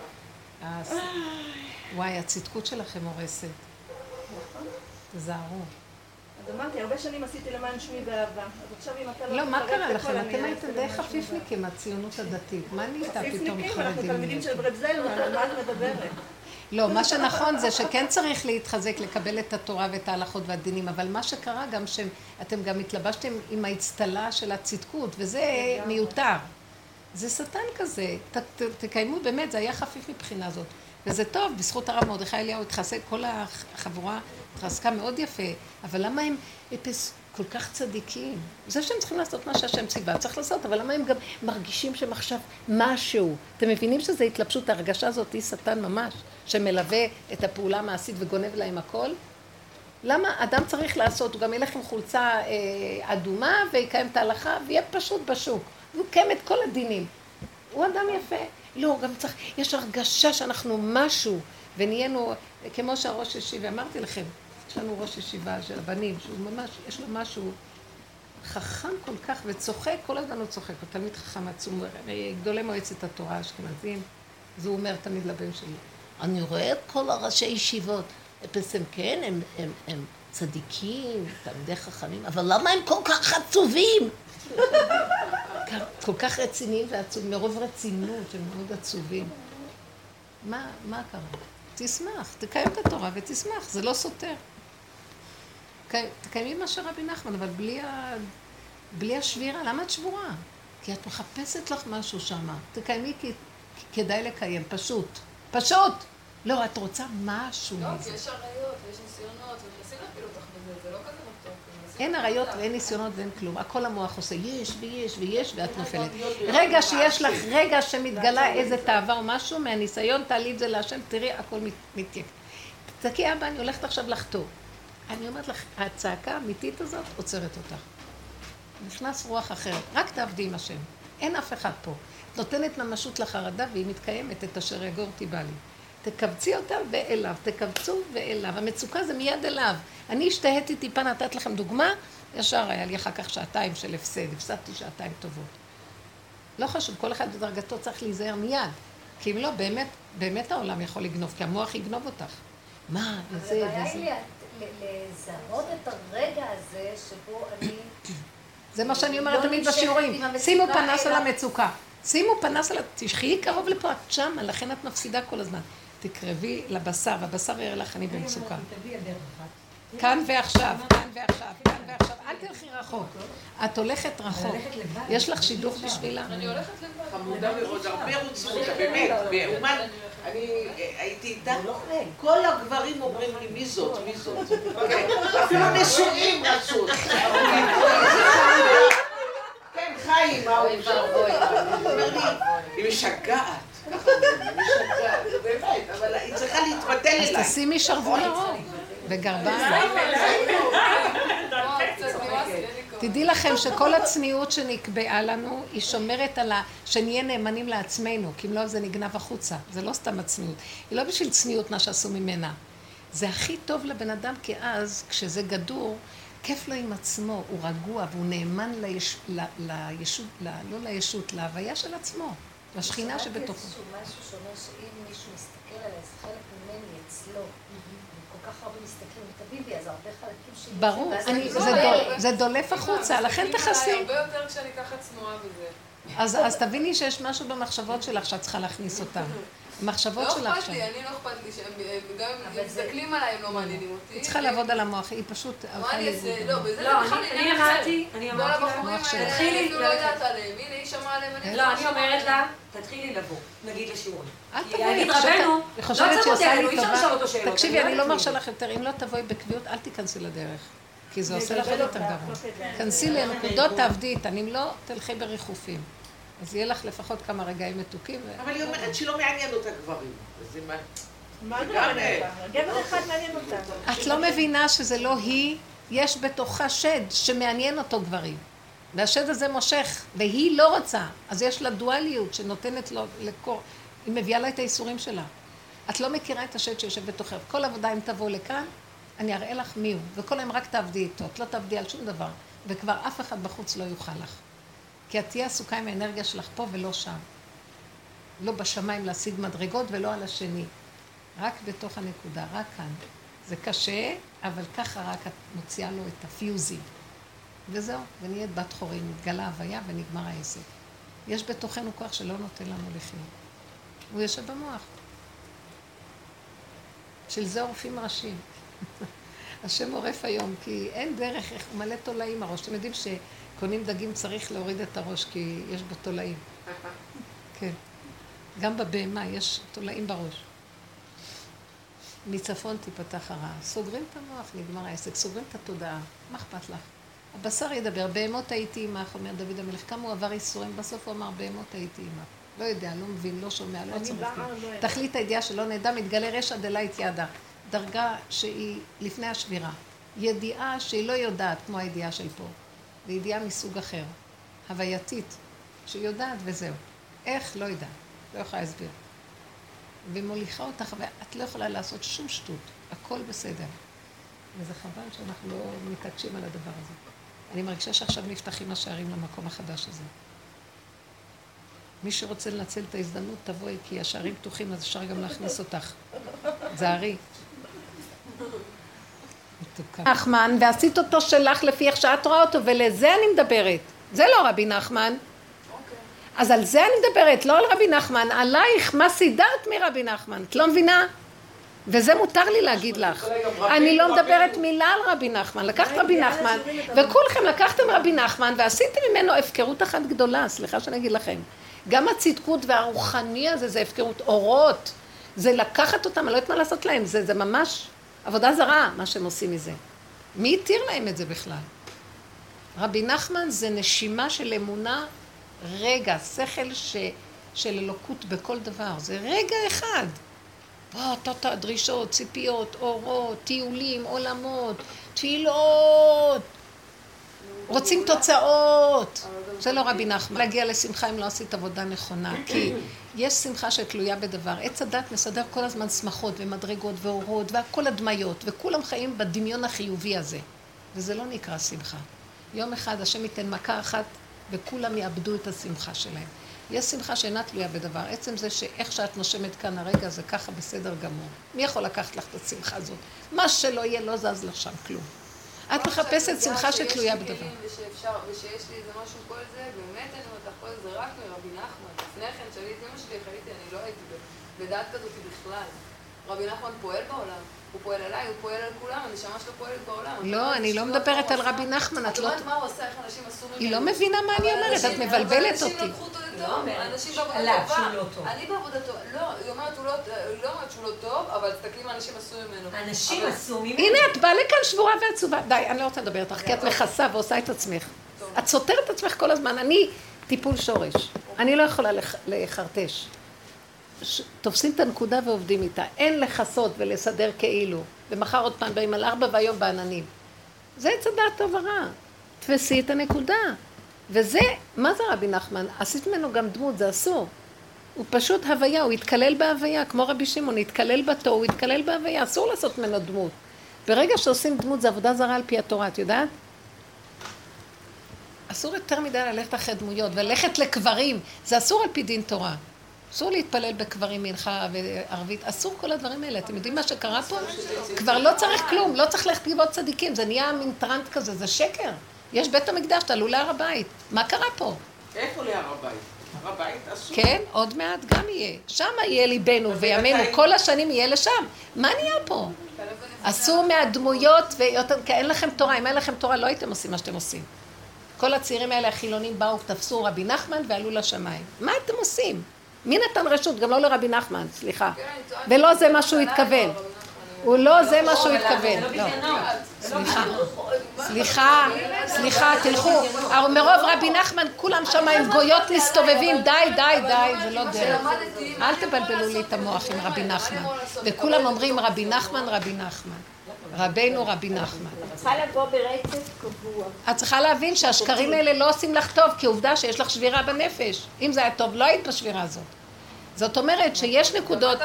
Speaker 1: וואי, הצדקות שלכם הורסת. תזהרו.
Speaker 9: אז אמרתי, הרבה שנים עשיתי למען שמי באהבה. אז עכשיו אם אתה
Speaker 1: לא, מה קרה לכם? אתם הייתם די חפיפניקים מהציונות הדתית. מה נהייתה פתאום
Speaker 9: חפיפניקים, אנחנו
Speaker 1: חרדים?
Speaker 9: תלמידים של ברב זלמן, על מה את מדברת?
Speaker 1: לא, מה שנכון זה שכן צריך להתחזק, לקבל את התורה ואת ההלכות והדינים, אבל מה שקרה גם שאתם גם התלבשתם עם האצטלה של הצדקות, וזה מיותר. זה שטן כזה, תקיימו באמת, זה היה חפיף מבחינה זאת. וזה טוב, בזכות הרב מרדכי אליהו התחזק, כל החבורה התחזקה מאוד יפה, אבל למה הם כל כך צדיקים? זה שהם צריכים לעשות מה שהשם ציווה, צריך לעשות, אבל למה הם גם מרגישים שהם עכשיו משהו? אתם מבינים שזה התלבשות, ההרגשה הזאת היא שטן ממש, שמלווה את הפעולה המעשית וגונב להם הכל? למה אדם צריך לעשות, הוא גם ילך עם חולצה אדומה ויקיים את ההלכה ויהיה פשוט בשוק, והוא קיים את כל הדינים. הוא אדם יפה. לא, גם צריך, יש הרגשה שאנחנו משהו, ונהיינו, כמו שהראש ישיבה, אמרתי לכם, יש לנו ראש ישיבה של הבנים, שהוא ממש, יש לו משהו חכם כל כך, וצוחק, כל הזמן הוא צוחק, הוא תלמיד חכם עצום, גדולי מועצת התורה האשכנזים, אז הוא אומר תמיד לבן שלי, אני רואה את כל הראשי ישיבות, בעצם כן, הם צדיקים, תלמידי חכמים, אבל למה הם כל כך עצובים? כל כך רציניים ועצובים, מרוב רצינות, הם מאוד עצובים. מה קרה? תשמח, תקיים את התורה ותשמח, זה לא סותר. תקיימי מה שרבי נחמן, אבל בלי השבירה, למה את שבורה? כי את מחפשת לך משהו שמה. תקיימי כי כדאי לקיים, פשוט. לא, את רוצה משהו מזה.
Speaker 8: לא, כי יש עריות ויש ניסיונות, ומנסים להפיל אותך בזה, זה לא כזה מתוק.
Speaker 1: אין עריות ואין ניסיונות ואין כלום. הכל המוח עושה יש, ואת נופלת. רגע שמתגלה איזה תאווה או משהו, מהניסיון תעלי את זה להשם, תראי, הכל מתייק. תצעקי, אבא, אני הולכת עכשיו לחתור. אני אומרת לך, הצעקה האמיתית הזאת עוצרת אותך. נכנס רוח אחרת, רק תעבדי עם השם. אין אף אחד פה. נותנת ממשות לחרדה והיא מתקיימת את אשר יגור תיבא לי. תקבצי אותה ואליו, תקבצו ואליו. המצוקה זה מיד אליו. אני השתהיתי טיפה, נתת לכם דוגמה, ישר היה לי אחר כך 2 של הפסדתי 2 טובות. לא חשוב, כל אחד בדרגתו צריך להיזהר מיד. כי אם לא, באמת העולם יכול לגנוב, כי המוח יגנוב אותך. מה, וזה,
Speaker 2: אבל הבעיה היא לזהות את הרגע הזה שבו אני...
Speaker 1: זה מה שאני אומרת תמיד בשיעורים. שימו פנס על המצוקה. שימו פנס על... תשחי קרוב לפה, את שם, לכן את מפסידה כל הזמן. תקרבי לבשר, והבשר יראה לך אני במצוקה. כאן ועכשיו. אל תלכי רחוק. את הולכת רחוק. יש לך שידוך בשבילה?
Speaker 8: אני הולכת לבד.
Speaker 6: חמודה מאוד, הרבה רוצות, באמת, באומן, אני הייתי איתה, כל הגברים אומרים לי, מי זאת? אפילו נשואים רצות. כן, חיים, מה הוא אומר לי, היא משגעת. ככה אומרים, היא משגעת, באמת, אבל היא צריכה להתפתל אליי.
Speaker 1: אז תשימי שרוול לרוב. וגרביים. תדעי לכם שכל הצניעות שנקבעה לנו, היא שומרת על שנהיה נאמנים לעצמנו, כי אם לא זה נגנב החוצה. זה לא סתם הצניעות. היא לא בשביל צניעות מה שעשו ממנה. זה הכי טוב לבן אדם, כי אז, כשזה גדור, כיף לו עם עצמו, הוא רגוע, והוא נאמן לא לישות, להוויה של עצמו, לשכינה שבתוכו.
Speaker 2: יש משהו שאומר שאם מישהו מסתכל עליי, זה חלק ממני אצלו. כל כך הרבה מסתכלים, ותביא לי, אז הרבה חלקים שלי.
Speaker 1: ברור, זה דולף החוצה, לכן תחסי.
Speaker 8: הרבה יותר כשאני ככה צנועה וזה.
Speaker 1: אז תביני שיש משהו במחשבות שלך שאת צריכה להכניס אותם. המחשבות שלך שם.
Speaker 8: לא אכפת לי, אני לא אכפת לי, גם אם מסתכלים עליי הם לא מעניינים אותי.
Speaker 1: היא צריכה לעבוד על המוח, היא פשוט הלכה לאיבוד.
Speaker 5: אני אמרתי לה,
Speaker 8: תתחילי, לא יודעת עליהם, הנה היא שמעה עליהם.
Speaker 5: לא, אני אומרת לה, תתחילי לבוא, נגיד לשיעורים.
Speaker 1: אל
Speaker 5: כי
Speaker 1: תבואי,
Speaker 5: להגיד רבנו,
Speaker 1: היא חושבת שעושה לי
Speaker 5: אי אפשר לשאול אותו שאלות.
Speaker 1: תקשיבי, אני לא מרשה לך יותר, אם לא תבואי בקביעות, אל תיכנסי לדרך. כי זה עושה לך יותר גרוע. כנסי לי הנקודות, תעבדי איתן, אם לא, תלכי בריחופים. אז יהיה לך לפחות כמה רגעים מתוקים.
Speaker 6: אבל היא אומרת שהיא לא מעניין אותה גברים.
Speaker 9: מה לא מעניין אותה? גבר אחד מעניין אותה.
Speaker 1: את לא מבינה שזה לא היא, יש בתוכה שד שמעניין אותו גברים. והשד הזה מושך, והיא לא רוצה. אז יש לה דואליות שנותנת לו לקור. היא מביאה לה את האיסורים שלה. את לא מכירה את השד שיושב בתוכך. כל עבודה אם תבוא לכאן, אני אראה לך מי הוא. וכל היום רק תעבדי איתו. את לא תעבדי על שום דבר. וכבר אף אחד בחוץ לא יוכל לך. כי את תהיה עסוקה עם האנרגיה שלך פה ולא שם. לא בשמיים להשיג מדרגות ולא על השני. רק בתוך הנקודה, רק כאן. זה קשה, אבל ככה רק את מוציאה לו את הפיוזים. וזהו, ונהיית בת חורים, מתגלה הוויה ונגמר העסק. יש בתוכנו כוח שלא נותן לנו לחיות. הוא יושב במוח. של זה עורפים ראשים. השם עורף היום, כי אין דרך, איך מלא תולעים הראש. אתם יודעים שקונים דגים צריך להוריד את הראש, כי יש בו תולעים. כן. גם בבהמה יש תולעים בראש. מצפון תיפתח הרע. סוגרים את המוח, נגמר העסק, סוגרים את התודעה. מה אכפת לך? הבשר ידבר, בהמות הייתי עמך, אומר דוד המלך, כמה הוא עבר איסורים, בסוף הוא אמר, בהמות הייתי עמך. לא יודע, לא מבין, לא שומע, לא צריך. תכלית הידיעה שלא נדע, מתגלה רשע דלית ידע. דרגה שהיא לפני השבירה. ידיעה שהיא לא יודעת, כמו הידיעה של פה. זה ידיעה מסוג אחר. הווייתית, שהיא יודעת וזהו. איך? לא יודעת. לא יכולה להסביר. ומוליכה אותך, ואת לא יכולה לעשות שום שטות. הכל בסדר. וזה חבל שאנחנו לא מתעקשים על הדבר הזה. אני מרגישה שעכשיו נפתחים השערים למקום החדש הזה. מי שרוצה לנצל את ההזדמנות, תבואי, כי השערים פתוחים, אז אפשר גם להכניס אותך. זהרי. נחמן, ועשית אותו שלך לפי איך שאת רואה אותו, ולזה אני מדברת. זה לא רבי נחמן. אז על זה אני מדברת, לא על רבי נחמן, עלייך, מה סידרת מרבי נחמן? את לא מבינה? וזה מותר לי להגיד לך. אני לא מדברת מילה על רבי נחמן. לקחת רבי נחמן, וכולכם לקחתם רבי נחמן, ועשיתם ממנו הפקרות אחת גדולה, סליחה שאני אגיד לכם. גם הצדקות והרוחני הזה, זה הפקרות אורות. זה לקחת אותם, אני לא יודעת מה לעשות להם, זה ממש עבודה זרה, מה שהם עושים מזה. מי התיר להם את זה בכלל? רבי נחמן זה נשימה של אמונה, רגע, שכל של אלוקות בכל דבר. זה רגע אחד. דרישות, ציפיות, אורות, טיולים, עולמות, תפילות. רוצים תוצאות. זה לא רבי נחמן. להגיע לשמחה אם לא עשית עבודה נכונה. כי יש שמחה שתלויה בדבר. עץ הדת מסדר כל הזמן שמחות ומדרגות ואורות והכל הדמיות. וכולם חיים בדמיון החיובי הזה. וזה לא נקרא שמחה. יום אחד השם ייתן מכה אחת וכולם יאבדו את השמחה שלהם. יש שמחה שאינה תלויה בדבר. עצם זה שאיך שאת נושמת כאן הרגע זה ככה בסדר גמור. מי יכול לקחת לך את השמחה הזאת? מה שלא יהיה לא זז לך שם כלום. את מחפשת שמחה שתלויה בדבר.
Speaker 8: ושיש לי איזה משהו כל זה, באמת אני אומרת לך כל זה רק מרבי נחמן. לפני כן, כשאני הייתי אמא שלי, חייתי, אני לא הייתי בדעת כזאת בכלל. רבי נחמן פועל בעולם. הוא פועל עליי, הוא פועל על כולם, הנשמה שלו פועלת בעולם.
Speaker 1: לא, אני לא מדברת על רבי נחמן, את לא...
Speaker 8: את אומרת מה הוא עושה, איך אנשים עשו ממנו.
Speaker 1: היא לא מבינה מה אני אומרת, את מבלבלת אותי.
Speaker 8: אנשים לקחו אותו לטוב, אנשים בעבודתו טוב. אני בעבודתו, לא, היא אומרת שהוא לא טוב, אבל תסתכלי מה אנשים עשו ממנו.
Speaker 5: אנשים עשו ממנו.
Speaker 1: הנה, את באה לכאן שבורה ועצובה. די, אני לא רוצה לדבר איתך, כי את מכסה ועושה את עצמך. את סותרת את עצמך כל הזמן. אני טיפול שורש. אני לא יכולה לחרטש. תופסים את הנקודה ועובדים איתה. אין לחסות ולסדר כאילו. ומחר עוד פעם באים על 4 והיום בעננים. זה צדעת טוב ורע. תפסי את הנקודה. וזה, מה זה רבי נחמן? עשית ממנו גם דמות, זה אסור. הוא פשוט הוויה, הוא התקלל בהוויה, כמו רבי שמעון, התקלל בתור, הוא התקלל בהוויה, אסור לעשות ממנו דמות. ברגע שעושים דמות זה עבודה זרה על פי התורה, את יודעת? אסור יותר מדי ללכת אחרי דמויות, וללכת לקברים, זה אסור על פי דין תורה. אסור להתפלל בקברים מנחה וערבית, אסור כל הדברים האלה. אתם יודעים מה שקרה פה? כבר לא צריך כלום, לא צריך ללכת לגבות צדיקים, זה נהיה מין טרנד כזה, זה שקר. יש בית המקדש, תעלו להר הבית. מה קרה פה?
Speaker 6: איפה להר הבית? הר הבית אסור.
Speaker 1: כן, עוד מעט גם יהיה. שם יהיה ליבנו וימינו, כל השנים יהיה לשם. מה נהיה פה? אסור מהדמויות, כי אין לכם תורה, אם אין לכם תורה לא הייתם עושים מה שאתם עושים. כל הצעירים האלה החילונים באו, תפסו רבי נחמן ועלו לשמיים. מה אתם עושים? מי נתן רשות? גם לא לרבי נחמן, סליחה. ולא זה מה שהוא התכוון. הוא לא זה מה שהוא התכוון. סליחה, תלכו. מרוב רבי נחמן, כולם שם עם גויות מסתובבים, די, זה לא דרך. אל תבלבלו לי את המוח עם רבי נחמן. וכולם אומרים רבי נחמן, רבינו רבי נחמן.
Speaker 7: צריכה לבוא ברצף קבוע.
Speaker 1: את צריכה להבין שהשקרים האלה לא עושים לך טוב, כי עובדה שיש לך שבירה בנפש. אם זה היה טוב, לא היית בשבירה הזאת. זאת אומרת שיש נקודות,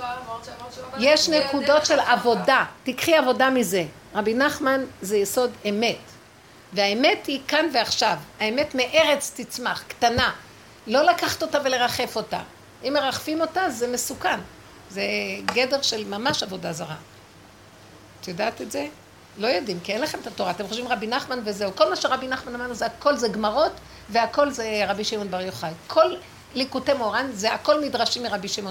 Speaker 1: יש נקודות של עבודה, תקחי עבודה מזה. רבי נחמן זה יסוד אמת, והאמת היא כאן ועכשיו, האמת מארץ תצמח, קטנה, לא לקחת אותה ולרחף אותה. אם מרחפים אותה זה מסוכן, זה גדר של ממש עבודה זרה. את יודעת את זה? לא יודעים, כי אין לכם את התורה, אתם חושבים רבי נחמן וזהו, כל מה שרבי נחמן אמרנו זה הכל זה גמרות, והכל זה רבי שמעון בר יוחאי. כל ליקוטי מורן זה הכל מדרשים מרבי שמעון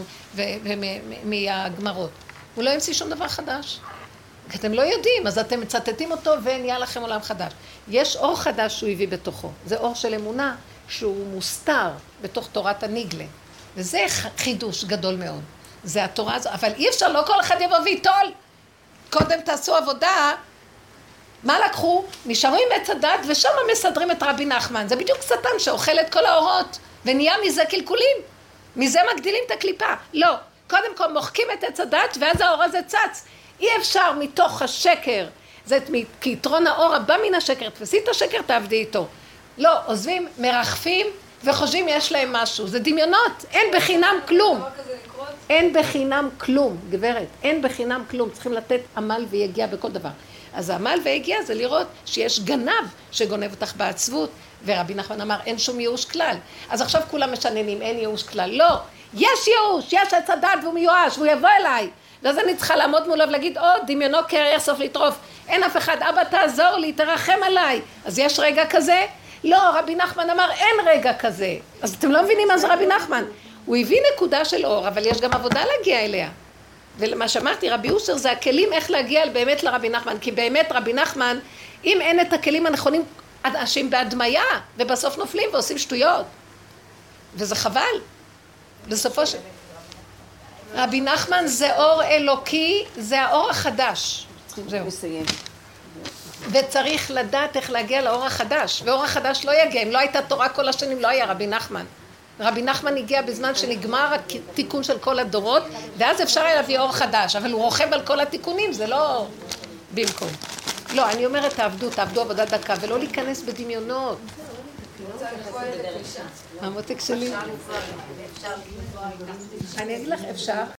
Speaker 1: ומהגמרות. הוא לא המציא שום דבר חדש. כי אתם לא יודעים, אז אתם מצטטים אותו ונהיה לכם עולם חדש. יש אור חדש שהוא הביא בתוכו. זה אור של אמונה שהוא מוסתר בתוך תורת הניגלה. וזה חידוש גדול מאוד. זה התורה הזו, אבל אי אפשר, לא כל אחד יבוא ויטול. קודם תעשו עבודה. מה לקחו? נשארו עם עץ הדת ושם מסדרים את רבי נחמן. זה בדיוק שטן שאוכל את כל האורות. ונהיה מזה קלקולים, מזה מגדילים את הקליפה. לא, קודם כל מוחקים את עץ הדת ואז האור הזה צץ. אי אפשר מתוך השקר, זה כי יתרון האור הבא מן השקר, תפסי את השקר תעבדי איתו. לא, עוזבים, מרחפים וחושבים יש להם משהו, זה דמיונות, אין בחינם כלום. אין בחינם כלום, גברת, אין בחינם כלום, צריכים לתת עמל ויגיע בכל דבר. אז העמל והגיע זה לראות שיש גנב שגונב אותך בעצבות, ורבי נחמן אמר אין שום ייאוש כלל. אז עכשיו כולם משננים, אין ייאוש כלל. לא, יש ייאוש, יש עץ הדת והוא מיואש, והוא יבוא אליי. ואז אני צריכה לעמוד מולו ולהגיד, דמיונו קרע יחשוף לטרוף, אין אף אחד, אבא תעזור לי, תרחם עליי. אז יש רגע כזה? לא, רבי נחמן אמר אין רגע כזה. אז אתם לא מבינים מה זה רבי נחמן. הוא הביא נקודה של אור, אבל יש גם עבודה להגיע אליה. ולמה שאמרתי, רבי אושר זה הכלים איך להגיע באמת לרבי נחמן, כי באמת רבי נחמן, אם אין את הכלים הנכונים, אנשים בהדמיה, ובסוף נופלים ועושים שטויות. וזה חבל. בסופו של... רבי נחמן זה אור אלוקי, זה האור החדש. זהו. וצריך לדעת איך להגיע לאור החדש, ואור החדש לא יגיע, אם לא הייתה תורה כל השנים, לא היה רבי נחמן. רבי נחמן הגיע בזמן שנגמר התיקון של כל הדורות, ואז אפשר היה להביא אור חדש, אבל הוא רוכב על כל התיקונים, זה לא במקום. לא, אני אומרת תעבדו עבודה דקה, ולא להיכנס בדמיונות. המותק שלי. אני אגיד לך, אפשר.